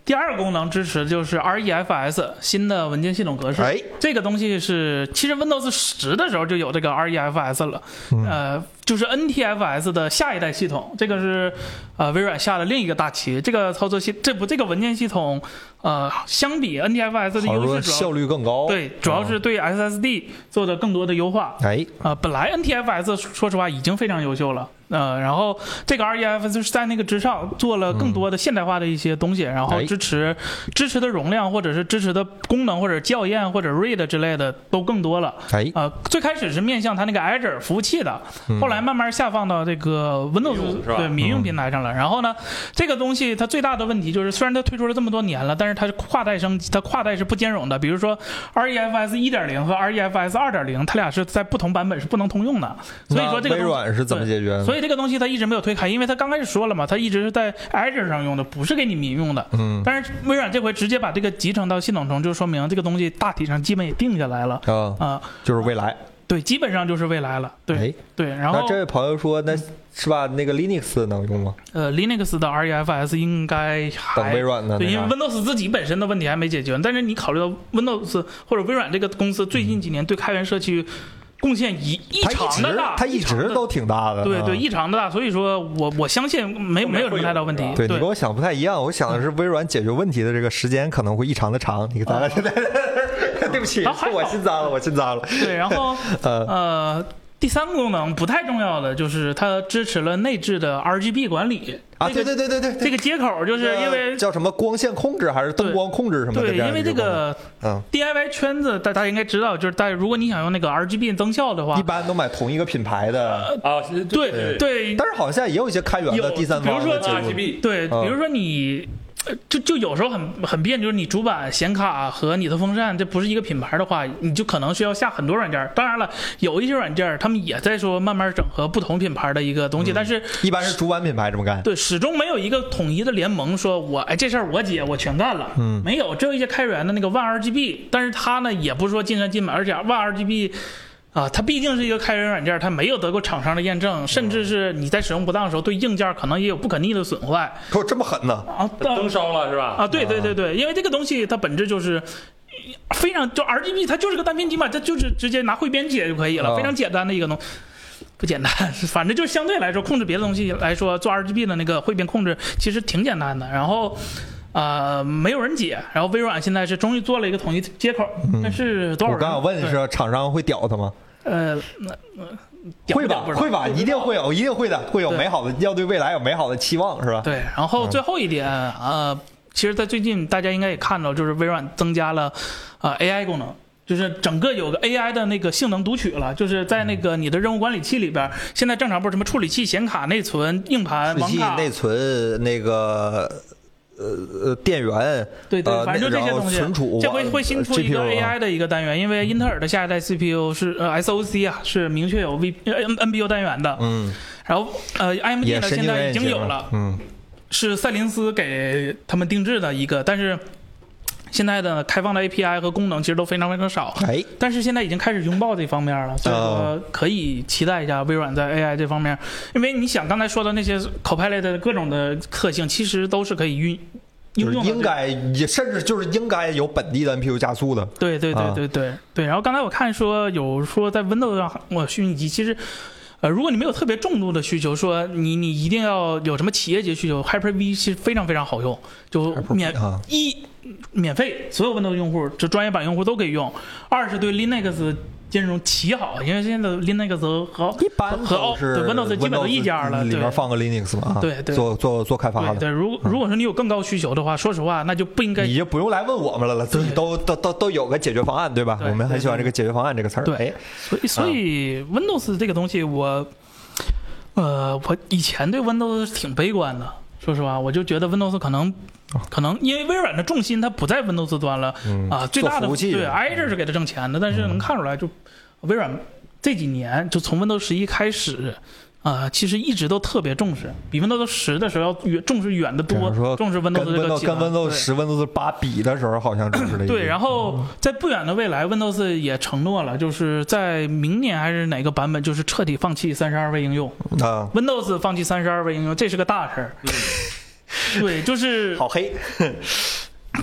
第二个功能支持的就是 R E F S 新的文件系统格式。 哎， 这个东西是其实 Windows 十的时候就有这个 R E F S 了，嗯、呃，就是 N T F S 的下一代系统。这个是呃微软下的另一个大棋。这个操作系这不这个文件系统，呃，相比 N T F S 的优势主要效率更高。 对，主要是对 S S D 做的更多的优化。 哎， 啊、呃，本来 N T F S 说实话已经非常优秀了。呃，然后这个 R E F 就是在那个之上做了更多的现代化的一些东西，嗯、然后支持、哎、支持的容量或者是支持的功能或者校验或者 read 之类的都更多了。 哎， 呃，最开始是面向它那个 Azure 服务器的，嗯、后来慢慢下放到这个 Windows 对民用平台上了。嗯、然后呢，这个东西它最大的问题就是，虽然它推出了这么多年了，但是它是跨代升级，它跨代是不兼容的。比如说 R E F S 一点零 和 R E F S 二点零，它俩是在不同版本是不能通用的。所以说这个微软是怎么解决的？ 所以这个东西它一直没有推开，因为它刚开始说了嘛，它一直是在 Azure 上用的，不是给你民用的。嗯。但是微软这回直接把这个集成到系统中，就说明这个东西大体上基本也定下来了。啊、 哦、啊、呃，就是未来。 对，基本上就是未来了。对、哎、对。然后那这位朋友说，那是吧？那个 Linux 能用吗？ 呃 ，Linux 的 R E F S 应该还等微软的。 对，因为 Windows 自己本身的问题还没解决，但是你考虑到 Windows 或者微软这个公司最近几年对开源社区贡献异异常的大， 它一直都挺大的， 对对，异常的大，所以说我我相信没没有什么太大问题。 对，你跟我想不太一样，我想的是微软解决问题的这个时间可能会异常的长。你看咱俩现在，对不起，是我心脏了，我心脏了。 对，然后呃。第三个功能不太重要的就是它支持了内置的 R G B 管理啊，对对对对对， 这个接口就是因为叫什么光线控制还是灯光控制什么的， 对，因为这个嗯 D I Y 圈子大家应该知道，就是大家如果你想用那个 R G B 增效的话， 一般都买同一个品牌的啊， 对对， 但是好像现在也有一些开源的第三方， 比如说 R G B， 对，比如说你。就就有时候很很别扭，就是你主板、显卡和你的风扇这不是一个品牌的话，你就可能需要下很多软件。当然了，有一些软件他们也在说慢慢整合不同品牌的一个东西，嗯、但是一般是主板品牌这么干。 对，始终没有一个统一的联盟，说我哎这事儿我解我全干了。嗯，没有，只有一些开源的那个 One R G B， 但是它呢也不是说尽善尽美，而且 One R G B。啊，它毕竟是一个开源软件，它没有得过厂商的验证，甚至是你在使用不当的时候，对硬件可能也有不可逆的损坏。 哦，这么狠呢？ 啊， 灯烧了是吧？ 啊，对对对对，因为这个东西它本质就是非常就 R G B， 它就是个单片机嘛，它就是直接拿汇编解就可以了，非常简单的一个东西。不简单，反正就是相对来说，控制别的东西来说，做 R G B 的那个汇编控制其实挺简单的。然后。呃，没有人解，然后微软现在是终于做了一个统一接口，嗯、但是多少人？ 我刚想问是厂商会屌他吗？ 呃，那、呃、 会吧，会吧，一定会有，一定会的，会有美好的，要对未来有美好的期望，是吧？ 对。然后最后一点，嗯、呃，其实，在最近大家应该也看到，就是微软增加了呃 A I 功能。就是整个有个 A I 的那个性能读取了，就是在那个你的任务管理器里边，现在正常不是什么处理器、显卡、内存、硬盘、网卡、 内存那个。呃呃，电源对对，反正就这些东西。 存储这回会新出一个 A I 的一个单元，因为英特尔的下一代 C P U 是呃 S O C 啊，是明确有 V N N P U 单元的。嗯。然后呃 A M D 呢现在已经有了，嗯，是赛灵思给他们定制的一个，但是。现在的开放的 A P I 和功能其实都非常非常少，哎，但是现在已经开始拥抱这方面了，所以说可以期待一下微软在 A I 这方面，因为你想刚才说的那些 Copilot 的各种的特性，其实都是可以运应用的， 应该也甚至就是应该有本地的 N P U 加速的， 对对对对对、啊、对。然后刚才我看说有说在 Windows 上，我虚拟机其实。呃，如果你没有特别重度的需求，说你你一定要有什么企业级需求 ，Hyper-V 其实非常非常好用，就免、啊、一免费，所有 Windows 用户，这专业版用户都可以用。二是对 Linux 兼容极好，因为现在 Linux 和一般和是 Windows 基本都一家了， 里面放个 Linux 嘛， 对对， 做做做开发的。 对，如如果说你有更高需求的话，说实话，那就不应该， 你就不用来问我们了了，自己都都都都有个解决方案，对吧？我们很喜欢这个解决方案这个词儿。 对，所以所以 Windows 这个东西，我呃，我以前对 Windows 挺悲观的。说实话，我就觉得 Windows 可能，可能因为微软的重心它不在 Windows 端了，嗯、啊，最大的对 Azure 是给它挣钱的，但是能看出来，就微软这几年就从 Windows 十一开始，啊、呃，其实一直都特别重视，比 Windows 十的时候要远重视远的多，重视 Windows 这个跟 Windows 十、Windows 八比的时候，好像重视了一点。 对，然后在不远的未来 ，Windows 也承诺了，就是在明年还是哪个版本，就是彻底放弃三十二位应用啊 ，Windows 放弃三十二位应用，这是个大事儿。嗯对，就是好黑。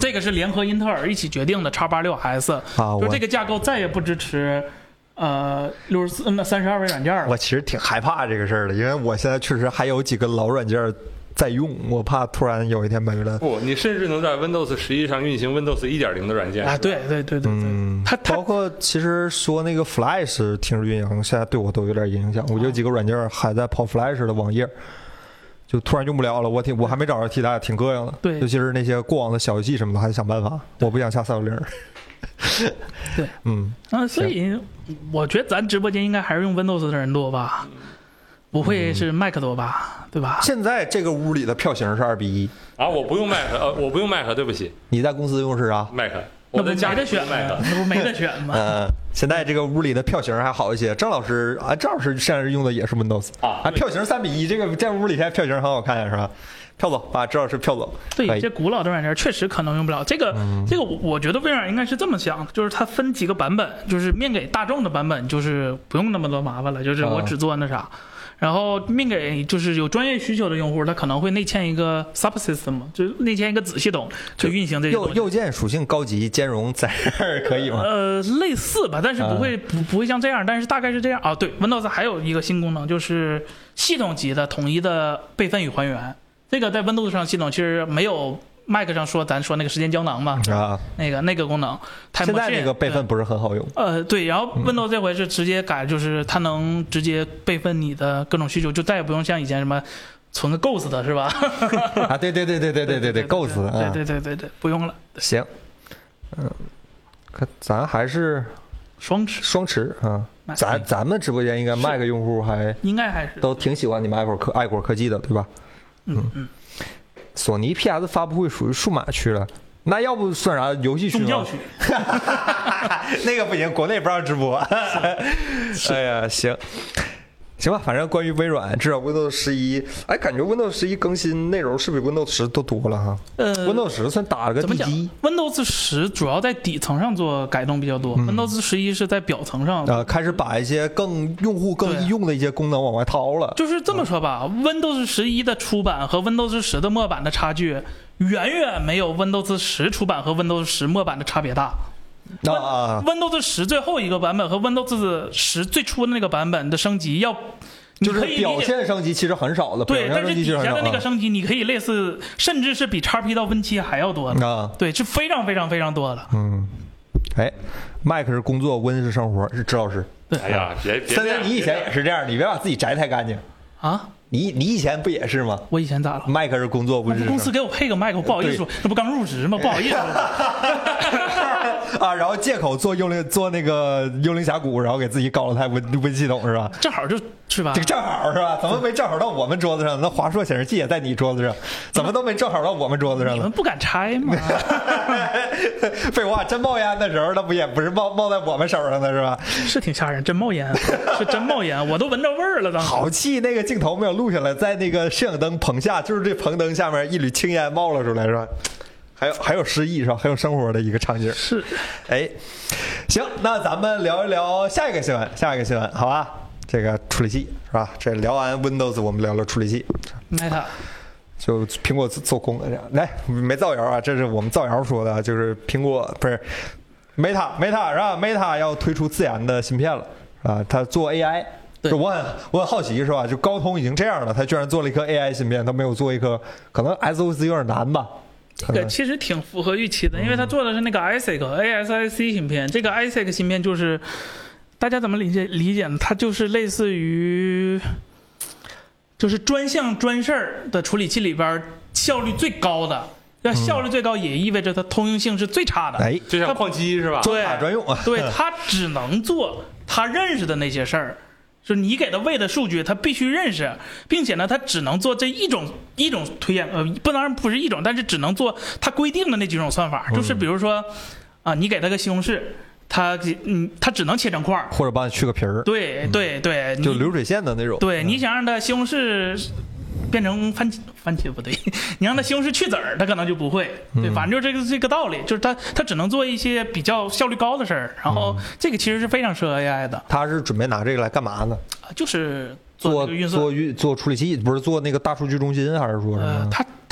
这个是联合英特尔一起决定的 X 八六 S 啊， 就这个架构再也不支持呃六十四嗯三十二位软件了。 我其实挺害怕这个事儿的，因为我现在确实还有几个老软件在用，我怕突然有一天没了。 不，你甚至能在 Windows 十一上运行 Windows 一点零的软件啊！对对对对对， 嗯， 它它包括其实说那个 Flash 停止运营，现在对我都有点影响。我有几个软件还在跑 Flash 的网页，就突然用不了了。我挺我还没找着替代，挺膈应的。 对， 尤其是那些过往的小游戏什么的，还得想办法。我不想下三六零。 对， 嗯嗯，所以我觉得咱直播间应该还是用 Windows 的人多吧。不会是 Mac 多吧，对吧？ 现在这个屋里的票型是二比一啊！我不用 Mac， 呃，我不用 Mac， 对不起。 你在公司用是啥 ？Mac， 那不我在家没得选吗？那不没得选吗？ 嗯，现在这个屋里的票型还好一些。郑老师啊，郑老师现在用的也是 Windows 啊， 啊，票型三比一，这个在屋里现在票型很好看，是吧？票走，把郑老师票走。 对，有些古老的软件确实可能用不了这个。嗯、这个我觉得微软应该是这么想的，就是它分几个版本，就是面给大众的版本，就是不用那么多麻烦了，就是我只做那啥。啊然后面给就是有专业需求的用户，他可能会内嵌一个 subsystem， 就内嵌一个子系统去运行这个。 右右键属性高级兼容在这儿可以吗？ 呃，类似吧，但是不会、嗯、不不会像这样，但是大概是这样啊。对 ，Windows 还有一个新功能，就是系统级的统一的备份与还原。这个在 Windows 上系统其实没有 Mac 上说咱说那个时间胶囊嘛，啊，那个那个功能， 现在那个备份不是很好用。 呃，对，然后 Windows 这回是直接改，就是它能直接备份你的各种需求，就再也不用像以前什么存个 Ghost 的是吧？ 啊，对对对对对对对对 ，Ghost， 对对对对对，不用了。 行，嗯，可咱还是双持双持啊。咱咱们直播间应该 Mac 用户还应该还是都挺喜欢你们爱果科爱果科技的，对吧？ 嗯嗯。 索尼 P S 发布会属于数码区了，那要不算啥游戏区吗？ 宗教区， 那个不行，国内不让直播。哎呀，行，行吧，反正关于微软，至少 Windows 十一，哎，感觉 Windows 十一更新内容是比 Windows 十都多了哈。 呃 ，Windows 十算打了个地基。 Windows 十主要在底层上做改动比较多、嗯、，Windows 十一是在表层上， 呃，开始把一些更用户更易用的一些功能往外掏了。 就是这么说吧、嗯、，Windows 十一的出版和 Windows 十的末版的差距，远远没有 Windows 十出版和 Windows 十末版的差别大。 啊 ，Windows 十最后一个版本和 Windows 十最初的那个版本的升级要。 就是表现升级其实很少的， 对，但是底下的那个升级，你可以类似，甚至是比 X P 到 Win 七还要多的啊，对，是非常非常非常多的。 嗯，哎 ，Mac 是工作 ，Win 是生活，是支老师。 对， 哎呀，别别， 森森，你以前也是这样，你别把自己摘太干净啊。 你你以前不也是吗？ 我以前咋了 ？Mac 是工作，不是公司给我配个 Mac， 不好意思说，那不刚入职吗？不好意思。 啊，然后借口做幽灵做那个幽灵峡谷，然后给自己搞了台 Win Win 系统是吧？ 正好就是吧？ 这个正好是吧？怎么没正好到我们桌子上？那华硕显示器也在你桌子上，怎么都没正好到我们桌子上？ 你们不敢拆吗？ 废话，真冒烟的时候，那不也不是冒冒在我们手上的是吧？ 是挺吓人，真冒烟，是真冒烟，我都闻着味儿了。当时好气，那个镜头没有录下来，在那个摄影灯棚下，就是这棚灯下面一缕青烟冒了出来是吧？还有还有诗意是吧？很有生活的一个场景。 是， 哎，行，那咱们聊一聊下一个新闻，下一个新闻，好吧？这个处理器是吧？这聊完 Windows， 我们聊聊处理器。 Meta， 就苹果做空的这样，来没造谣啊，这是我们造谣说的，就是苹果不是 Meta Meta 是吧 ？Meta 要推出自研的芯片了啊，它做 A I。就我很我很好奇是吧？就高通已经这样了，它居然做了一颗 A I 芯片，它没有做一颗，可能 S O C 有点难吧？ 这个其实挺符合预期的，因为它做的是那个 A S I C A S I C 芯片，这个 A S I C 芯片就是大家怎么理解理解呢？它就是类似于就是专项专事儿的处理器里边效率最高的。那效率最高也意味着它通用性是最差的， 哎， 就像矿机是吧？ 对， 专用啊， 对，它只能做它认识的那些事儿。就是你给他喂的数据，他必须认识，并且呢，他只能做这一种一种推演，呃，不当然不是一种，但是只能做他规定的那几种算法。嗯、就是比如说，啊，你给他个西红柿，他嗯，他只能切成块儿， 或者帮你去个皮儿。 对对对， 就流水线的那种。 对，嗯、你想让他西红柿变成番茄，番茄不对，你让他西红柿去籽儿，他可能就不会。对，反正就这个这个道理，就是他他只能做一些比较效率高的事儿，然后这个其实是非常适合 A I 的。 他是准备拿这个来干嘛呢？ 就是做运算， 做运做处理器，不是做那个大数据中心，还是说什么？ 呃，他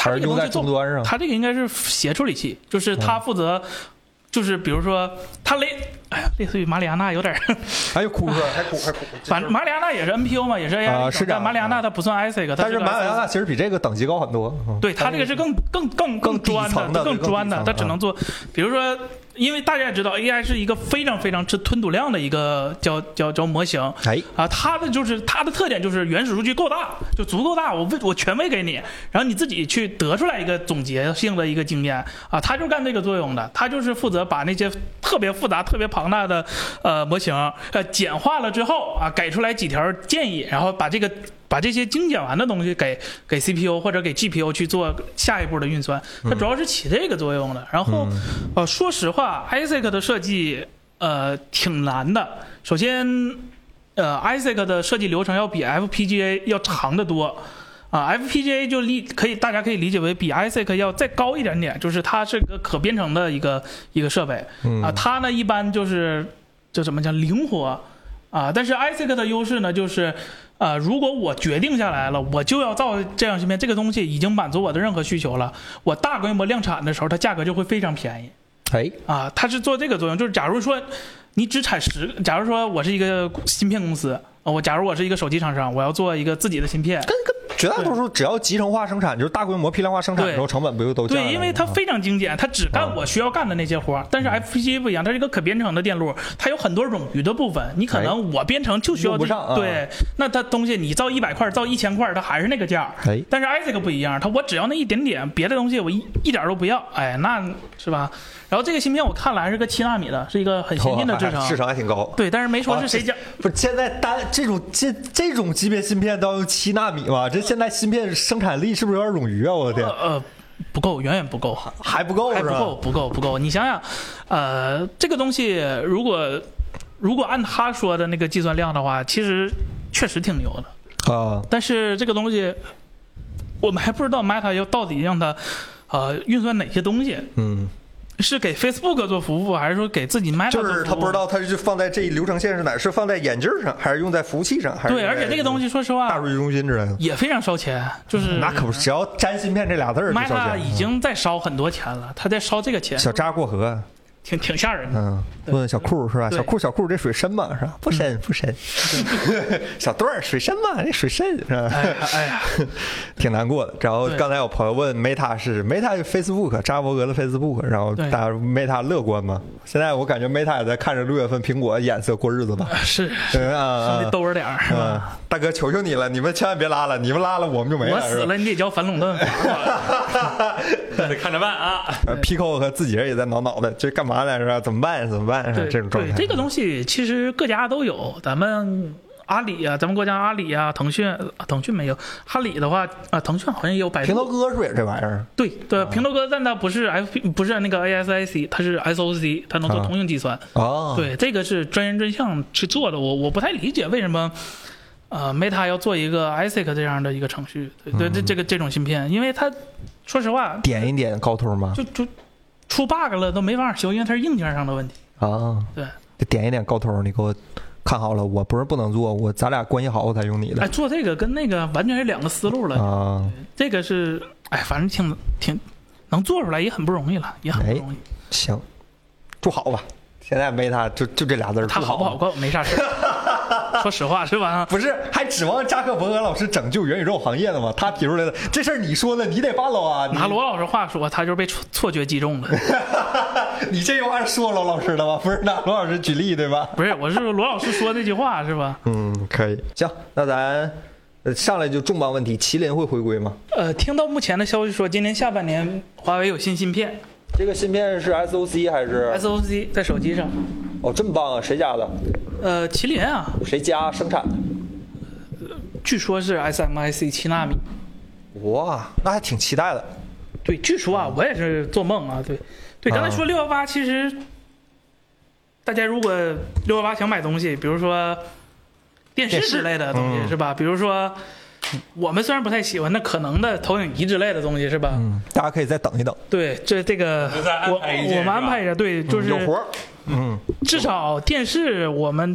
它这个用在东西终端上， 它这个应该是协处理器，就是它负责。嗯就是比如说，它类，哎呀，类似于马里亚纳有点， 还有哭说，还哭还哭。 反正马里亚纳也是 N P U 嘛，也是 A I，、 呃、是这样。 马里亚纳它不算 I S A C， 但是马里亚纳其实比这个等级高很多。 嗯、对，它这个是更更更更专的、 更专的，它只能做，比如说。因为大家也知道 ，A I 是一个非常非常吃吞吐量的一个叫叫叫模型， 哎啊，它的就是它的特点就是原始数据够大，就足够大，我喂我全喂给你，然后你自己去得出来一个总结性的一个经验啊，它就干这个作用的，它就是负责把那些特别复杂、特别庞大的呃模型呃简化了之后啊，给出来几条建议，然后把这个。把这些精简完的东西给给 C P U 或者给 G P U 去做下一步的运算，它主要是起这个作用的。然后，呃，说实话 ，I S A C 的设计呃挺难的。首先，呃 ，I S A C 的设计流程要比 F P G A 要长得多。啊 ，F P G A 就理可以，大家可以理解为比 I S A C 要再高一点点，就是它是个可编程的一个一个设备啊。它呢一般就是就怎么讲灵活啊，但是 I S A C 的优势呢就是。呃，如果我决定下来了，我就要造这样芯片，这个东西已经满足我的任何需求了。我大规模量产的时候，它价格就会非常便宜。 哎， 啊，它是做这个作用，就是假如说你只产十，假如说我是一个芯片公司，我假如我是一个手机厂商，我要做一个自己的芯片， 跟跟绝大多数只要集成化生产，就是大规模批量化生产的时候，成本不就都降了？ 对，因为它非常精简，它只干我需要干的那些活。嗯、但是 F P G A 不一样，它是一个可编程的电路，它有很多冗余的部分，你可能我编程就需要、 哎、不上、啊、 对，那它东西你造一百块，造一千块，它还是那个价。 哎， 但是 I S A C 不一样，它我只要那一点点，别的东西我一一点都不要。哎，那是吧？然后这个芯片我看了还是个七纳米的，是一个很先进的制程， 市场还挺高。 对，但是没说是谁讲、 啊。不是现在单这种这这种级别芯片都要用七纳米吗？这现在芯片生产力是不是有点冗余啊？我的天！ 呃，不够，远远不够， 还不够， 还不够，不够，不够。你想想，呃，这个东西如果如果按他说的那个计算量的话，其实确实挺牛的啊。 但是这个东西，我们还不知道 Meta 要到底让它呃运算哪些东西。 嗯。 是给 Facebook 做服务，还是说给自己 Meta 做服务？ 就是他不知道，他就放在这一流程线是哪？是放在眼镜上，还是用在服务器上？还是对，而且这个东西说实话， 大数据中心之类的也非常烧钱。就是那可不，只要沾芯片这俩字儿 ，Meta 已经在烧很多钱了，他在烧这个钱。 小渣过河。 挺挺吓人的。 嗯，问小库是吧？小库小库这水深吗？是吧？不深不深。小段儿水深吗？这水深是吧？ 哎呀，哎呀挺难过的。然后刚才有朋友问 Meta 是 Meta Facebook 扎克伯格的 Facebook， 然后大家 Meta 乐观吗？现在我感觉 Meta 也在看着六月份苹果眼色过日子吧。 是， 嗯啊， 兄弟兜着点儿是吧？ 大哥，求求你了，你们千万别拉了，你们拉了我们就没了。 我死了，你得交反垄断法。得看着办啊。 Pico 和自己人也在挠脑袋，这干嘛来着？怎么办？怎么办？这种状态。 对这个东西，其实各家都有。咱们阿里啊，咱们国家阿里啊，腾讯，腾讯没有。阿里的话啊，腾讯好像也有百度。 平头哥是不是也这玩意儿？ 对对，平头哥，但它不是 F P， 不是那个 A S I C， 它是 S O C， 它能做通用计算。 哦， 对，这个是专人专项去做的。我我不太理解为什么。呃 ，Meta 要做一个 I S A C 这样的一个程序，对对，这这个这种芯片，因为它说实话， 点一点高通吗？ 就就出 bug 了都没法修，因为它是硬件上的问题啊。 对， 就点一点高通，你给我看好了，我不是不能做，我咱俩关系好我才用你的。 哎，做这个跟那个完全是两个思路了啊。 这个是哎，反正挺挺能做出来也很不容易了，也很不容易。 哎、行，祝好吧。现在 Meta 就就这俩字儿， 他好不好过没啥事。说实话是吧？ 不是，还指望扎克伯格老师拯救元宇宙行业的吗？他提出来的这事儿，你说的，你得 follow 啊。 拿罗老师话说，他就是被错觉击中了。 你这句话是说罗老师的吗？不是拿罗老师举例对吧？ 不是，我是罗老师说那句话是吧？ 嗯，可以。行，那咱上来就重磅问题：麒麟会回归吗？ 呃，听到目前的消息说，今年下半年华为有新芯片。 这个芯片是 S O C 还是 S O C 在手机上？ 哦，这么棒啊！谁家的？ 呃，麒麟啊。 谁家生产的？ 呃、据说是 S M I C 七纳米。 哇，那还挺期待的。 对，据说啊，我也是做梦啊。对，对，刚才说六幺八，其实大家如果六幺八想买东西，比如说电视之类的东西，嗯、是吧？比如说。我们虽然不太喜欢那可能的投影仪之类的东西，是吧？ 嗯，大家可以再等一等。 对，这这个我我们安排一下，对，就是有活。嗯， 至少电视我们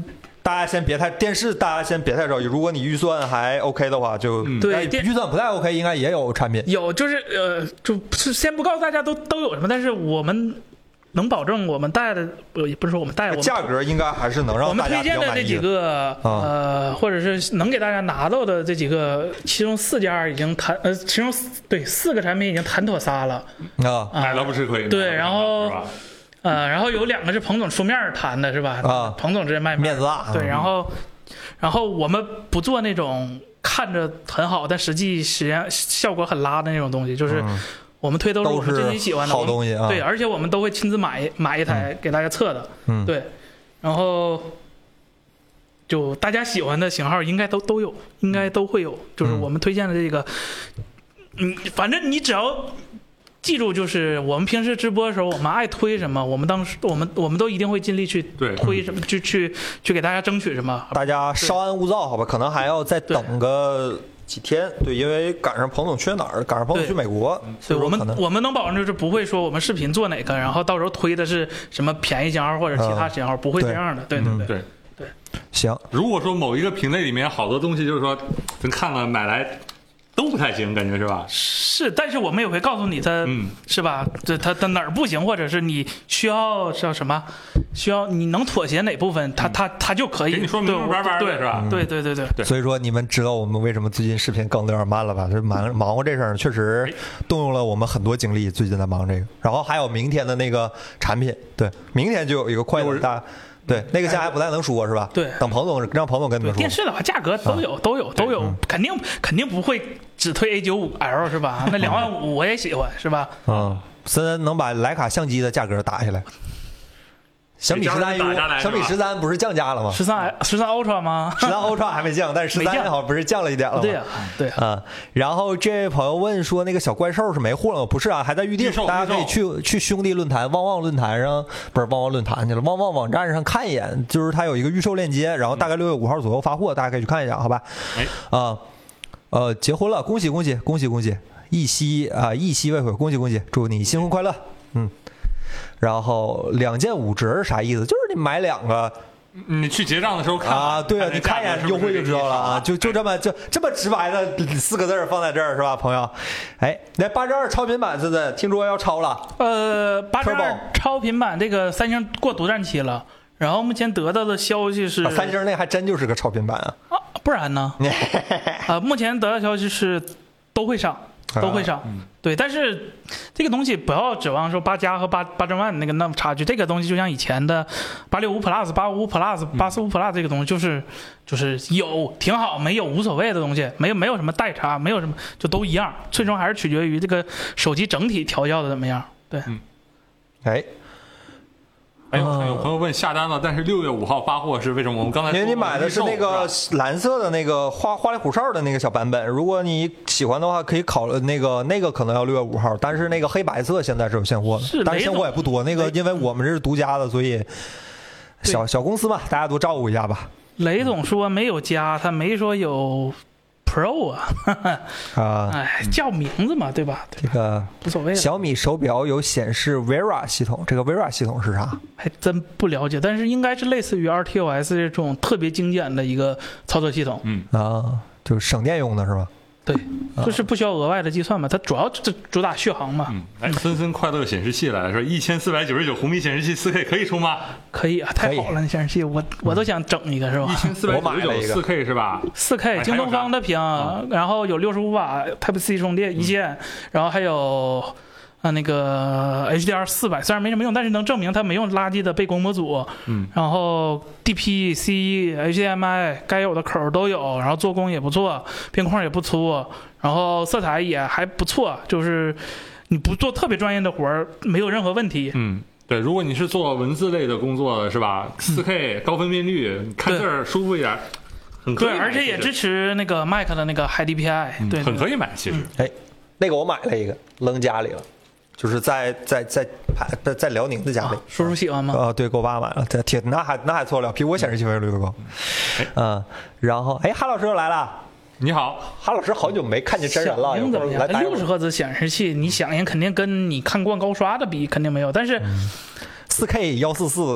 大家先别太电视，大家先别太着急。如果你预算还 OK 的话，就对预算不太 OK， 应该也有产品。 有，就是呃，就是先不告诉大家都都有什么，但是我们能保证我们带的，呃，也不是说我们带的， 价格应该还是能让我们推荐的这几个，呃，或者是能给大家拿到的这几个，其中四家已经谈，呃，其中对四个产品已经谈妥仨了啊， 买了不吃亏。 对，然后。呃，然后有两个是彭总出面谈的，是吧？ 啊， 彭总直接卖面子大。 对，然后，然后我们不做那种看着很好，但实际实验效果很拉的那种东西，就是我们推都是我们真心喜欢的好东西啊。 对，而且我们都会亲自买买一台给大家测的。 嗯， 对，然后就大家喜欢的型号应该都都有，应该都会有，就是我们推荐的这个，嗯，反正你只要。记住，就是我们平时直播的时候，我们爱推什么，我们当时我们我们都一定会尽力去推什么，去去去给大家争取什么。 大家稍安勿躁，好吧？可能还要再等个几天，对，因为赶上彭总去哪儿，赶上彭总去美国， 所以我们我们能保证就是不会说我们视频做哪个，然后到时候推的是什么便宜型号或者其他型号，嗯、不会这样的。对对对对对。 行， 如果说某一个品类里面好多东西，就是说咱看了买来。都不太行，感觉是吧？ 是，但是我们也会告诉你它，嗯，是吧？这它它哪儿不行，或者是你需要叫什么？需要你能妥协哪部分，它它它就可以。 给你说明明白白的是吧？ 对对对对对。 所以说你们知道我们为什么最近视频更的有点慢了吧？就忙忙活这事儿，确实动用了我们很多精力，最近在忙这个。然后还有明天的那个产品，对，明天就有一个快乐大。对，那个现在还不太能说，是吧？ 对， 等彭总让彭总跟你们说。 电视的话，价格都有，啊、都有，都有，肯定肯定不会只推 A 九五 L 是吧？那两万五我也喜欢，是吧？ 嗯，现在能把徕卡相机的价格打下来。小米十三 U， 小米十三不是降价了吗？ 十三十三 Ultra 吗？ 十三 Ultra 还没降，但是十三好像不是降了一点了吗？ 对呀、啊，对啊、嗯。然后这位朋友问说，那个小怪兽是没货了吗？不是啊，还在预定，大家可以去去兄弟论坛、旺旺论坛上，不是旺旺论坛去了，旺旺网站上看一眼，就是它有一个预售链接，然后大概六月五号左右发货，大家可以去看一下，好吧？ 哎， 啊、呃，呃，结婚了，恭喜恭喜恭喜恭喜！一夕啊，一夕未悔，恭喜恭喜，祝你新婚快乐，嗯。然后两件五折是啥意思？就是你买两个， 你去结账的时候看啊，对啊，你看一眼优惠就知道了啊，就就这么就这么直白的四个字放在这儿是吧，朋友？哎，那八十二超频版现在听说要超了， 呃，八十二超频版这个三星过独占期了，然后目前得到的消息是， 啊、三星那还真就是个超频版啊， 啊，不然呢？啊，目前得到消息是都会上。都会上，嗯、对，但是这个东西不要指望说八加和八八千万那个那么差距，这个东西就像以前的八六五 Plus、八五五 Plus、八四五 Plus 这个东西，就是就是有挺好，没有无所谓的东西，没有没有什么代差，没有什么就都一样，最终还是取决于这个手机整体调教的怎么样。对， 嗯， 哎。 哎，有朋友问下单了，但是六月五号发货是为什么？我们刚才因为你买的是那个蓝色的那个花花里胡哨的那个小版本，如果你喜欢的话，可以考那个那个可能要六月五号，但是那个黑白色现在是有现货的，但是现货也不多。那个因为我们是独家的，所以小小公司嘛，大家都照顾一下吧。 雷总说没有加，他没说有。Pro 啊， 啊， 哎，叫名字嘛，对吧？ 这个无所谓。 小米手表有显示 Vera 系统，这个 Vera 系统是啥？ 还真不了解，但是应该是类似于 R T O S 这种特别精简的一个操作系统。 嗯啊，就是省电用的是吧？ 对，就是不需要额外的计算嘛，它主要就主打续航嘛。 嗯，哎，森森快乐显示器来了，说一千四百九十九红米显示器 四 K 可以充吗？ 可以啊，太好了，那显示器我我都想整一个，是吧？ 一千四百九十九 四 K 是吧？ 四 K 京东方的屏，然后有六十五瓦 Type C 充电一线，然后还有。啊，那个 H D R 四百虽然没什么用，但是能证明它没用垃圾的背光模组。 嗯， 然后 D P C、H D M I 该有的口都有，然后做工也不错，边框也不粗，然后色彩也还不错，就是你不做特别专业的活儿，没有任何问题。 嗯，对，如果你是做文字类的工作，是吧？四 K 高分辨率，看字儿舒服一点。很可以对，而且也支持那个 Mac 的那个 High D P I，、嗯、对， 很可以买。其实， 哎、嗯，那个我买了一个，扔家里了。就是在在在在在辽宁的家里，啊、 叔叔喜欢吗？ 啊、呃，对，给我爸买了，这挺那还那还错了，比我显示器分辨率都高。嗯，然后哎，哈老师又来了， 你好， 哈老师好久没看见真人了， 怎么样？六十赫兹显示器，你响应肯定跟你看惯高刷的比肯定没有，但是四 K 幺四四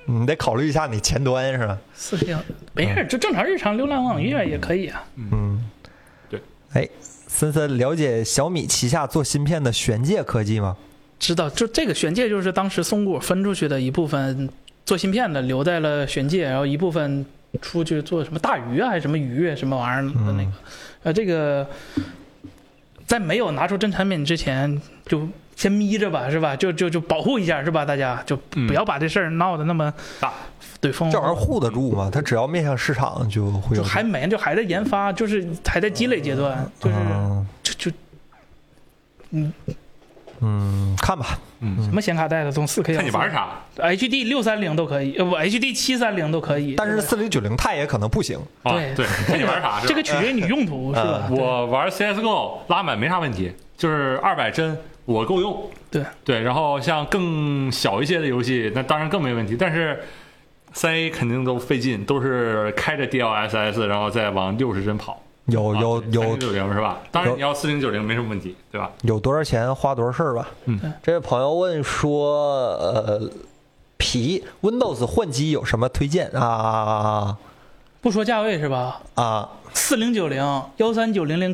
你得考虑一下你前端是吧？ 四 K 没事，就正常日常浏览网页也可以啊。 嗯， 对。 哎，森森了解小米旗下做芯片的玄界科技吗？ 知道，就这个玄界就是当时松果分出去的一部分做芯片的，留在了玄界，然后一部分出去做什么大鱼啊，还是什么鱼什么玩意儿的那个，嗯、呃，这个在没有拿出真产品之前，就先眯着吧，是吧？就就就保护一下，是吧？大家就不要把这事儿闹得那么大。嗯、对，风这玩意儿护得住吗？它只要面向市场就会有， 就还没，就还在研发，就是还在积累阶段，就是、嗯、就就嗯。 嗯，看吧， 嗯，什么显卡带的从 四 K， 看你玩啥 ，H D 六三零都可以，呃不 ，H D 七三零都可以， 但是四零九零钛也可能不行。 对对，看你玩啥， 这个取决于你用途是吧？ 我玩 C S G O 拉满没啥问题，就是二百帧我够用。 对对，然后像更小一些的游戏，那当然更没问题，但是三 A 肯定都费劲，都是开着 D L S S， 然后再往六十帧跑。 有有有三零九零是吧？当然你要四零九零没什么问题，对吧？ 有多少钱花多少事儿吧。 嗯， 这位朋友问说，呃，皮 Windows 换机有什么推荐啊？ 不说价位是吧？ 啊， 四零九零、幺三九零零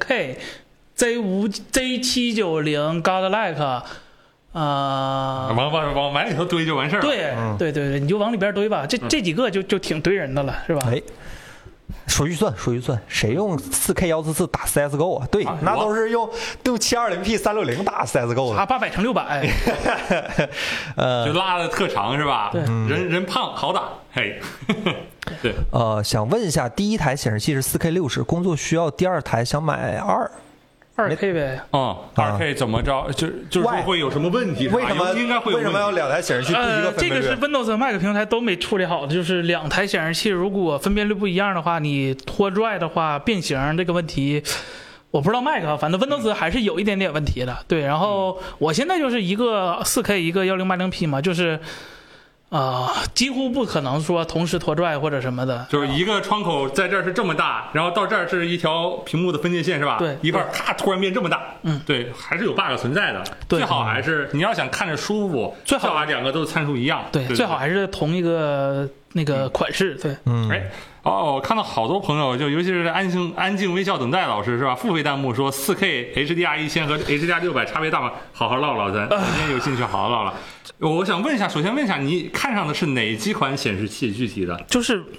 K、Z 五、Z 七九零、Godlike， 啊， 往往往碗里头堆就完事儿了。 对、嗯、对对对，你就往里边堆吧，这这几个就就挺堆人的了，是吧？ 哎。说预算，说预算，谁用 四 K 一四四打 C S G O 啊？对，啊、那都是用用 七二零 P 三六零打 C S G O 的。 啊，八百乘六百， 呃，就拉的特长是吧？ 对， 人人胖好打，嘿，对。 呃，想问一下，第一台显示器是 四 K 六十，工作需要第二台，想买二。 二 K 呗， 嗯，二 K 怎么着？就就是说会有什么问题？ 为什么应该会有？ 为什么要两台显示器不一个分辨率？ 呃，这个是 Windows 和 Mac 平台都没处理好的，就是两台显示器如果分辨率不一样的话，你拖拽的话变形这个问题，我不知道 Mac， 反正 Windows 还是有一点点问题的。对，然后我现在就是一个 四 K 一个一零八零 P 嘛，就是。啊、呃，几乎不可能说同时拖拽或者什么的， 就是一个窗口在这儿是这么大，然后到这儿是一条屏幕的分界线，是吧？ 对， 一块咔突然变这么大，嗯，对，还是有 bug 存在的。 对， 最好还是你要想看着舒服， 最好把两个都参数一样。 对， 对对最好还是同一个那个款式。对， 嗯， 哎。哦，我看到好多朋友，就尤其是安静安静微笑等待老师是吧？付费弹幕说 四 K H D R 一千和 H D R 六百差别大吗？好好唠唠，咱今天有兴趣好好唠唠。我想问一下，首先问一下，你看上的是哪几款显示器？具体的， 就是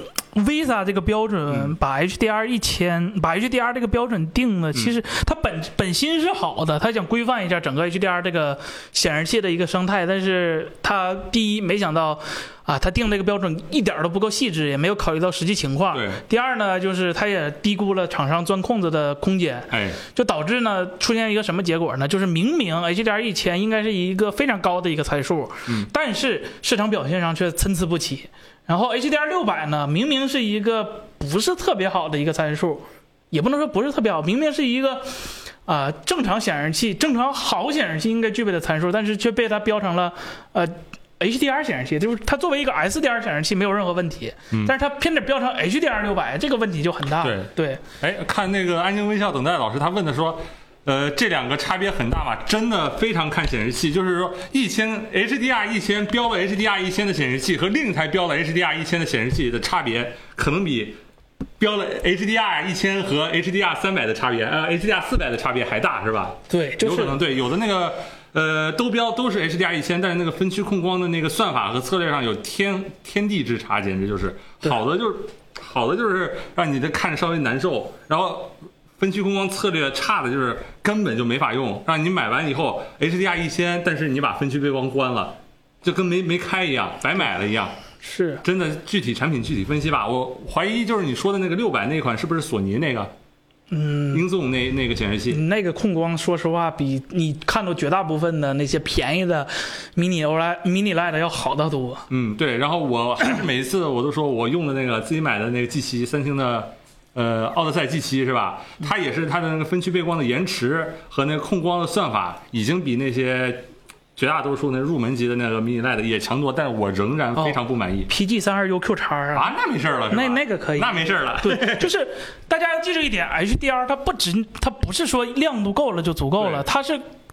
Visa 这个标准把 H D R 一千，把 H D R 这个标准定的，其实它本本心是好的，它想规范一下整个 H D R 这个显示器的一个生态，但是它第一没想到。啊，他定这个标准一点都不够细致，也没有考虑到实际情况。 对。 第二呢，就是他也低估了厂商钻空子的空间， 哎， 就导致呢出现一个什么结果呢？就是明明 H D R 一千应该是一个非常高的一个参数，嗯，但是市场表现上却参差不齐。然后 H D R 六百呢，明明是一个不是特别好的一个参数，也不能说不是特别好，明明是一个。啊、呃，正常显示器、正常好显示器应该具备的参数，但是却被它标成了呃。H D R 显示器，就是它作为一个 S D R 显示器没有任何问题，嗯、但是它偏得标成 H D R 六百，这个问题就很大。 对对， 哎，看那个安静微笑等待老师，他问的说，呃，这两个差别很大嘛？真的非常看显示器，就是说一千 H D R 一千标了 H D R 一千的显示器和另一台标了 H D R 一千的显示器的差别，可能比标了 H D R 一千和 H D R 三百的差别，呃 ，H D R 四百的差别还大，是吧？ 对，就是、 有可能对，有的那个。呃，都标都是 H D R 一千，但是那个分区控光的那个算法和策略上有天天地之差，简直就是好的就是好的就是让你的看着稍微难受，然后分区控光策略差的就是根本就没法用，让你买完以后 H D R 一千，但是你把分区背光关了，就跟没没开一样，白买了一样。 是真的，具体产品具体分析吧。我怀疑就是你说的那个六百那款是不是索尼那个？ 嗯， 英纵那那个显示器， 那个控光，说实话，比你看到绝大部分的那些便宜的 mini O L E D、mini L E D 要好得多。 嗯，对。然后我还是每一次我都说我用的那个自己买的那个 G 七，三星的呃奥德赛 G 七是吧？它也是它的那个分区背光的延迟和那个控光的算法，已经比那些绝大多数那入门级的那个 mini L E D 也强多，但是我仍然非常不满意。 哦、P G 三二 U Q 叉啊， 啊，那没事了， 那那个可以， 那没事了。 对，就是大家要记住一点 ，H D R 它不只它不是说亮度够了就足够了，它是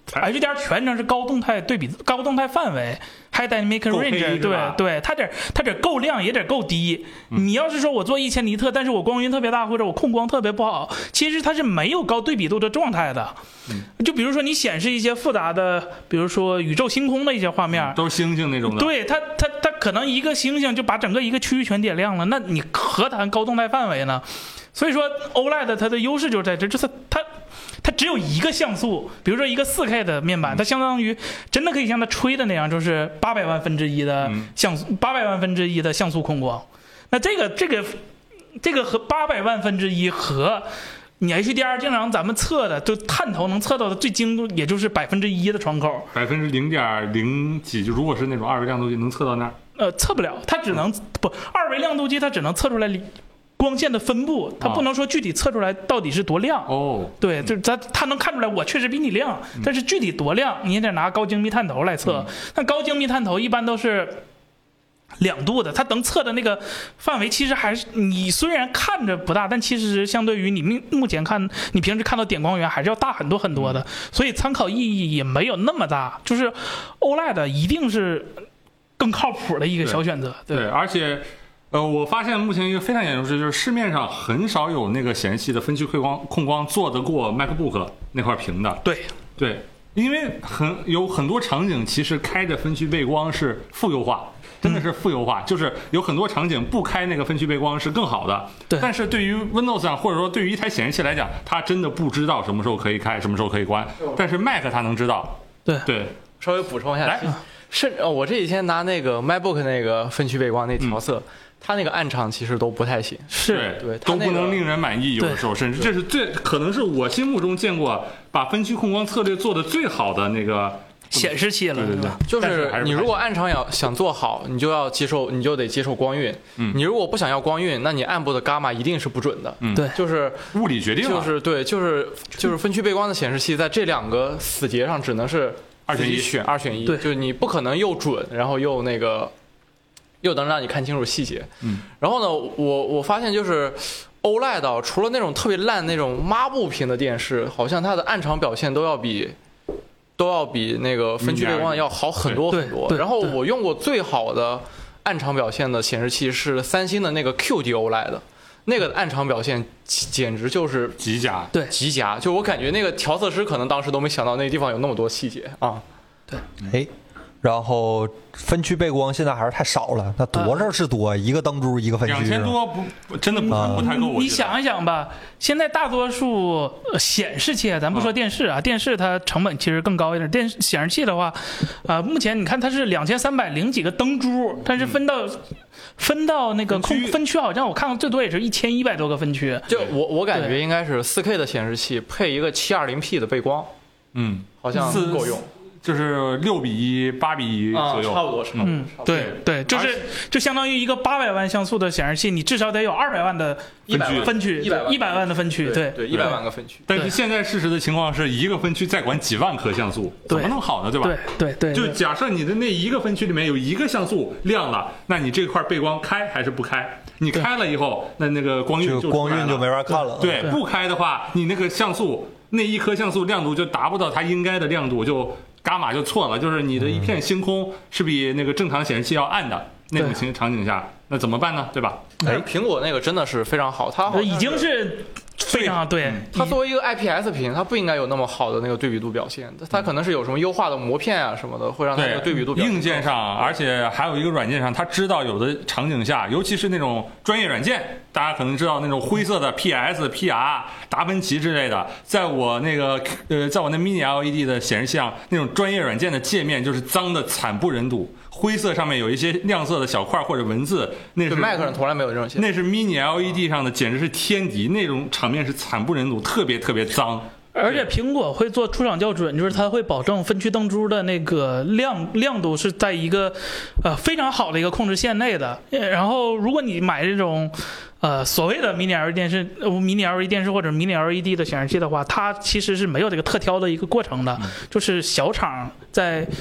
H D R 全程是高动态对比、高动态范围 ，High Dynamic Range， 对对，它得它得够亮也得够低。嗯、你要是说我做一千尼特，但是我光晕特别大，或者我控光特别不好，其实它是没有高对比度的状态的。嗯、就比如说你显示一些复杂的，比如说宇宙星空的一些画面， 嗯、都是星星那种的。 对它它它可能一个星星就把整个一个区域全点亮了，那你何谈高动态范围呢？所以说 O L E D 它的优势就在这，就是它。它只有一个像素，比如说一个 四 K 的面板，它相当于真的可以像它吹的那样，就是八百万分之一的像素，八百万分之一的像素控光。那这个这个这个和八百万分之一和你 H D R 经常咱们测的，就探头能测到的最精度，也就是百分之一的窗口， 百分之零点零几，就如果是那种二维亮度计能测到那儿？ 呃，测不了，它只能不二维亮度计，它只能测出来光线的分布，它不能说具体测出来到底是多亮。 哦， 对，就是它它能看出来我确实比你亮，但是具体多亮，你也得拿高精密探头来测。那、嗯、高精密探头一般都是两度的，它能测的那个范围其实还是你虽然看着不大，但其实相对于你目前看你平时看到点光源还是要大很多很多的，所以参考意义也没有那么大。就是 O L E D 一定是更靠谱的一个小选择。对， 对，而且。呃，我发现目前一个非常严重的就是市面上很少有那个显示器的分区控光控光做得过 MacBook 那块屏的。 对对，因为很有很多场景其实开着分区背光是负优化，真的是负优化，嗯、就是有很多场景不开那个分区背光是更好的。 对， 但是对于 Windows 上或者说对于一台显示器来讲，它真的不知道什么时候可以开，什么时候可以关。但是 Mac 它能知道。 对对， 稍微补充一下， 来， 是呃，我这几天拿那个 MacBook 那个分区背光那调色。嗯它那个暗场其实都不太行， 是对，都不能令人满意，有的时候甚至这是最可能是我心目中见过把分区控光策略做的最好的那个显示器了， 对对对， 就是你如果暗场要想做好，你就要接受，你就得接受光晕。嗯，你如果不想要光晕，那你暗部的伽马一定是不准的。 嗯， 对， 就是物理决定， 就是对，就是就是分区背光的显示器在这两个死结上只能是二选一， 选二选一， 对， 就是你不可能又准，然后又那个。又能让你看清楚细节， 嗯， 然后呢，我我发现就是 O L E D 除了那种特别烂那种抹布屏的电视，好像它的暗场表现都要比都要比那个分区背光要好很多很多。然后我用过最好的暗场表现的显示器是三星的那个 Q D O L E D， 那个暗场表现简直就是极佳， 对， 极佳。就我感觉那个调色师可能当时都没想到那个地方有那么多细节啊。 对， 哎。然后分区背光现在还是太少了，那多少是多？一个灯珠一个分区， 两千多不真的不不太够。 你想一想吧，现在大多数显示器，咱不说电视啊，电视它成本其实更高一点。电视显示器的话，啊，目前你看它是两千三百零几个灯珠，但是分到分到那个控分区，好像我看到最多也是一千一百多个分区。 就我我感觉应该是四 K 的显示器配一个七二零 P 的背光， 嗯， 好像够用。 就是六比一、八比一左右， 差不多，差不多。 嗯，对对，就是就相当于一个八百万像素的显示器，你至少得有二百万的分区， 分区一百一百万的分区，对对，一百万个分区。 但是现在事实的情况是一个分区再管几万颗像素，怎么能好呢？对吧？ 对对对。 就假设你的那一个分区里面有一个像素亮了，那你这块背光开还是不开？你开了以后，那那个光晕就光晕就没法看了。 对，不开的话，你那个像素那一颗像素亮度就达不到它应该的亮度，就。伽马就错了，就是你的一片星空是比那个正常显示器要暗的那种情场景下，那怎么办呢？对吧？ 哎，苹果那个真的是非常好，它已经是非常对。 它作为一个 I P S 屏，它不应该有那么好的那个对比度表现，它可能是有什么优化的膜片啊什么的，会让它的对比度表现。 硬件上，而且还有一个软件上，它知道有的场景下，尤其是那种专业软件，大家可能知道那种灰色的 P S、P R、达芬奇之类的，在我那个呃，在我那 Mini L E D 的显示器上，那种专业软件的界面就是脏的惨不忍睹。灰色上面有一些亮色的小块或者文字，那是 Mac 上从来没有这种现象。 那是 Mini L E D 上的，简直是天敌，那种场面是惨不忍睹，特别特别脏。 而且苹果会做出厂校准，就是它会保证分区灯珠的那个亮亮度是在一个呃非常好的一个控制线内的。然后如果你买这种呃所谓的 Mini L E D 电视、呃、Mini L E D 电视或者 Mini L E D 的显示器的话，它其实是没有这个特挑的一个过程的，就是小厂在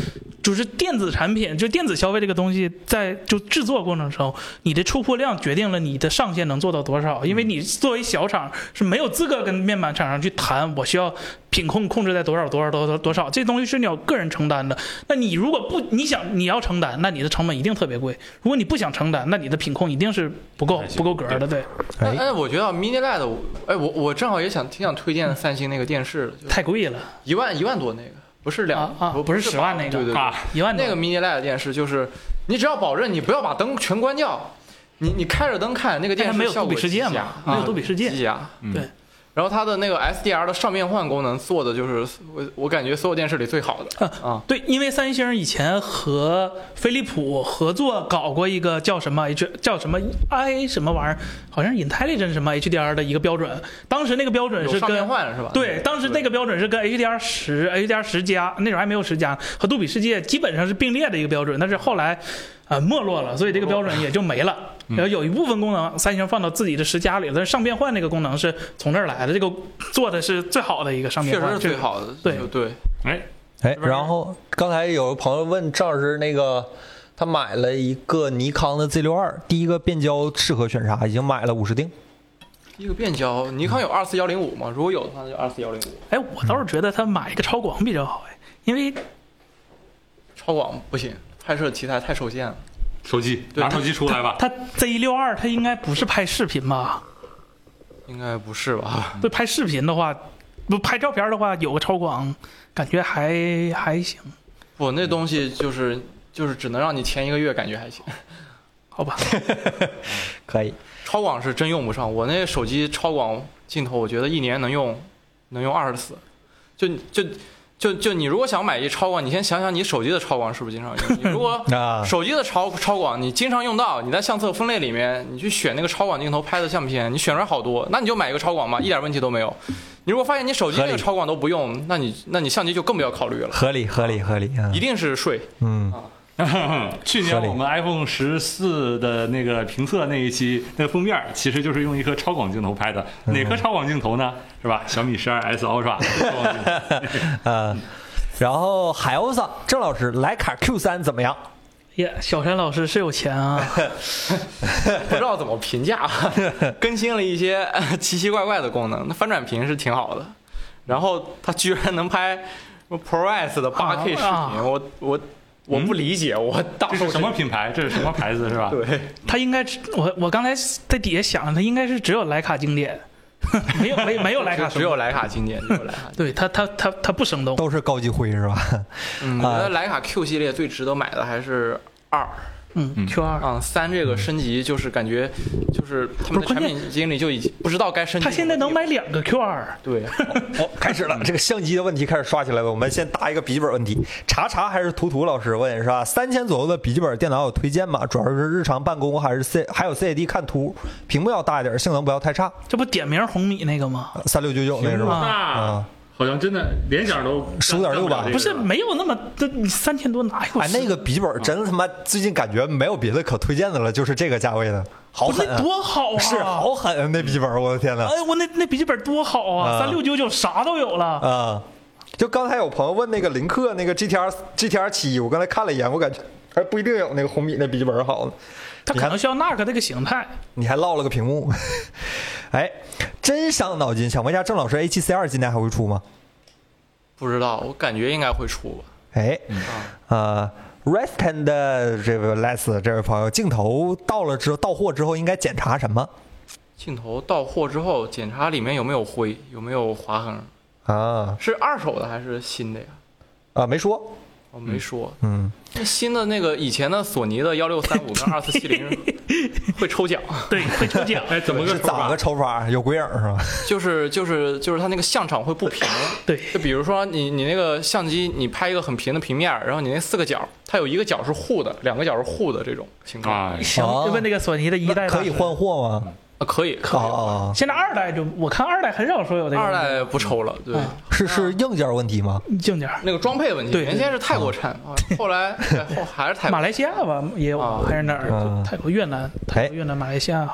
就是电子产品，就电子消费这个东西，在就制作过程中，你的出货量决定了你的上限能做到多少。因为你作为小厂是没有资格跟面板厂商去谈，我需要品控控制在多少多少多少多少，这东西是你要个人承担的。那你如果不你想你要承担，那你的成本一定特别贵；如果你不想承担，那你的品控一定是不够不够格的。对。 哎，哎我觉得 Mini L E D， 哎，我我正好也想挺想推荐三星那个电视， 太贵了， 一万一万多那个。不是两啊，不是十万那个， 对对对， 啊，一万那个 Mini L E D 电视，就是你只要保证你不要把灯全关掉，你你开着灯看那个电视， 没有杜比世界嘛，没有杜比世界， 机甲， 对。 然后它的那个 S D R 的上变换功能做的就是我我感觉所有电视里最好的啊，对，因为三星以前和飞利浦合作搞过一个叫什么 H 叫什么 I 什么玩意儿，好像是 Intelligent 什么 H D R 的一个标准，当时那个标准是跟上变换是吧？ 对，当时那个标准是跟 H D R 十 H D R 十加那种还没有十加和杜比世界基本上是并列的一个标准，但是后来呃没落了，所以这个标准也就没了。然后有一部分功能三星放到自己的十加里了，但是上变换那个功能是从这儿来的，这个做的是最好的一个上变换， 确实是最好的。 对对， 哎哎，然后刚才有朋友问赵老师，那个他买了一个尼康的 Z 六二，第一个变焦适合选啥？已经买了五十定。 第一个变焦，尼康有二四幺零五吗？如果有的话，那就二四幺零五。 哎，我倒是觉得他买一个超广比较好，哎，因为超广不行，拍摄题材太受限了。 手机拿手机出来吧。 它 Z 六二它应该不是拍视频吧？ 应该不是吧？ 对，拍视频的话，不拍照片的话，有个超广，感觉还还行。 不，那东西就是就是只能让你前一个月感觉还行， 好吧？ 可以。 超广是真用不上，我那手机超广镜头，我觉得一年能用能用二十次，就就。就就你如果想买一超广，你先想想你手机的超广是不是经常用？你如果手机的超超广你经常用到，你在相册分类里面你去选那个超广镜头拍的相片，你选出来好多，那你就买一个超广嘛，一点问题都没有。你如果发现你手机这个超广都不用，那你那你相机就更不要考虑了。 合理合理合理， 啊、一定是税。 嗯。 啊去年我们 iPhone 十四的那个评测那一期，那个封面其实就是用一颗超广镜头拍的。哪颗超广镜头呢？是吧？小米十二 S Ultra 超广镜头。 嗯，然后海欧桑郑老师，徕卡 Q 三怎么样？ 呀，小山老师是有钱啊， 不知道怎么评价，更新了一些奇奇怪怪的功能。那翻转屏是挺好的，然后它居然能拍 ProRes 的 八 K 视频， 啊、 我我。我不理解，我当时这是什么品牌？这是什么牌子是吧？ 对， 它应该我我刚才在底下想，它应该是只有徕卡经典，没有没没有徕卡， 只有徕卡经典，只有徕卡。 对它它它它不生动， 都是高级灰是吧？ 嗯，我觉得徕卡 Q 系列最值得买的还是二。 嗯 ，Q 二啊，三这个升级就是感觉就是他们的产品经理就已经不知道该升级。 他现在能买两个 Q 二。 对， 哦，开始了，这个相机的问题开始刷起来了。我们先答一个笔记本问题，查查还是图图老师问是吧？三千左右的笔记本电脑有推荐吗？主要是日常办公还是 C 还有 C A D 看图，屏幕要大一点，性能不要太差。 这不点名红米那个吗？ 三六九九那个是吧？ 啊。好像真的联想都十五点六吧， 不是没有那么，这你三千多哪有？ 哎，那个笔记本真他妈最近感觉没有别的可推荐的了，就是这个价位的，好狠、啊， 那多好啊！ 是好狠啊，那笔记本，我的天哪！ 哎，我那那笔记本多好啊，三六九九啥都有了啊！就刚才有朋友问那个林克那个 G T R G T R 七，我刚才看了一眼，我感觉还不一定有那个红米那笔记本好呢。 它可能需要那个那个形态。 你还落了个屏幕，哎，真伤脑筋。想问一下郑老师 A 七 C 二今年还会出吗？ 不知道，我感觉应该会出吧。 哎，呃 ，Rescan 的这位 Les 这位朋友，镜头到了之后到货之后应该检查什么？ 镜头到货之后检查里面有没有灰，有没有划痕啊？是二手的还是新的呀？ 啊，没说。 我没说， 嗯， 那新的那个以前的索尼的幺六三五跟二四七零会抽奖， 对，会抽奖。 哎，怎么个是咋个抽法？有鬼影是吧？ 就是就是就是它那个相场会不平， 对， 就比如说你你那个相机你拍一个很平的平面，然后你那四个角，它有一个角是糊的，两个角是糊的这种情况。 啊， 行，就问那个索尼的一代可以换货吗？ 啊，可以，可以。 哦， 现在二代就我看二代很少说有这个。 二代不抽了，对， 是是硬件问题吗？ 硬件那个装配问题。 对， 原先是泰国产，后来后还是泰国。 马来西亚吧也有，还是哪儿？泰国、越南、泰国、越南、马来西亚好像。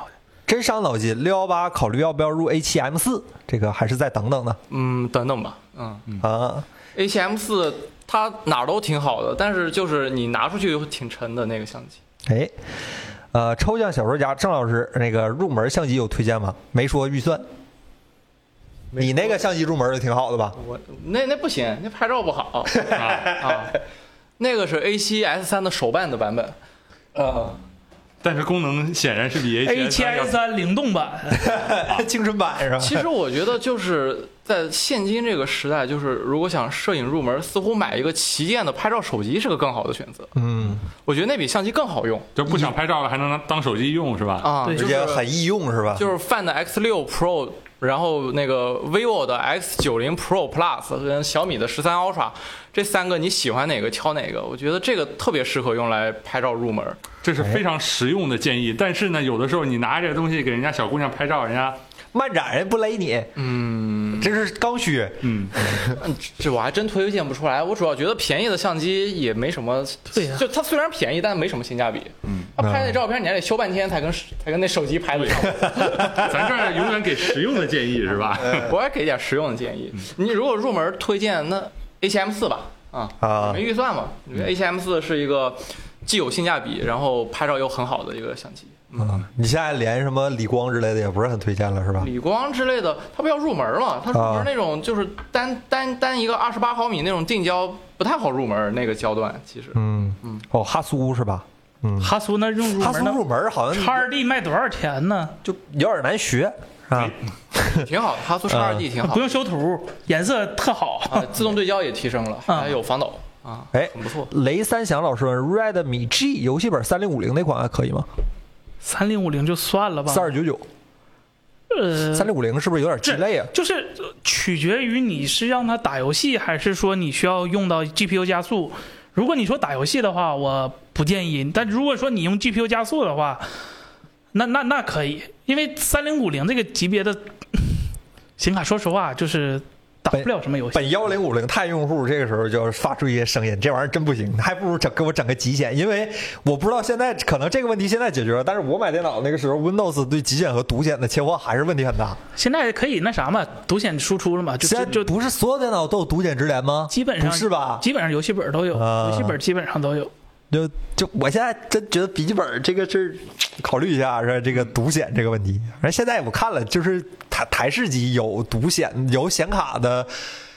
真伤脑筋。六一八考虑要不要入 A 七 M 四，这个还是再等等呢。 嗯，等等吧。嗯啊 ，A 七 M 四它哪儿都挺好的，但是就是你拿出去又挺沉的那个相机。 哎，呃，抽象小说家郑老师，那个入门相机有推荐吗？没说预算。你那个相机入门就挺好的吧？ 我那那不行，那拍照不好啊啊。那个是 A 七 S 三的手办的版本。 呃。 但是功能显然是比 A 七 S 三灵动版、 青春版是吧？ 其实我觉得就是在现今这个时代，就是如果想摄影入门，似乎买一个旗舰的拍照手机是个更好的选择。 嗯， 我觉得那比相机更好用， 就不想拍照了还能当手机用是吧？ 啊， 而且很易用是吧？ 就是 Find X 六 Pro， 然后那个 vivo 的 X 九十 Pro Plus 跟小米的十三 Ultra， 这三个你喜欢哪个挑哪个？我觉得这个特别适合用来拍照入门。 这是非常实用的建议，但是呢，有的时候你拿这个东西给人家小姑娘拍照，人家漫展人不勒你， 嗯， 这是刚需， 嗯， 这我还真推荐不出来。我主要觉得便宜的相机也没什么， 对呀， 就它虽然便宜，但没什么性价比。嗯，它拍那照片你还得修半天才跟才跟那手机拍的差不多。 咱这儿永远给实用的建议是吧？ 我也给点实用的建议。你如果入门推荐，那 A 七 M 四吧，啊啊，没预算嘛。我觉得 A 七 M 四是一个既有性价比，然后拍照又很好的一个相机。 嗯，你现在连什么理光之类的也不是很推荐了，是吧？ 理光之类的，它不要入门嘛？它入门那种就是单单单一个二十八毫米那种定焦不太好入门，那个焦段其实。 嗯嗯。哦，哈苏是吧？嗯， 哈苏那用入门， 哈苏入门好像叉二 D 卖多少钱呢？ 就有点难学啊。 挺好的，哈苏叉二 D 挺好， 不用修图，颜色特好， 啊，自动对焦也提升了，还有防抖。啊， 哎， 很不错。 雷三祥老师问 Redmi G 游戏本三零五零那款还可以吗？ 三零五零就算了吧， 四二九九。呃，三零五零是不是有点鸡肋啊？ 就是取决于你是让它打游戏，还是说你需要用到 G P U 加速。如果你说打游戏的话，我不建议；但如果说你用 G P U 加速的话，那那那可以，因为三零五零这个级别的显卡，说实话就是打不了什么游戏。 本幺零五零钛用户这个时候就发出一些声音，这玩意儿真不行，还不如整给我整个极显。因为我不知道现在可能这个问题现在解决了，但是我买电脑那个时候 Windows 对极显和独显的切换还是问题很大。 现在可以那啥嘛，独显输出了嘛？就现在就不是所有电脑都有独显直连吗？ 基本上不是吧？ 基本上游戏本都有， 啊、 游戏本基本上都有。 就就我现在真觉得笔记本这个是考虑一下是这个独显这个问题。而现在我看了，就是台台式机有独显有显卡的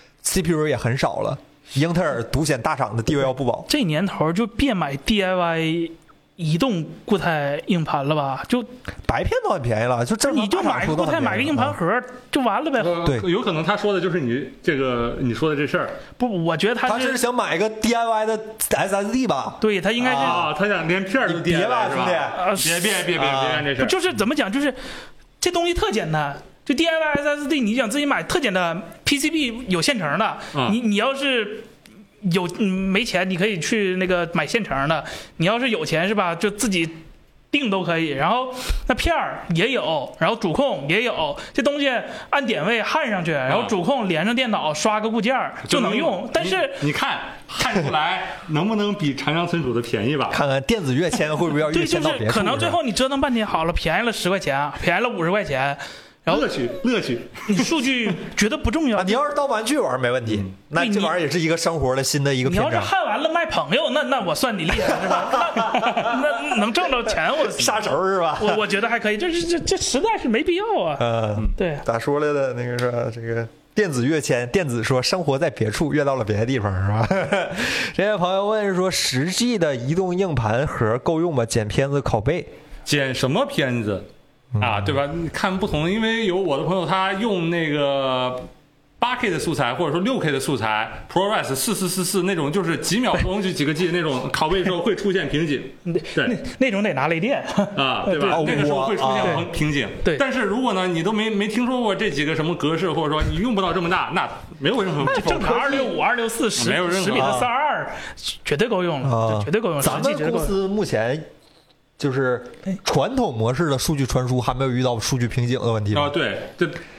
C P U 也很少了。英特尔独显大厂的地位要不保。 这年头就别买 D I Y 移动固态硬盘了吧？就白片都很便宜了，就正你就买个固态，买个硬盘盒就完了呗。 对， 有可能他说的就是你这个你说的这事儿。 不，我觉得他他是想买一个 D I Y 的 S S D 吧？ 对他应该是啊，他想连片都 D I Y 别吧，兄弟， 别别别别别干这事儿。 就是怎么讲，就是这东西特简单。就 D I Y S S D， 你想自己买特简单 ，P C B 有现成的。嗯、你你要是有没钱，你可以去那个买现成的。你要是有钱是吧，就自己定都可以。然后那片儿也有，然后主控也有，这东西按点位焊上去，然后主控连上电脑刷个部件就能用。但是你, 你看看出来能不能比长江存储的便宜吧？ 看看电子跃迁会不会要跃迁到别处？ 对，就是可能最后你折腾半天好了，便宜了十块钱，便宜了五十块钱。然后乐趣乐趣， 你数据觉得不重要。 啊、你要是盗玩具玩意儿没问题，嗯、那这玩意儿也是一个生活的新的一个。 你要是焊完了卖朋友，那那我算你厉害是吧？那那能挣着钱我杀手是吧？ 我我觉得还可以，这这这实在是没必要啊。 嗯，对。咋说来的那个是这个电子跃迁，电子说生活在别处，跃到了别的地方是吧？这位朋友问说，实际的移动硬盘盒够用吗？剪片子拷贝？ 剪什么片子？啊，对吧？你看不同，因为有我的朋友他用那个八 K 的素材，或者说六 K 的素材 ，ProRes 四四四四那种，就是几秒钟就几个 G 那种拷贝的时候会出现瓶颈。 对，那那种得拿雷电啊，对吧？那个时候会出现瓶颈。 对， 但是如果呢，你都没没听说过这几个什么格式，或者说你用不到这么大，那没有任何正常二六五、二六四、十、 没有任何十比特三二二，绝对够用了，绝对够用。 咱们公司目前。就是传统模式的数据传输还没有遇到数据瓶颈的问题啊，对，这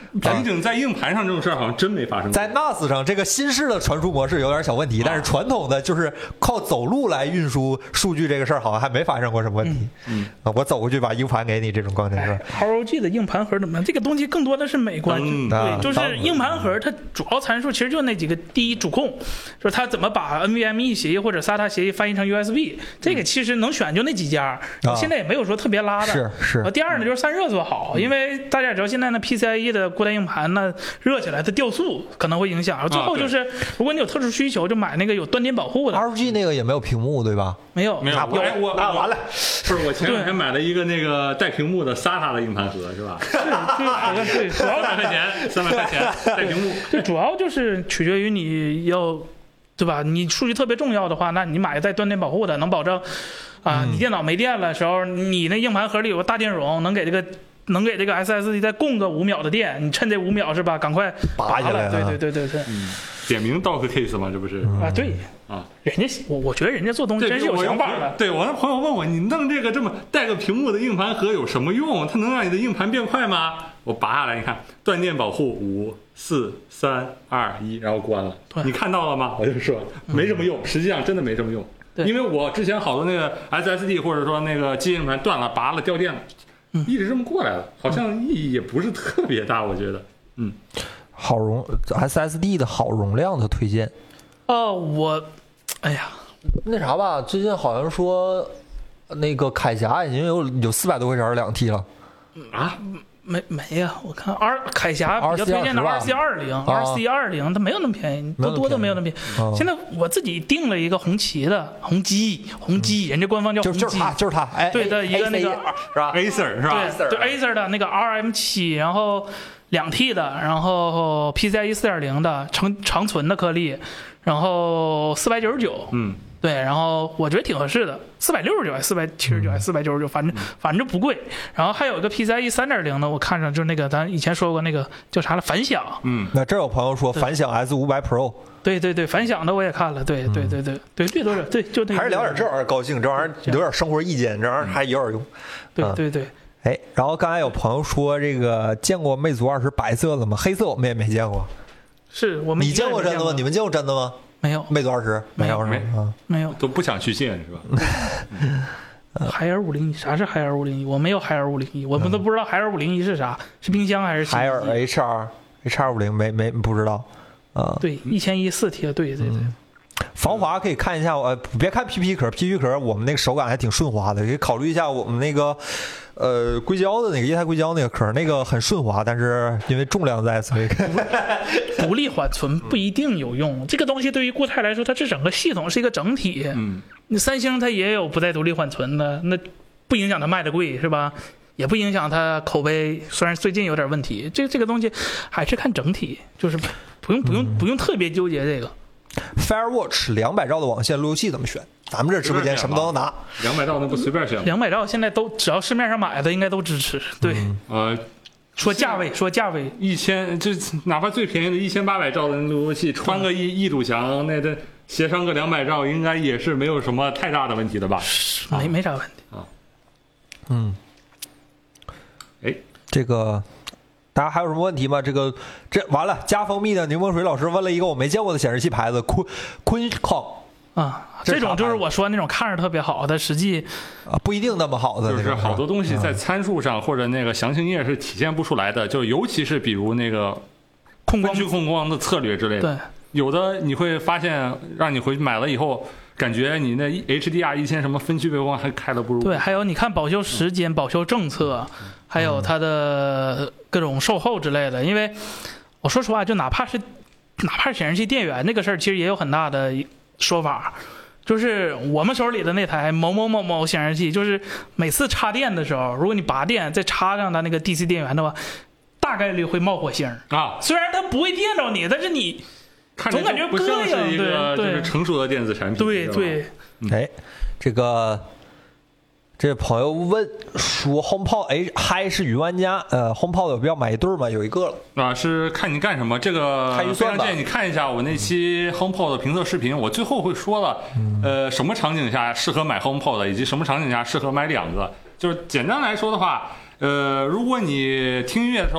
整整在硬盘上这种事儿好像真没发生过。 在 N A S 上，这个新式的传输模式有点小问题，但是传统的就是靠走路来运输数据这个事儿，好像还没发生过什么问题。 嗯， 啊，我走过去把硬盘给你，这种光景是。 R O G 的硬盘盒怎么样？这个东西更多的是美观， 嗯对，就是硬盘盒它主要参数其实就那几个：第一，主控，就是它怎么把 N V M E 协议或者 S A T A 协议翻译成 U S B， 这个其实能选就那几家， 啊、 现在也没有说特别拉的。 是是。 第二呢，就是散热做好，因为大家也知道现在呢 P C I E 的固态硬盘呢热起来它掉速可能会影响。最后就是、啊、如果你有特殊需求，就买那个有断点保护的。 R O G 那个也没有屏幕对吧？ 没有没有。 有哎、我那完了， 不是我前两天买了一个那个带屏幕的 S A T A 的硬盘盒是吧？ 是是，对，主要三百块钱，三百块钱带屏幕。 对，主要就是取决于你要。对吧？你数据特别重要的话，那你买带断电保护的，能保证啊、呃，你电脑没电了的时候，你那硬盘盒里有个大电容，能给这个能给这个 S S D 再供个五秒的电，你趁这五秒是吧？赶快拔下来。 对对对对对。 嗯，点名 doc case 吗？这不是、 嗯、啊？对啊， 人家我我觉得人家做东西真是有想法的。 对我那朋友问我，你弄这个这么带个屏幕的硬盘盒有什么用？它能让你的硬盘变快吗？我拔下来，你看断电保护五四三二一，然后关了。你看到了吗？我就说没什么用，实际上真的没什么用。因为我之前好多那个 S S D 或者说那个机硬盘断了、拔了、掉电了，一直这么过来了，好像意义也不是特别大，我觉得。嗯， 好容 S S D 的好容量的推荐。 哦，我，哎呀， 那啥吧，最近好像说那个铠甲已经有有四百多块钱两 T 了。 啊？ 没没呀，我看 R 铠甲比较推荐的 R C 二零 ，R C 二零它没有那么便宜，多多都没有那么便宜。 哦、 现在我自己订了一个红旗的红基，红基，人家官方叫红基， 就是它，就是它，哎， 对的一个那个是吧 ？Acer 是吧？ 对对 ，Acer 的那个 R M 七，然后两 T 的，然后 P C I E 四点零的长长存的颗粒，然后四百九十九， 嗯。 对，然后我觉得挺合适的，四百六十九还是四百七十九还是四百九十九，反正反正不贵。然后还有一个 P C I E 三点零的，我看上就是那个咱以前说过那个叫啥了，反响。 嗯， 那这有朋友说反响 S 五百 Pro。 对对对，反响的我也看了，对对对对对，略多点，对就那个。 还是聊点这玩意儿高兴，这玩意儿有点生活意见，这玩意儿还有点用。 对对对。 哎，然后刚才有朋友说这个见过魅族二十白色的吗？黑色我们也没见过。 是我们你见过真的吗？你们见过真的吗？ 没有， 魅族二十没有是吧？没有， 都不想去见是吧？ 海尔五零一，啥是海尔五零一？我没有海尔五零一，我们都不知道海尔五零一是啥，是冰箱还是？ 海尔 H R H R 五零没没不知道啊？ 对，一千一四 T 的，对对对。 防滑可以看一下，呃，别看 P P 壳 ，P P 壳我们那个手感还挺顺滑的，可以考虑一下我们那个呃硅胶的那个液态硅胶那个壳，那个很顺滑，但是因为重量在，所以独立缓存不一定有用。这个东西对于固态来说，它是整个系统是一个整体。 嗯， 你三星它也有不带独立缓存的，那不影响它卖的贵是吧？也不影响它口碑，虽然最近有点问题。这这个东西还是看整体，就是不用不用不用特别纠结这个。 Firewatch 两百兆的网线路由器怎么选？咱们这直播间什么都能拿。 两百兆那不随便选。 两百兆现在都只要市面上买的应该都支持。对， 嗯、呃， 说价位说价位， 一千就哪怕最便宜的一千八百兆的路由器，穿个一一堵墙，那这协商个两百兆，应该也是没有什么太大的问题的吧？ 没没啥问题啊。 嗯， 哎， 这个。大家还有什么问题吗？这个这完了，加蜂蜜的柠檬水老师问了一个我没见过的显示器牌子，昆昆康啊，这种就是我说那种看着特别好的，实际啊不一定那么好的， 就是好多东西在参数上或者那个详情页是体现不出来的，就尤其是比如那个控光分区控光的策略之类的， 对， 有的你会发现让你回去买了以后。感觉你那 H D R 一千什么分区背光还开的不如对，还有你看保修时间、嗯、保修政策，还有它的各种售后之类的。因为我说实话，就哪怕是哪怕是显示器电源那个事儿，其实也有很大的说法。就是我们手里的那台某某某某显示器，就是每次插电的时候，如果你拔电再插上它那个 D C 电源的话，大概率会冒火星啊。 虽然它不会电着你，但是你。总感觉不像是一个就是成熟的电子产品。 对对， 哎，这个这位朋友问说 HomePod H Hi 是云玩家，呃 HomePod 有必要买一对吗？有一个了啊，是看你干什么。这个非常建议你看一下我那期 HomePod 的评测视频，我最后会说了，呃，什么场景下适合买 HomePod 以及什么场景下适合买两个。就是简单来说的话，呃，如果你听音乐的时候。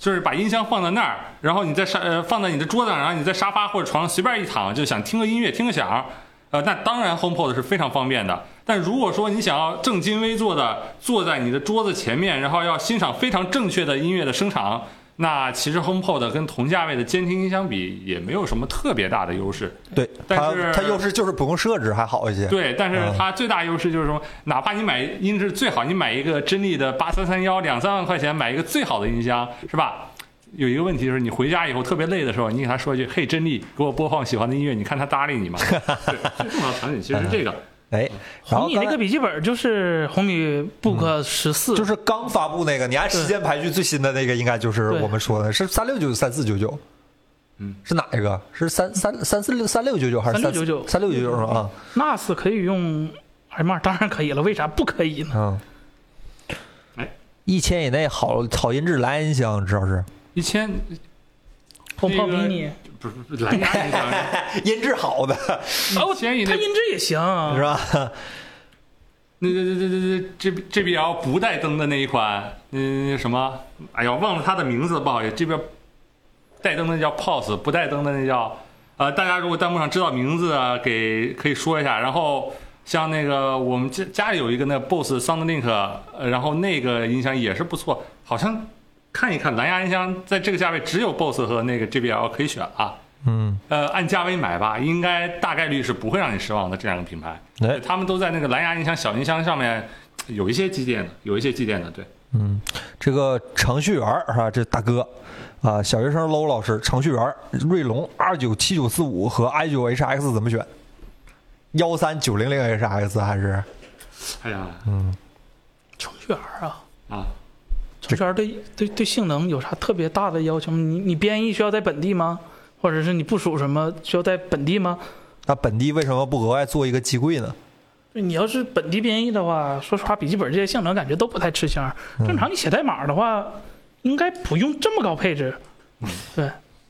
就是把音箱放在那儿，然后你在沙呃放在你的桌子上，然后你在沙发或者床上随便一躺，就想听个音乐听个响，呃，那当然 HomePod 是非常方便的。但如果说你想要正襟危坐的坐在你的桌子前面，然后要欣赏非常正确的音乐的声场，那其实 HomePod 跟同价位的监听音箱比也没有什么特别大的优势。 对， 但是它它优势就是不用设置还好一些。 对，但是它最大优势就是说，哪怕你买音质最好，你买一个真力的八三三一，两三万块钱买一个最好的音箱，是吧？有一个问题就是，你回家以后特别累的时候，你给他说一句：“嘿，真力，给我播放喜欢的音乐。”你看他搭理你吗？对，最重要的场景其实是这个。 哎， 红米那个笔记本就是红米 Book 十四、嗯， 就是刚发布那个，你按时间排序最新的那个，应该就是我们说的是三六九九、三四九九。嗯，是哪一个？是三三三四六三六九九还是三六九九？ 三六九九是吧？啊 ，N A S 可以用 M 二，当然可以了，为啥不可以呢？ 嗯，哎，一千以内好好音质蓝牙音箱，知道是一千。 红炮迷你不是不是蓝牙音箱， 音质好的， 哦，它音质也行， 是吧？ 那那那那那这 J B L 不带灯的那一款，嗯，什么？哎呀，忘了它的名字，不好意思。这边带灯的叫 P O S， 不带灯的那叫呃，大家如果弹幕上知道名字啊，给可以说一下。然后像那个我们家家里有一个那 B O S S SoundLink，呃，然后那个音箱也是不错，好像。看一看蓝牙音箱，在这个价位只有 B O S S 和那个 J B L 可以选啊。嗯，呃，按价位买吧，应该大概率是不会让你失望的。这两个品牌，哎，他们都在那个蓝牙音箱、小音箱上面有一些积淀的，有一些积淀的。对， 嗯，这个程序员是吧？这大哥啊，小学生 low 老师，程序员锐龙 二九七九四五和 i 九 H X 怎么选？一三九零零 H X 还是？ 哎呀， 嗯， 程序员啊啊。 程序员对对对性能有啥特别大的要求吗？你你编译需要在本地吗？或者是你部署什么需要在本地吗？ 那本地为什么不额外做一个机柜呢？ 你要是本地编译的话，说实话，笔记本这些性能感觉都不太吃香。正常你写代码的话，应该不用这么高配置。对。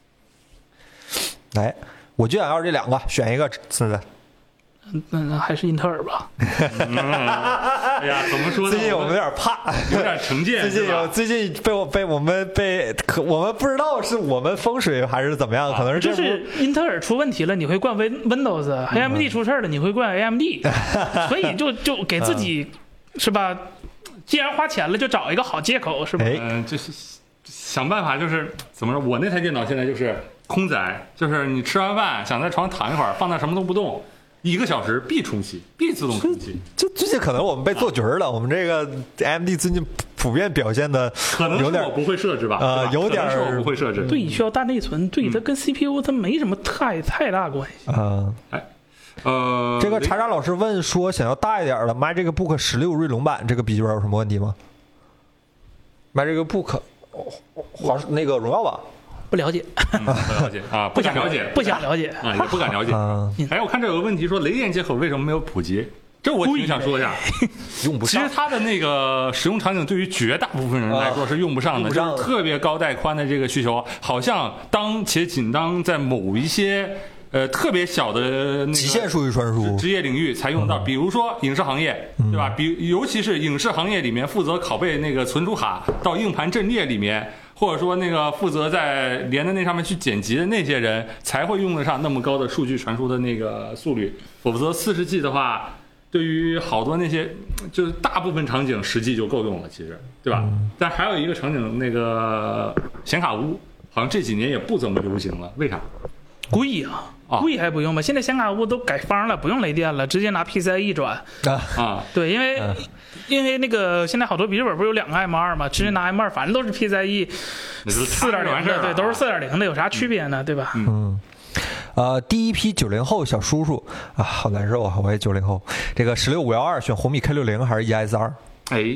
来，我就想要这两个，选一个，是的。 嗯，那还是英特尔吧。 嗯、哎呀，怎么说呢？ 最近我们有点怕， 有点成见。 最近有，最近被我被我们被可我们不知道是我们风水还是怎么样，啊、可能是就是英特尔出问题了，你会怪 Windows；A M D 出事了，你会怪 A M D。所以就就给自己、嗯、是吧？既然花钱了，就找一个好借口，是吧？ 嗯、呃，就是想办法，就是怎么说？我那台电脑现在就是空载，就是你吃完饭想在床上躺一会儿，放那什么都不动。一个小时必重启，必自动重启。 就最近可能我们被做局了，啊、我们这个 A M D 最近普遍表现的可能是我不会设置吧？ 呃，有点是我不会设置。 对，需要大内存，对它跟 C P U 它没什么太太大关系。 嗯， 哎，呃， 这个查查老师问说，想要大一点的，买这个 Book 十六锐龙版这个笔记本有什么问题吗？买这个 Book 华那个荣耀吧。 不了解， 嗯、不了解啊，不想了解， 不想了解啊，也不敢了解。哎，我看这有个问题，说雷电接口为什么没有普及？这我挺想说一下， 用不上。 其实它的那个使用场景对于绝大部分人来说是用不上的， 啊、 就是特别高带宽的这个需求，好像当且仅当在某一些呃特别小的那个极限数据传输职业领域才用到，嗯、比如说影视行业，对吧？比尤其是影视行业里面负责拷贝那个存储卡到硬盘阵列里面。或者说那个负责在连在那上面去剪辑的那些人才会用得上那么高的数据传输的那个速率，否则四十 G 的话，对于好多那些就是大部分场景十 G 就够用了，其实对吧？嗯、但还有一个场景，那个显卡坞好像这几年也不怎么流行了，为啥？ 贵啊！贵还不用吧？现在显卡坞都改方了，不用雷电了，直接拿 P C I E 转啊。 对，因为、嗯、因为那个现在好多笔记本不是有两个 M 二 吗？直接拿 M 二，反正都是 P C I E 四点零的，对，都是四点零的，有啥区别呢？对吧？ 嗯。呃，第一批九零后小叔叔啊，好难受啊！我也九零后。这个十六五幺二选红米 K 六零还是 E S R？ 哎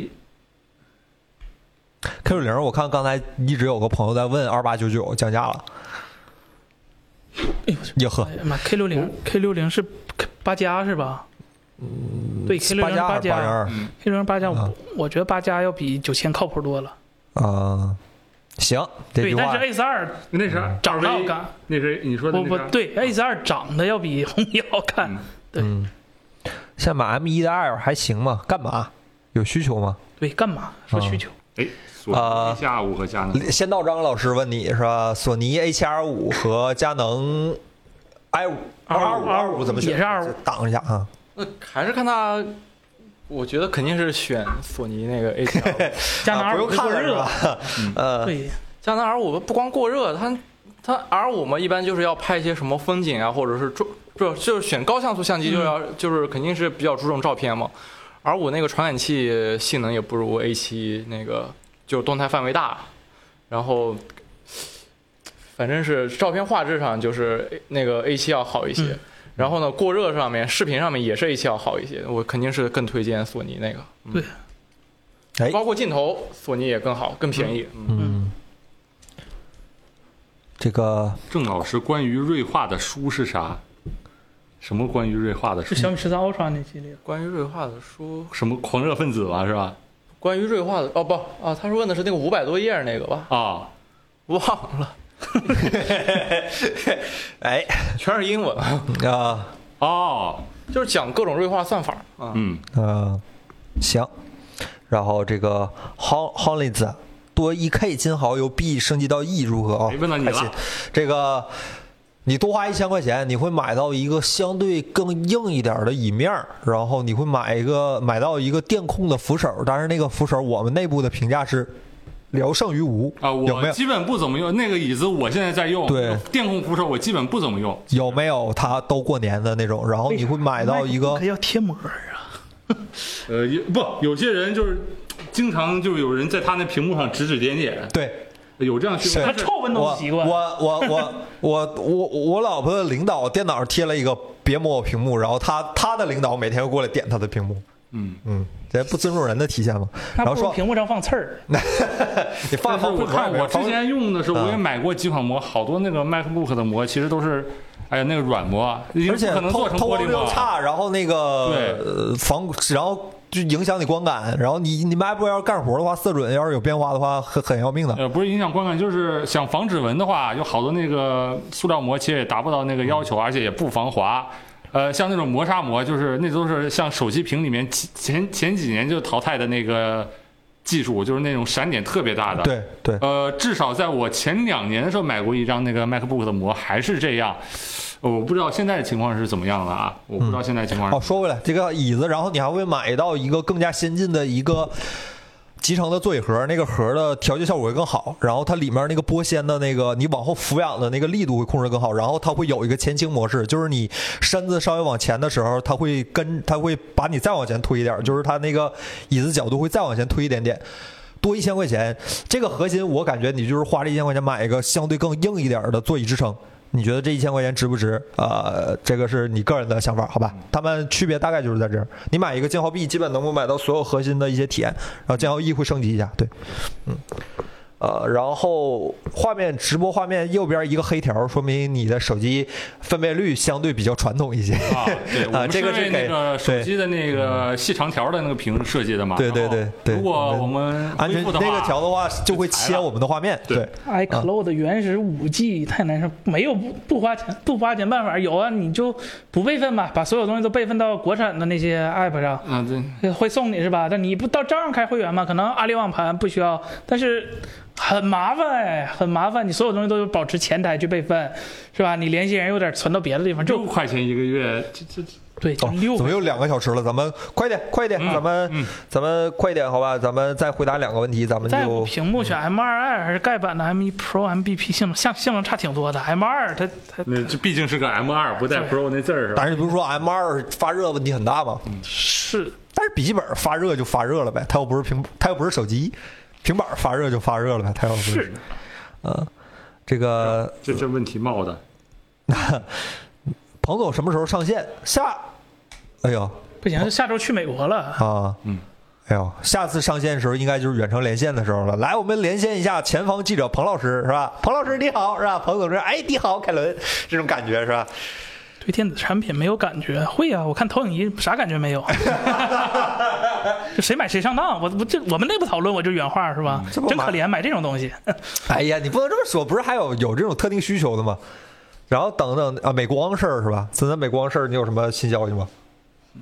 ，K 六零，我看刚才一直有个朋友在问二八九九降价了。 哎呦呵， 哎呀妈 ，K 六零 K 六零是八加是吧？ 嗯， 对 ，K 六零八加 ，K 六零八加，我我觉得八加要比九千靠谱多了。 啊、呃，行， 对，但是 A 十二那是长得好看， 那是你说的不不对 ，A 十二长得要比红米好看。嗯、对， 嗯，现在买 M 一的 L 还行吗？干嘛？有需求吗？ 对，干嘛？说需求。 哎，索尼 A 七 R 五和佳能。 先到张老师问你是吧？索尼 A 七 R 五和佳能 i 五 R 五 R 五怎么选？ 也是 R 五， 挡一下啊。 那还是看他，我觉得肯定是选索尼那个 A 七 R 五。 佳能 R 五不用看了是吧？呃， 对， 佳能 R 五不光过热，它它 R 五嘛，一般就是要拍一些什么风景啊，或者是注不就是选高像素相机就要、嗯、就是肯定是比较注重照片嘛。R 五那个传感器性能也不如 A 七那个，就动态范围大，然后反正是照片画质上就是那个 A 七要好一些。嗯，然后呢，过热上面、视频上面也是 A 七要好一些，我肯定是更推荐索尼那个。嗯、 对， 哎， 包括镜头，索尼也更好，更便宜。 嗯，嗯这个郑老师关于锐化的书是啥？什么关于锐化的书？ 是小米十三 Ultra 那系列。 关于锐化的书， 什么狂热分子吧，是吧？ 关于锐化的哦不啊，他是问的是那个五百多页那个吧？ 啊， 忘了。 哎， 全是英文啊！ 哦， 就是讲各种锐化算法啊。嗯呃，行。然后这个 Hollies 多 一 K 金毫由 B 升级到 E 如何啊？ 没问到你了。 这个你多花一千块钱，你会买到一个相对更硬一点的椅面，然后你会买一个买到一个电控的扶手，但是那个扶手我们内部的评价是聊胜于无啊， 有没有？ 基本不怎么用那个椅子，我现在在用。 对， 电控扶手我基本不怎么用。 有没有它都过年的那种？然后你会买到一个要贴膜啊？ 呃，不，有些人就是经常就有人在他那屏幕上指指点点。 对， 有这样习惯。 他臭 Windows 习惯。 我我我我我我老婆的领导电脑贴了一个别摸我屏幕，然后他他的领导每天又过来点他的屏幕。 嗯嗯，这不尊重人的体现吗？然后说屏幕上放刺儿， 你放放我看我之前用的时候，我也买过几款膜，好多那个 MacBook 的膜其实都是，哎呀那个软膜， 而且可能做成玻璃膜差，然后那个对防，然后就影响你观感，然后你你 MacBook 要干活的话，色准要是有变化的话，很很要命的。 呃，不是影响观感，就是想防指纹的话，有好多那个塑料膜其实也达不到那个要求，而且也不防滑。呃，像那种磨砂膜，就是那都是像手机屏里面前前几年就淘汰的那个技术，就是那种闪点特别大的。 对对。 呃，至少在我前两年的时候买过一张那个 MacBook 的膜，还是这样。我不知道现在的情况是怎么样了啊？我不知道现在情况是、 嗯。哦，说回来，这个椅子，然后你还会买到一个更加先进的一个集成的座椅盒，那个盒的调节效果会更好，然后它里面那个拨纤的那个你往后俯仰的那个力度会控制更好，然后它会有一个前倾模式，就是你身子稍微往前的时候，它会跟它会把你再往前推一点，就是它那个椅子角度会再往前推一点点。多一千块钱，这个核心我感觉你就是花这一千块钱买一个相对更硬一点的座椅支撑。你觉得这一千块钱值不值？呃，这个是你个人的想法，好吧？他们区别大概就是在这儿。你买一个金豪 B， 基本能够买到所有核心的一些体验，然后金豪 E 会升级一下，对，嗯。呃，然后画面直播画面右边一个黑条，说明你的手机分辨率相对比较传统一些啊。对， 啊，这个是那个手机的那个细长条的那个屏设计的嘛。 对对对对。 如果我们安全那个条的话，就会切我们的画面。对。 iCloud 原始五 G 太难受，没有不不花钱不花钱办法，有啊，你就不备份吧，把所有东西都备份到国产的那些 app 上。 啊，对。 会送你是吧？但你不到照样开会员吗？可能阿里网盘不需要，但是。很麻烦哎，很麻烦，你所有东西都保持前台去备份，是吧？你联系人有点存到别的地方， 六块钱一个月，这这对，就六、 哦。怎么又两个小时了？咱们快点，快点，嗯、咱们、嗯、咱们快点，好吧？咱们再回答两个问题，咱们就屏幕选 M 二 i 还是盖板的 M 一 Pro M B P 性能，像性能差挺多的。M 二 它它那这毕竟是个 M 二，不带 Pro 那字儿是吧？ 但是你不是说 M 二发热问题很大吗？ 嗯、是， 但是笔记本发热就发热了呗，它又不是平，它又不是手机。平板发热就发热了，它要不是， 呃，这个这这问题冒的。 彭总什么时候上线？下，哎呦， 不行，下周去美国了啊。嗯，哎呦，下次上线的时候应该就是远程连线的时候了。来，我们连线一下前方记者彭老师，是吧？彭老师你好，是吧？彭总说，哎，你好，凯伦，这种感觉是吧？ 对电子产品没有感觉，会啊，我看投影仪啥感觉没有。谁买谁上当，我我这我们内部讨论我就原话是吧？嗯、真可怜买这种东西。 哎呀，你不能这么说，不是还有有这种特定需求的吗？然后等等啊，美光事儿是吧？现在美光事儿你有什么新消息吗？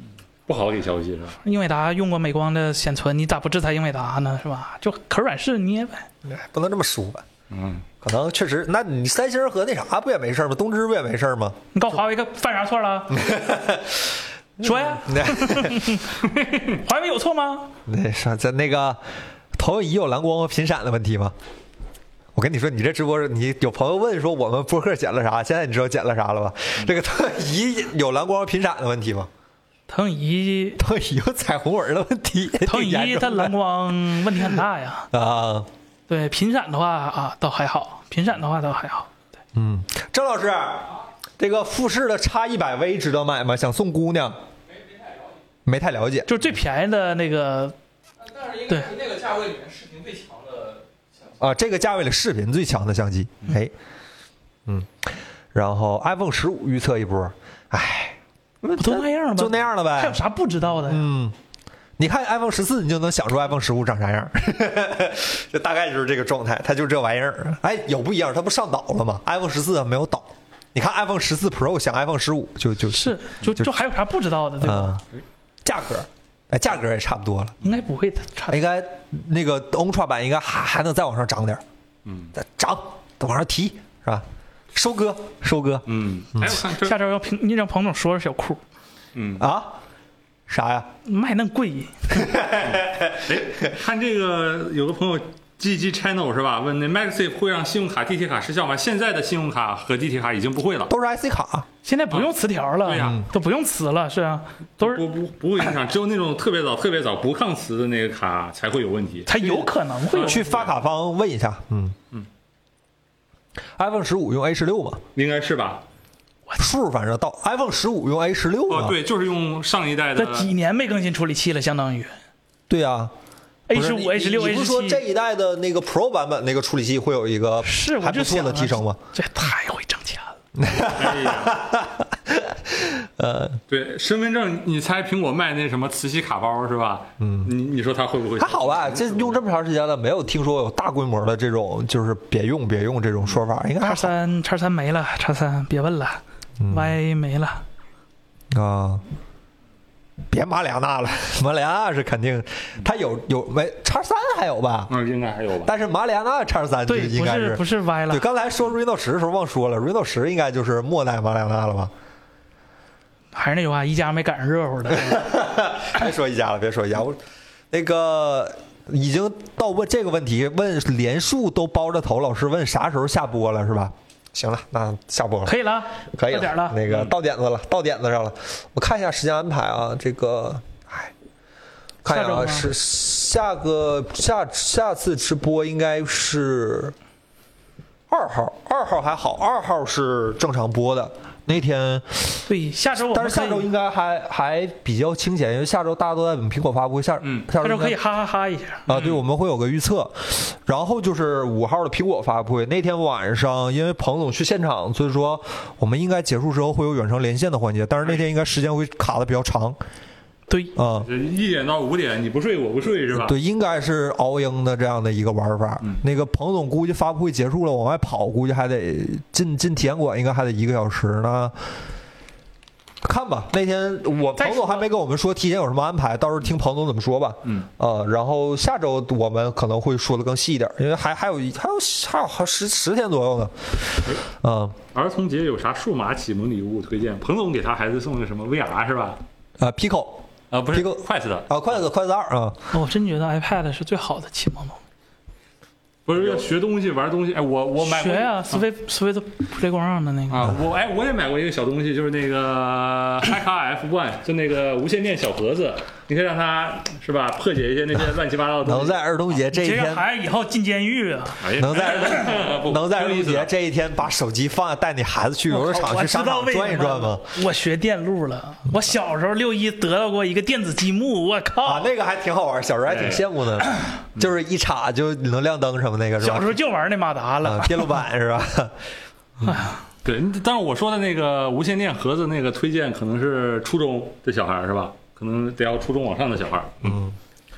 不好给消息是吧？ 英伟达用过美光的显存，你咋不制裁英伟达呢？是吧？就可软是捏呗， 不能这么说吧？ 嗯， 可能确实，那你三星和那啥不也没事吗？东芝不也没事吗？ 你告华为个犯啥错了？说呀，华为有错吗？ 那啥，在那个投影仪有蓝光和频闪的问题吗？我跟你说，你这直播，你有朋友问说我们播客剪了啥？现在你知道剪了啥了吧？这个投影仪有蓝光和频闪的问题吗？ 投影仪， 投影仪有彩虹纹的问题， 投影仪它蓝光问题很大呀。 啊， 对，频闪的话啊，倒还好，频闪的话倒还好。对， 嗯，郑老师，这个富士的 X 一百 V 值得买吗？想送姑娘，没太了解， 就是最便宜的那个， 但是应该是那个价位里面视频最强的相机啊，这个价位里视频最强的相机，嗯、哎，嗯，然后 iPhone 十五预测一波，哎。 不都那样吧， 就那样了呗， 还有啥不知道的呀？ 嗯，你看 iPhone 十四，你就能想出 iPhone 十五长啥样，就大概就是这个状态，它就这玩意儿。哎，有不一样，它不上岛了吗 ？iPhone 十四没有岛，你看 iPhone 十四 Pro 像 iPhone 十五，就就是就就还有啥不知道的，对吧？ 嗯、价格，哎，价格也差不多了， 应该不会差， 应该那个 Ultra 版应该还还能再往上涨点，嗯，再涨，再往上提，是吧？收割，收割， 嗯，还有看这下周要评，你让彭总说说小库， 嗯啊，啥呀？ 卖那贵。 哎，看这个有个朋友 G G Channel 是吧？问那 MagSafe 会让信用卡、地铁卡失效吗？现在的信用卡和地铁卡已经不会了， 都是 I C 卡， 现在不用磁条了， 对呀， 都不用磁了，是啊，都是不不不会影响，只有那种特别早、特别早不抗磁的那个卡才会有问题， 才有可能会有。 去发卡方问一下，嗯嗯。iPhone 十五用 A 十六吗？ 应该是吧？ 数反正到 iPhone 十五用 A 十六哦，对，就是用上一代的。 这几年没更新处理器了，相当于。 对呀、啊、 ，A 十五、A 十六、A 十七。 你不是说这一代的那个 Pro 版本那个处理器会有一个是还不错的提升吗？ 这太会挣钱了。 哎呀，呃，对，身份证，你猜苹果卖那什么磁吸卡包是吧？嗯，你你说它会不会？ 还好吧，这用这么长时间了，没有听说有大规模的这种就是别用别用这种说法，应该叉三叉三没了，叉三别问了、嗯、，Y 没了啊。别马里亚纳了，马里亚纳是肯定，它有有没叉三还有吧？ 嗯，应该还有吧。 但是马里亚纳叉三就应该是不是歪了？ 对，刚才说 Reno 十的时候忘说了 ，Reno 十应该就是末代马里亚纳了吧？ 还是那句话，一加没赶上热乎的。 别说一加了，别说一加，我那个已经到问这个问题，问连数都包着头，老师问啥时候下播了是吧？行了，那下播了， 可以了， 可以了， 到点了， 那个到点子了，到点子上了。我看一下时间安排啊，这个，哎，看一下啊，是下个下下次直播应该是二号，二号还好，二号是正常播的。那天， 对，下周我们但是下周应该还还比较清闲，因为下周大家都在苹果发布会，下嗯， 下周可以哈哈哈一下啊。对，我们会有个预测，然后就是五号的苹果发布会，那天晚上因为彭总去现场，所以说我们应该结束之后会有远程连线的环节，但是那天应该时间会卡的比较长。 对啊， 一点到五点，你不睡我不睡是吧？ 对，应该是熬鹰的这样的一个玩法。嗯、那个彭总估计发布会结束了，往外跑，估计还得进进体验馆，应该还得一个小时呢。看吧，那天我彭总还没跟我们说提前有什么安排，到时候听彭总怎么说吧。 嗯， 呃，然后下周我们可能会说的更细一点，因为还还有还有还有还十十天左右呢。嗯、 呃，儿童节有啥数码启蒙礼物推荐？彭总给他孩子送的什么 V R 是吧？ 呃 ，Pico。 啊，不是筷子的啊，筷子筷子二啊！ 我真觉得 iPad 是最好的启蒙东西。 不是要学东西玩东西，哎，我我买过学呀 ，Swift Swift Playground 的那个啊，我哎我也买过一个小东西，就是那个 HiCard F 一，就那个无线电小盒子，你可以让它是吧破解一些那些乱七八糟的东西。 能在儿童节这一天， 这个孩子以后进监狱啊！ 能在儿童能在儿童节这一天把手机放下，带你孩子去游乐场去商场转一转吗？ 我学电路了，我小时候六一得到过一个电子积木，我靠啊，那个还挺好玩，小时候还挺羡慕的，就是一插就能亮灯什么那个是吧？ 小时候就玩那马达了， 电路板是吧？ 哎，对，但是我说的那个无线电盒子那个推荐，可能是初中的小孩是吧？可能得要初中往上的小孩。 嗯，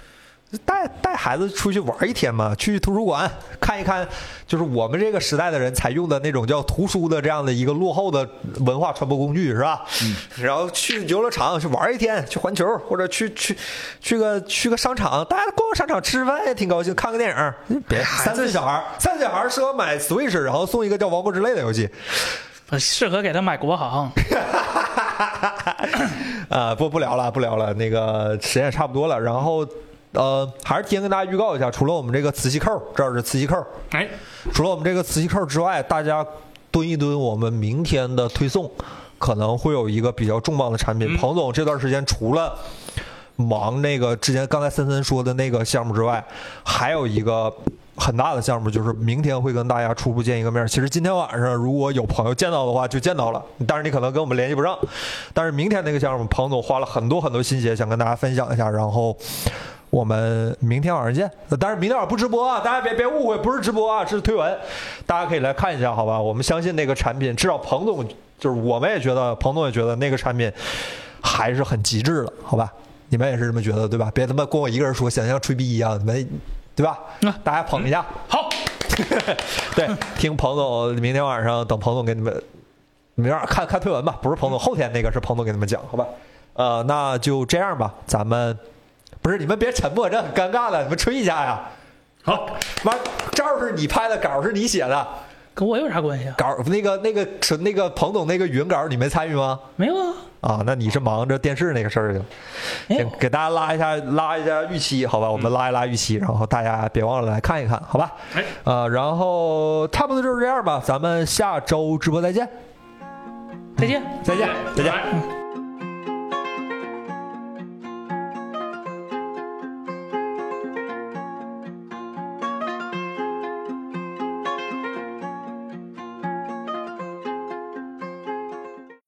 带带孩子出去玩一天嘛，去图书馆看一看，就是我们这个时代的人才用的那种叫图书的这样的一个落后的文化传播工具，是吧？嗯。然后去游乐场去玩一天，去环球或者去去去个去个商场，大家逛个商场吃饭也挺高兴，看个电影。别三岁小孩，三岁小孩适合买 Switch， 然后送一个叫《王国之泪》的游戏。 适合给他买国行。 啊，不不聊了，不聊了，那个时间也差不多了，然后。呃，还是提前跟大家预告一下，除了我们这个磁吸扣，这是磁吸扣， 哎， 除了我们这个磁吸扣之外，大家蹲一蹲，我们明天的推送可能会有一个比较重磅的产品。嗯、彭总这段时间除了忙那个之前刚才森森说的那个项目之外，还有一个很大的项目，就是明天会跟大家初步见一个面。其实今天晚上如果有朋友见到的话，就见到了，但是你可能跟我们联系不上。但是明天那个项目，彭总花了很多很多心血，想跟大家分享一下，然后。我们明天晚上见，但是明天晚上不直播啊，大家别别误会，不是直播啊，是推文，大家可以来看一下，好吧？我们相信那个产品，至少彭总就是我们也觉得，彭总也觉得那个产品还是很极致的，好吧？你们也是这么觉得对吧？别他妈光我一个人说，想像吹逼一样，你们对吧？大家捧一下， 好。 对，听彭总，明天晚上等彭总给你们，明天晚上看看推文吧，不是彭总，后天那个是彭总给你们讲，好吧？呃，那就这样吧，咱们。不是你们别沉默，这很尴尬的，你们吹一下呀！ 好， 妈，照是你拍的，稿是你写的， 跟我有啥关系啊？ 稿那个那个那个彭总那个语音稿你没参与吗？ 没有啊。啊， 那你是忙着电视那个事儿去了。先给大家拉一下拉一下预期，好吧？我们拉一拉预期，然后大家别忘了来看一看，好吧？ 哎， 呃，然后差不多就是这样吧，咱们下周直播再见。 再见， 再见，再见。 嗯